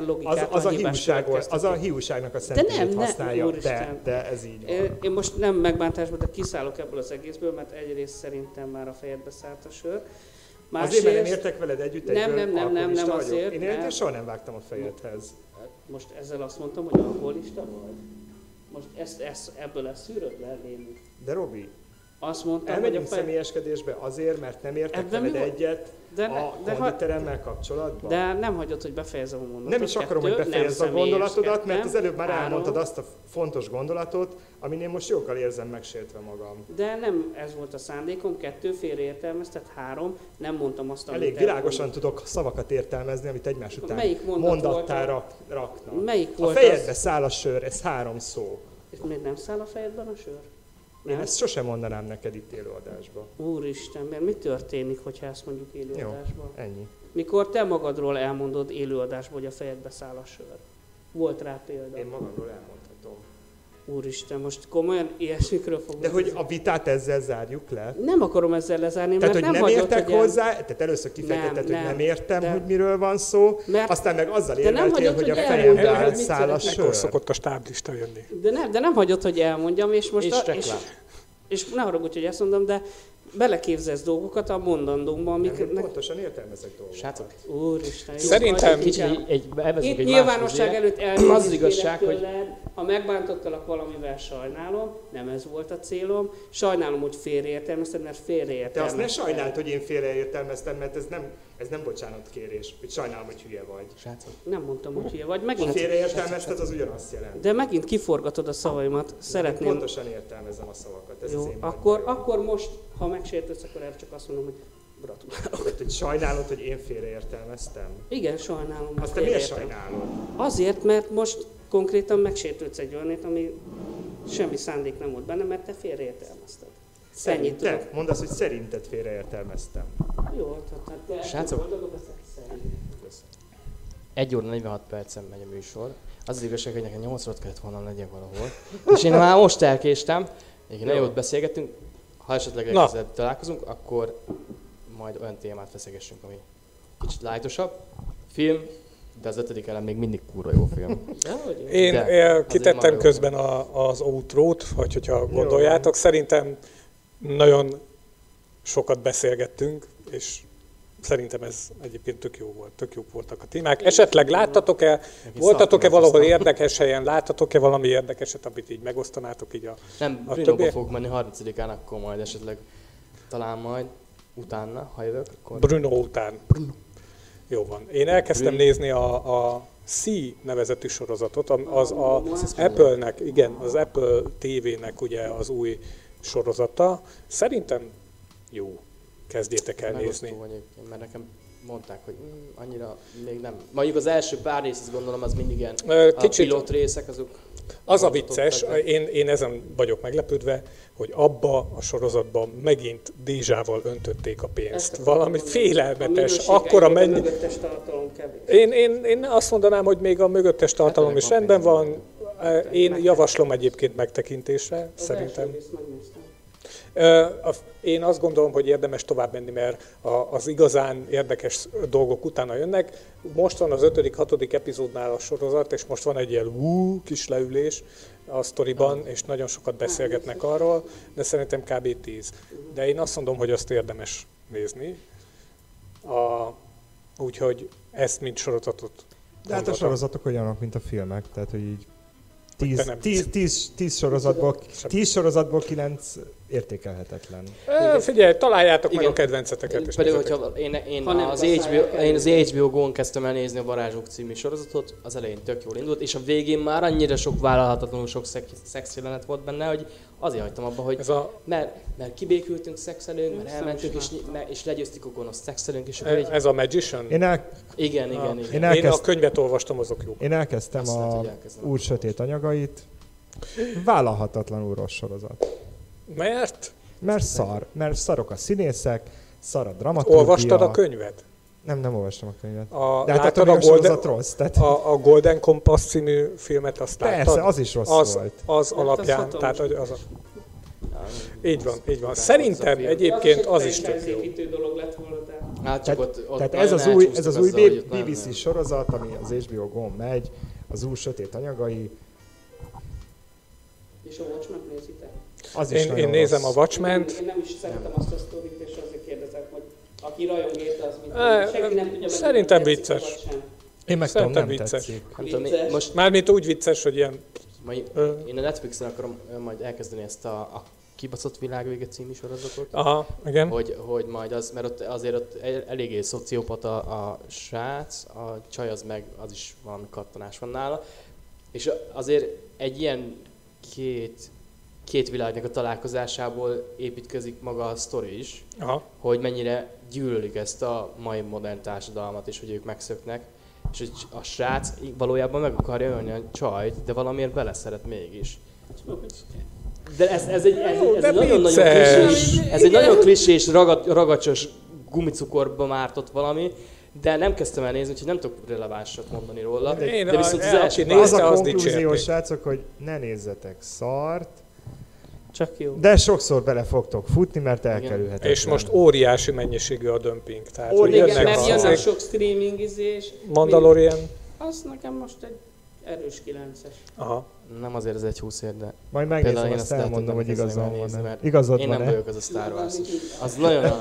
az a hiúságnak a szentét használja. De ez így van. Én most nem megbántásban, de kiszállok ebből az egészből, mert egyrészt szerintem már a fejedbe szállt a sör. Azért, mert nem értek veled együtt nem azért. Én soha nem vágtam a fejedhez. Most ezzel azt mondtam, hogy alkoholista vagy? Most ebből leszűröd le, Léni? De Robi, azt mondtam, elmegyünk személyeskedésbe azért, mert nem értek veled egyet a konditeremmel kapcsolatban. De nem hagyod, hogy befejezem a mondatot. Nem is akarom, hogy befejezd a gondolatodat, mert az előbb már elmondtad azt a fontos gondolatot, amin én most joggal érzem megsértve magam. De nem ez volt a szándékom, 2 félreértelmeztet, 3, nem mondtam azt, amit elég világosan tudok szavakat értelmezni, amit egymás után mondattá raknak. Melyik volt a fejedbe száll a sör, ez 3 szó. És miért nem száll a fejedben a sör? Én ezt sosem mondanám neked itt élőadásban. Úristen, mert mi történik, hogyha ezt mondjuk élőadásban? Jó, ennyi. Mikor te magadról elmondod élőadásban, hogy a fejedbe száll a sör. Volt rá példa. Én magamról elmondhatom. Úristen, most komolyan ilyesmikről fogunk. De hogy a vitát ezzel zárjuk le? Nem akarom ezzel lezárni, tehát, mert hogy nem értek hozzá, tehát először kifejtetted, hogy nem értem, hogy miről van szó, aztán meg azzal érveltél, hogy a fejembe száll a sör. Akkor szokott a stáblista jönni. De nem hagyod, hogy elmondjam, és most... És ne haragudj, hogy ezt mondom, de beleképzelsz dolgokat a mondandómban, amik... Pontosan értelmezek dolgokat. Srácok, Úristen, szerintem... Itt nyilvánosság előtt az igazság, hogy... Ha megbántottalak valamivel, sajnálom, nem ez volt a célom. Sajnálom, hogy félreértelmezted, mert félreértelmezted. De azt ne sajnáld, hogy én félreértelmeztem, mert ez nem bocsánatkérés, hogy sajnálom, hogy hülye vagy. Srácok. Nem mondtam, hogy hülye vagy. Ha félreértelmezted, az ugyanazt jelent. De megint kiforgatod a szavaimat. Szeretném... Pontosan értelmezem a szavakat. Ez jó, az én akkor most, ha megsértődsz, akkor erre csak azt mondom, hogy gratulálok. Tehát, hogy sajnálod, hogy én félreértelmeztem? Igen, sajnálom. Azt te miért sajnálod? Azért, mert most konkrétan megsértődsz egy olyanét, ami semmi szándék nem volt benne, mert te félreértelmezted. Szerinted? Mondd azt, hogy szerinted félreértelmeztem. Jó, tehát te srácok, 1 óra 46 percen megy a műsor. Az igazság, hogy nekem 8 óra kellett volna legyek valahol. És én már most elkéstem. Nagyon jót beszélgettünk. Ha esetleg legközelebb találkozunk, akkor majd olyan témát feszegessünk, ami kicsit lájtosabb. Film, de az 5. elem még mindig kurva jó film. Én kitettem közben az outrót, hogyha gondoljátok. Szerintem nagyon sokat beszélgettünk, és szerintem ez egyébként tök jó volt, tök jók voltak a témák. Esetleg láttatok-e, voltatok-e valahol érdekes helyen, láttatok-e valami érdekeset, amit így megosztanátok így a Brunóba fogok menni 30-án, akkor majd esetleg talán majd utána, ha jövök. Akkor... Bruno után. Bruno. Jó van. Én elkezdtem nézni a C nevezetű sorozatot, az Apple-nek, igen, az Apple TV-nek ugye az új sorozata. Szerintem jó. Kezdjétek el nézni. Mert nekem mondták, hogy annyira még nem. Mondjuk az első pár rész, azt gondolom, az mindig ilyen kicsit, a pilot részek, azok... Az a vicces, én ezen vagyok meglepődve, hogy abba a sorozatban megint dézsával öntötték a pénzt. Valami félelmetes, akkora mennyi... Én azt mondanám, hogy még a mögöttes tartalom is rendben van. Én javaslom egyébként megtekintésre, szerintem. Én azt gondolom, hogy érdemes tovább menni, mert az igazán érdekes dolgok utána jönnek. Most van az 5.-6. epizódnál a sorozat, és most van egy ilyen kis leülés a sztoriban, és nagyon sokat beszélgetnek arról, de szerintem kb. 10. De én azt mondom, hogy azt érdemes nézni. Úgyhogy ezt mint sorozatot. De hát a sorozatok olyanok, mint a filmek, tehát hogy így 10 sorozatból 9 értékelhetetlen. Figyelj, találjátok meg a kedvenceteket. Pedig, hogyha én az HBO Go-n kezdtem el nézni a Varázsok című sorozatot, az elején tök jól indult, és a végén már annyira sok vállalhatatlanul sok szexjelenet volt benne, hogy azért hagytam abba, hogy mert kibékültünk, szexelünk, mert elmentünk, és legyőztük a gonosz szexelünk. És ez a Magician? Igen. Én a könyvet olvastam, azok jók. Én elkezdtem a Úr sötét anyagait. Vállalhatatlanul rossz sorozat. Mert? Mert szarok a színészek, szar a dramaturgia. Olvastad a könyvet? Nem olvastam a könyvet. De hát a sorozat rossz. Tehát... A Golden Compass című filmet azt láttad? Persze, az is rossz volt. Az alapján, tehát így van. Szerintem egyébként az is tök jó. Tehát ez az új BBC sorozat, ami az HBO Go-n megy, az Úr sötét anyagai. És a Watchmen nézitek? Én nézem a Watchmen-t. Én nem is szeretem azt a sztorit, és azért kérdezek, hogy aki rajong érte, az mit senki nem tudja, szerintem vicces. Én meg tudom, nem tetszik. Most mármint úgy vicces, hogy ilyen... Én a Netflixen akarom majd elkezdeni ezt a Kibaszott világvége című sorozatot. Aha, igen. Hogy majd az, mert ott eléggé szociopata a srác, a csaj az is valami kattanás van nála. És azért egy ilyen két világnak a találkozásából építkezik maga a sztori is, hogy mennyire gyűlölik ezt a mai modern társadalmat, és hogy ők megszöknek. És hogy a srác valójában meg akarja ölni a csajt, de valamiért beleszeret mégis. De ez egy nagyon klisés, ragacsos gumicukorba mártott valami, de nem kezdtem el nézni, úgyhogy nem tudok relevánsat mondani róla. De viszont az első az a konklúzió, srácok, hogy ne nézzetek szart, csak jó. De sokszor bele fogtok futni, mert elkerülhetetlen. És most óriási mennyiségű a dömping. Tehát mert jönnek sok streamingizés. Mandalorian. Az nekem most egy erős 9-es. Aha. Nem azért ez egy 20 ér, de... Majd megnézem, azt elmondom, hogy igazam van. Én nem vagyok az a Star Wars. Az nagyon...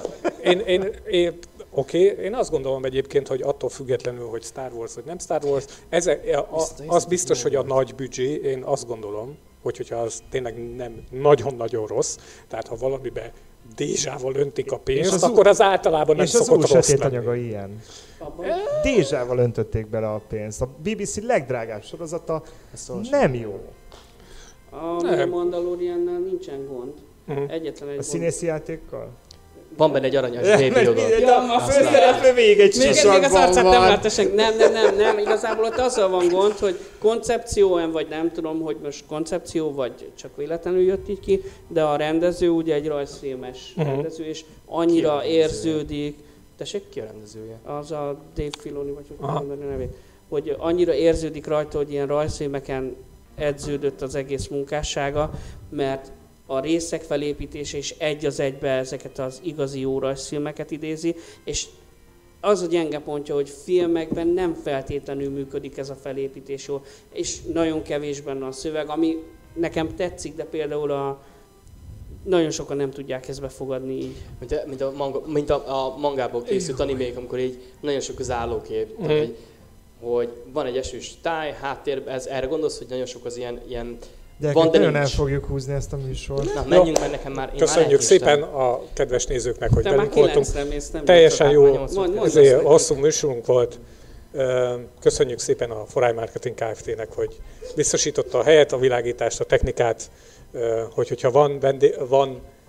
Én azt gondolom egyébként, hogy attól függetlenül, hogy Star Wars vagy nem Star Wars, az biztos, hogy a nagy büdzsé, én azt gondolom, hogyha az tényleg nem nagyon-nagyon rossz, tehát ha valamiben dézsával öntik a pénzt, akkor az általában nem szokott rossz lenni. És az Úr sötét anyaga ilyen. Dézsával öntötték bele a pénzt. A BBC legdrágább sorozata nem jó. A Mandaloriannál nincsen gond. Egyetlen egy a színészi játékkal? Van benne egy aranyos baby oda. A főszereplő még egy sisakban van. Még az arcát nem látta senki. Nem. Igazából ott azzal van gond, hogy koncepció, vagy nem tudom, hogy most koncepció, vagy csak véletlenül jött így ki, de a rendező ugye egy rajzfilmes rendező, és annyira érződik. Tessék? Ki a rendezője? Az a Dave Filoni, vagy hogy mondani a nevét. Hogy annyira érződik rajta, hogy ilyen rajzfilmeken edződött az egész munkássága, mert a részek felépítése is egy az egybe ezeket az igazi jó rajzfilmeket idézi, és az a gyenge pontja, hogy filmekben nem feltétlenül működik ez a felépítés jól, és nagyon kevés benne a szöveg, ami nekem tetszik, de például nagyon sokan nem tudják ezt befogadni így. Mint a mangából készült animék, amikor így nagyon sok az állókép, hogy van egy esős táj, háttérben, erre gondolsz, hogy nagyon sok az ilyen de nagyon el fogjuk húzni ezt a műsort. Na, menjünk, mert nekem már... Köszönjük szépen a kedves nézőknek, hogy velünk voltunk. Teljesen jó, hosszú műsorunk volt. Köszönjük szépen a Foray Marketing Kft-nek, hogy biztosította a helyet, a világítást, a technikát, hogyha van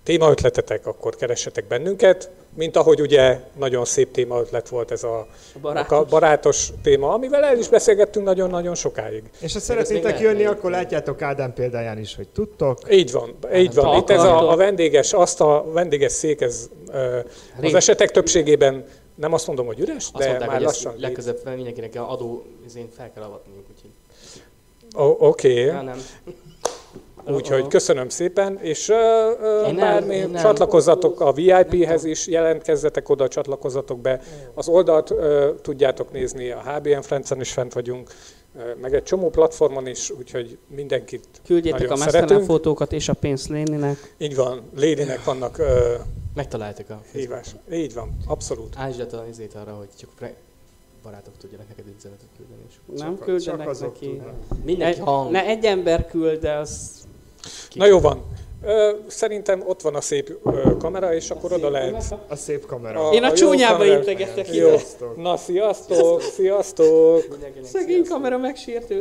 témaötletetek, akkor keressetek bennünket, mint ahogy ugye nagyon szép témaötlet volt ez a barátos téma, amivel el is beszélgettünk nagyon-nagyon sokáig. És ha szeretnétek jönni, akkor látjátok Ádám példáján is, hogy tudtok. Így van. Itt ez a vendéges asztal, vendéges szék, ez az esetek többségében nem azt mondom, hogy üres, de mondták, már lassan. Legközelebb mindenkinek adó fel kell avatniuk, úgyhogy... Oké. Úgyhogy köszönöm szépen, és bármi csatlakozzatok a VIP-hez is, jelentkezzetek oda, csatlakozzatok be. Az oldalt tudjátok nézni, a HBN Friends-en is fent vagyunk, meg egy csomó platformon is, úgyhogy mindenkit küldjétek a mesztelen fotókat és a pénzt Léninek. Így van, Léninek vannak megtaláltak a hívás. Így van, abszolút. Állítsd a izét arra, hogy csak barátok tudjanak neked üzenetet küldeni. Nem küldenek neki. Mindenki hang. Ne egy ember küld, de az... Na jó van. Szerintem ott van a szép kamera, és akkor oda lehet... A szép kamera. Én a csúnyába integettek. Jó. Na, sziasztok! Szegény kamera megsírt.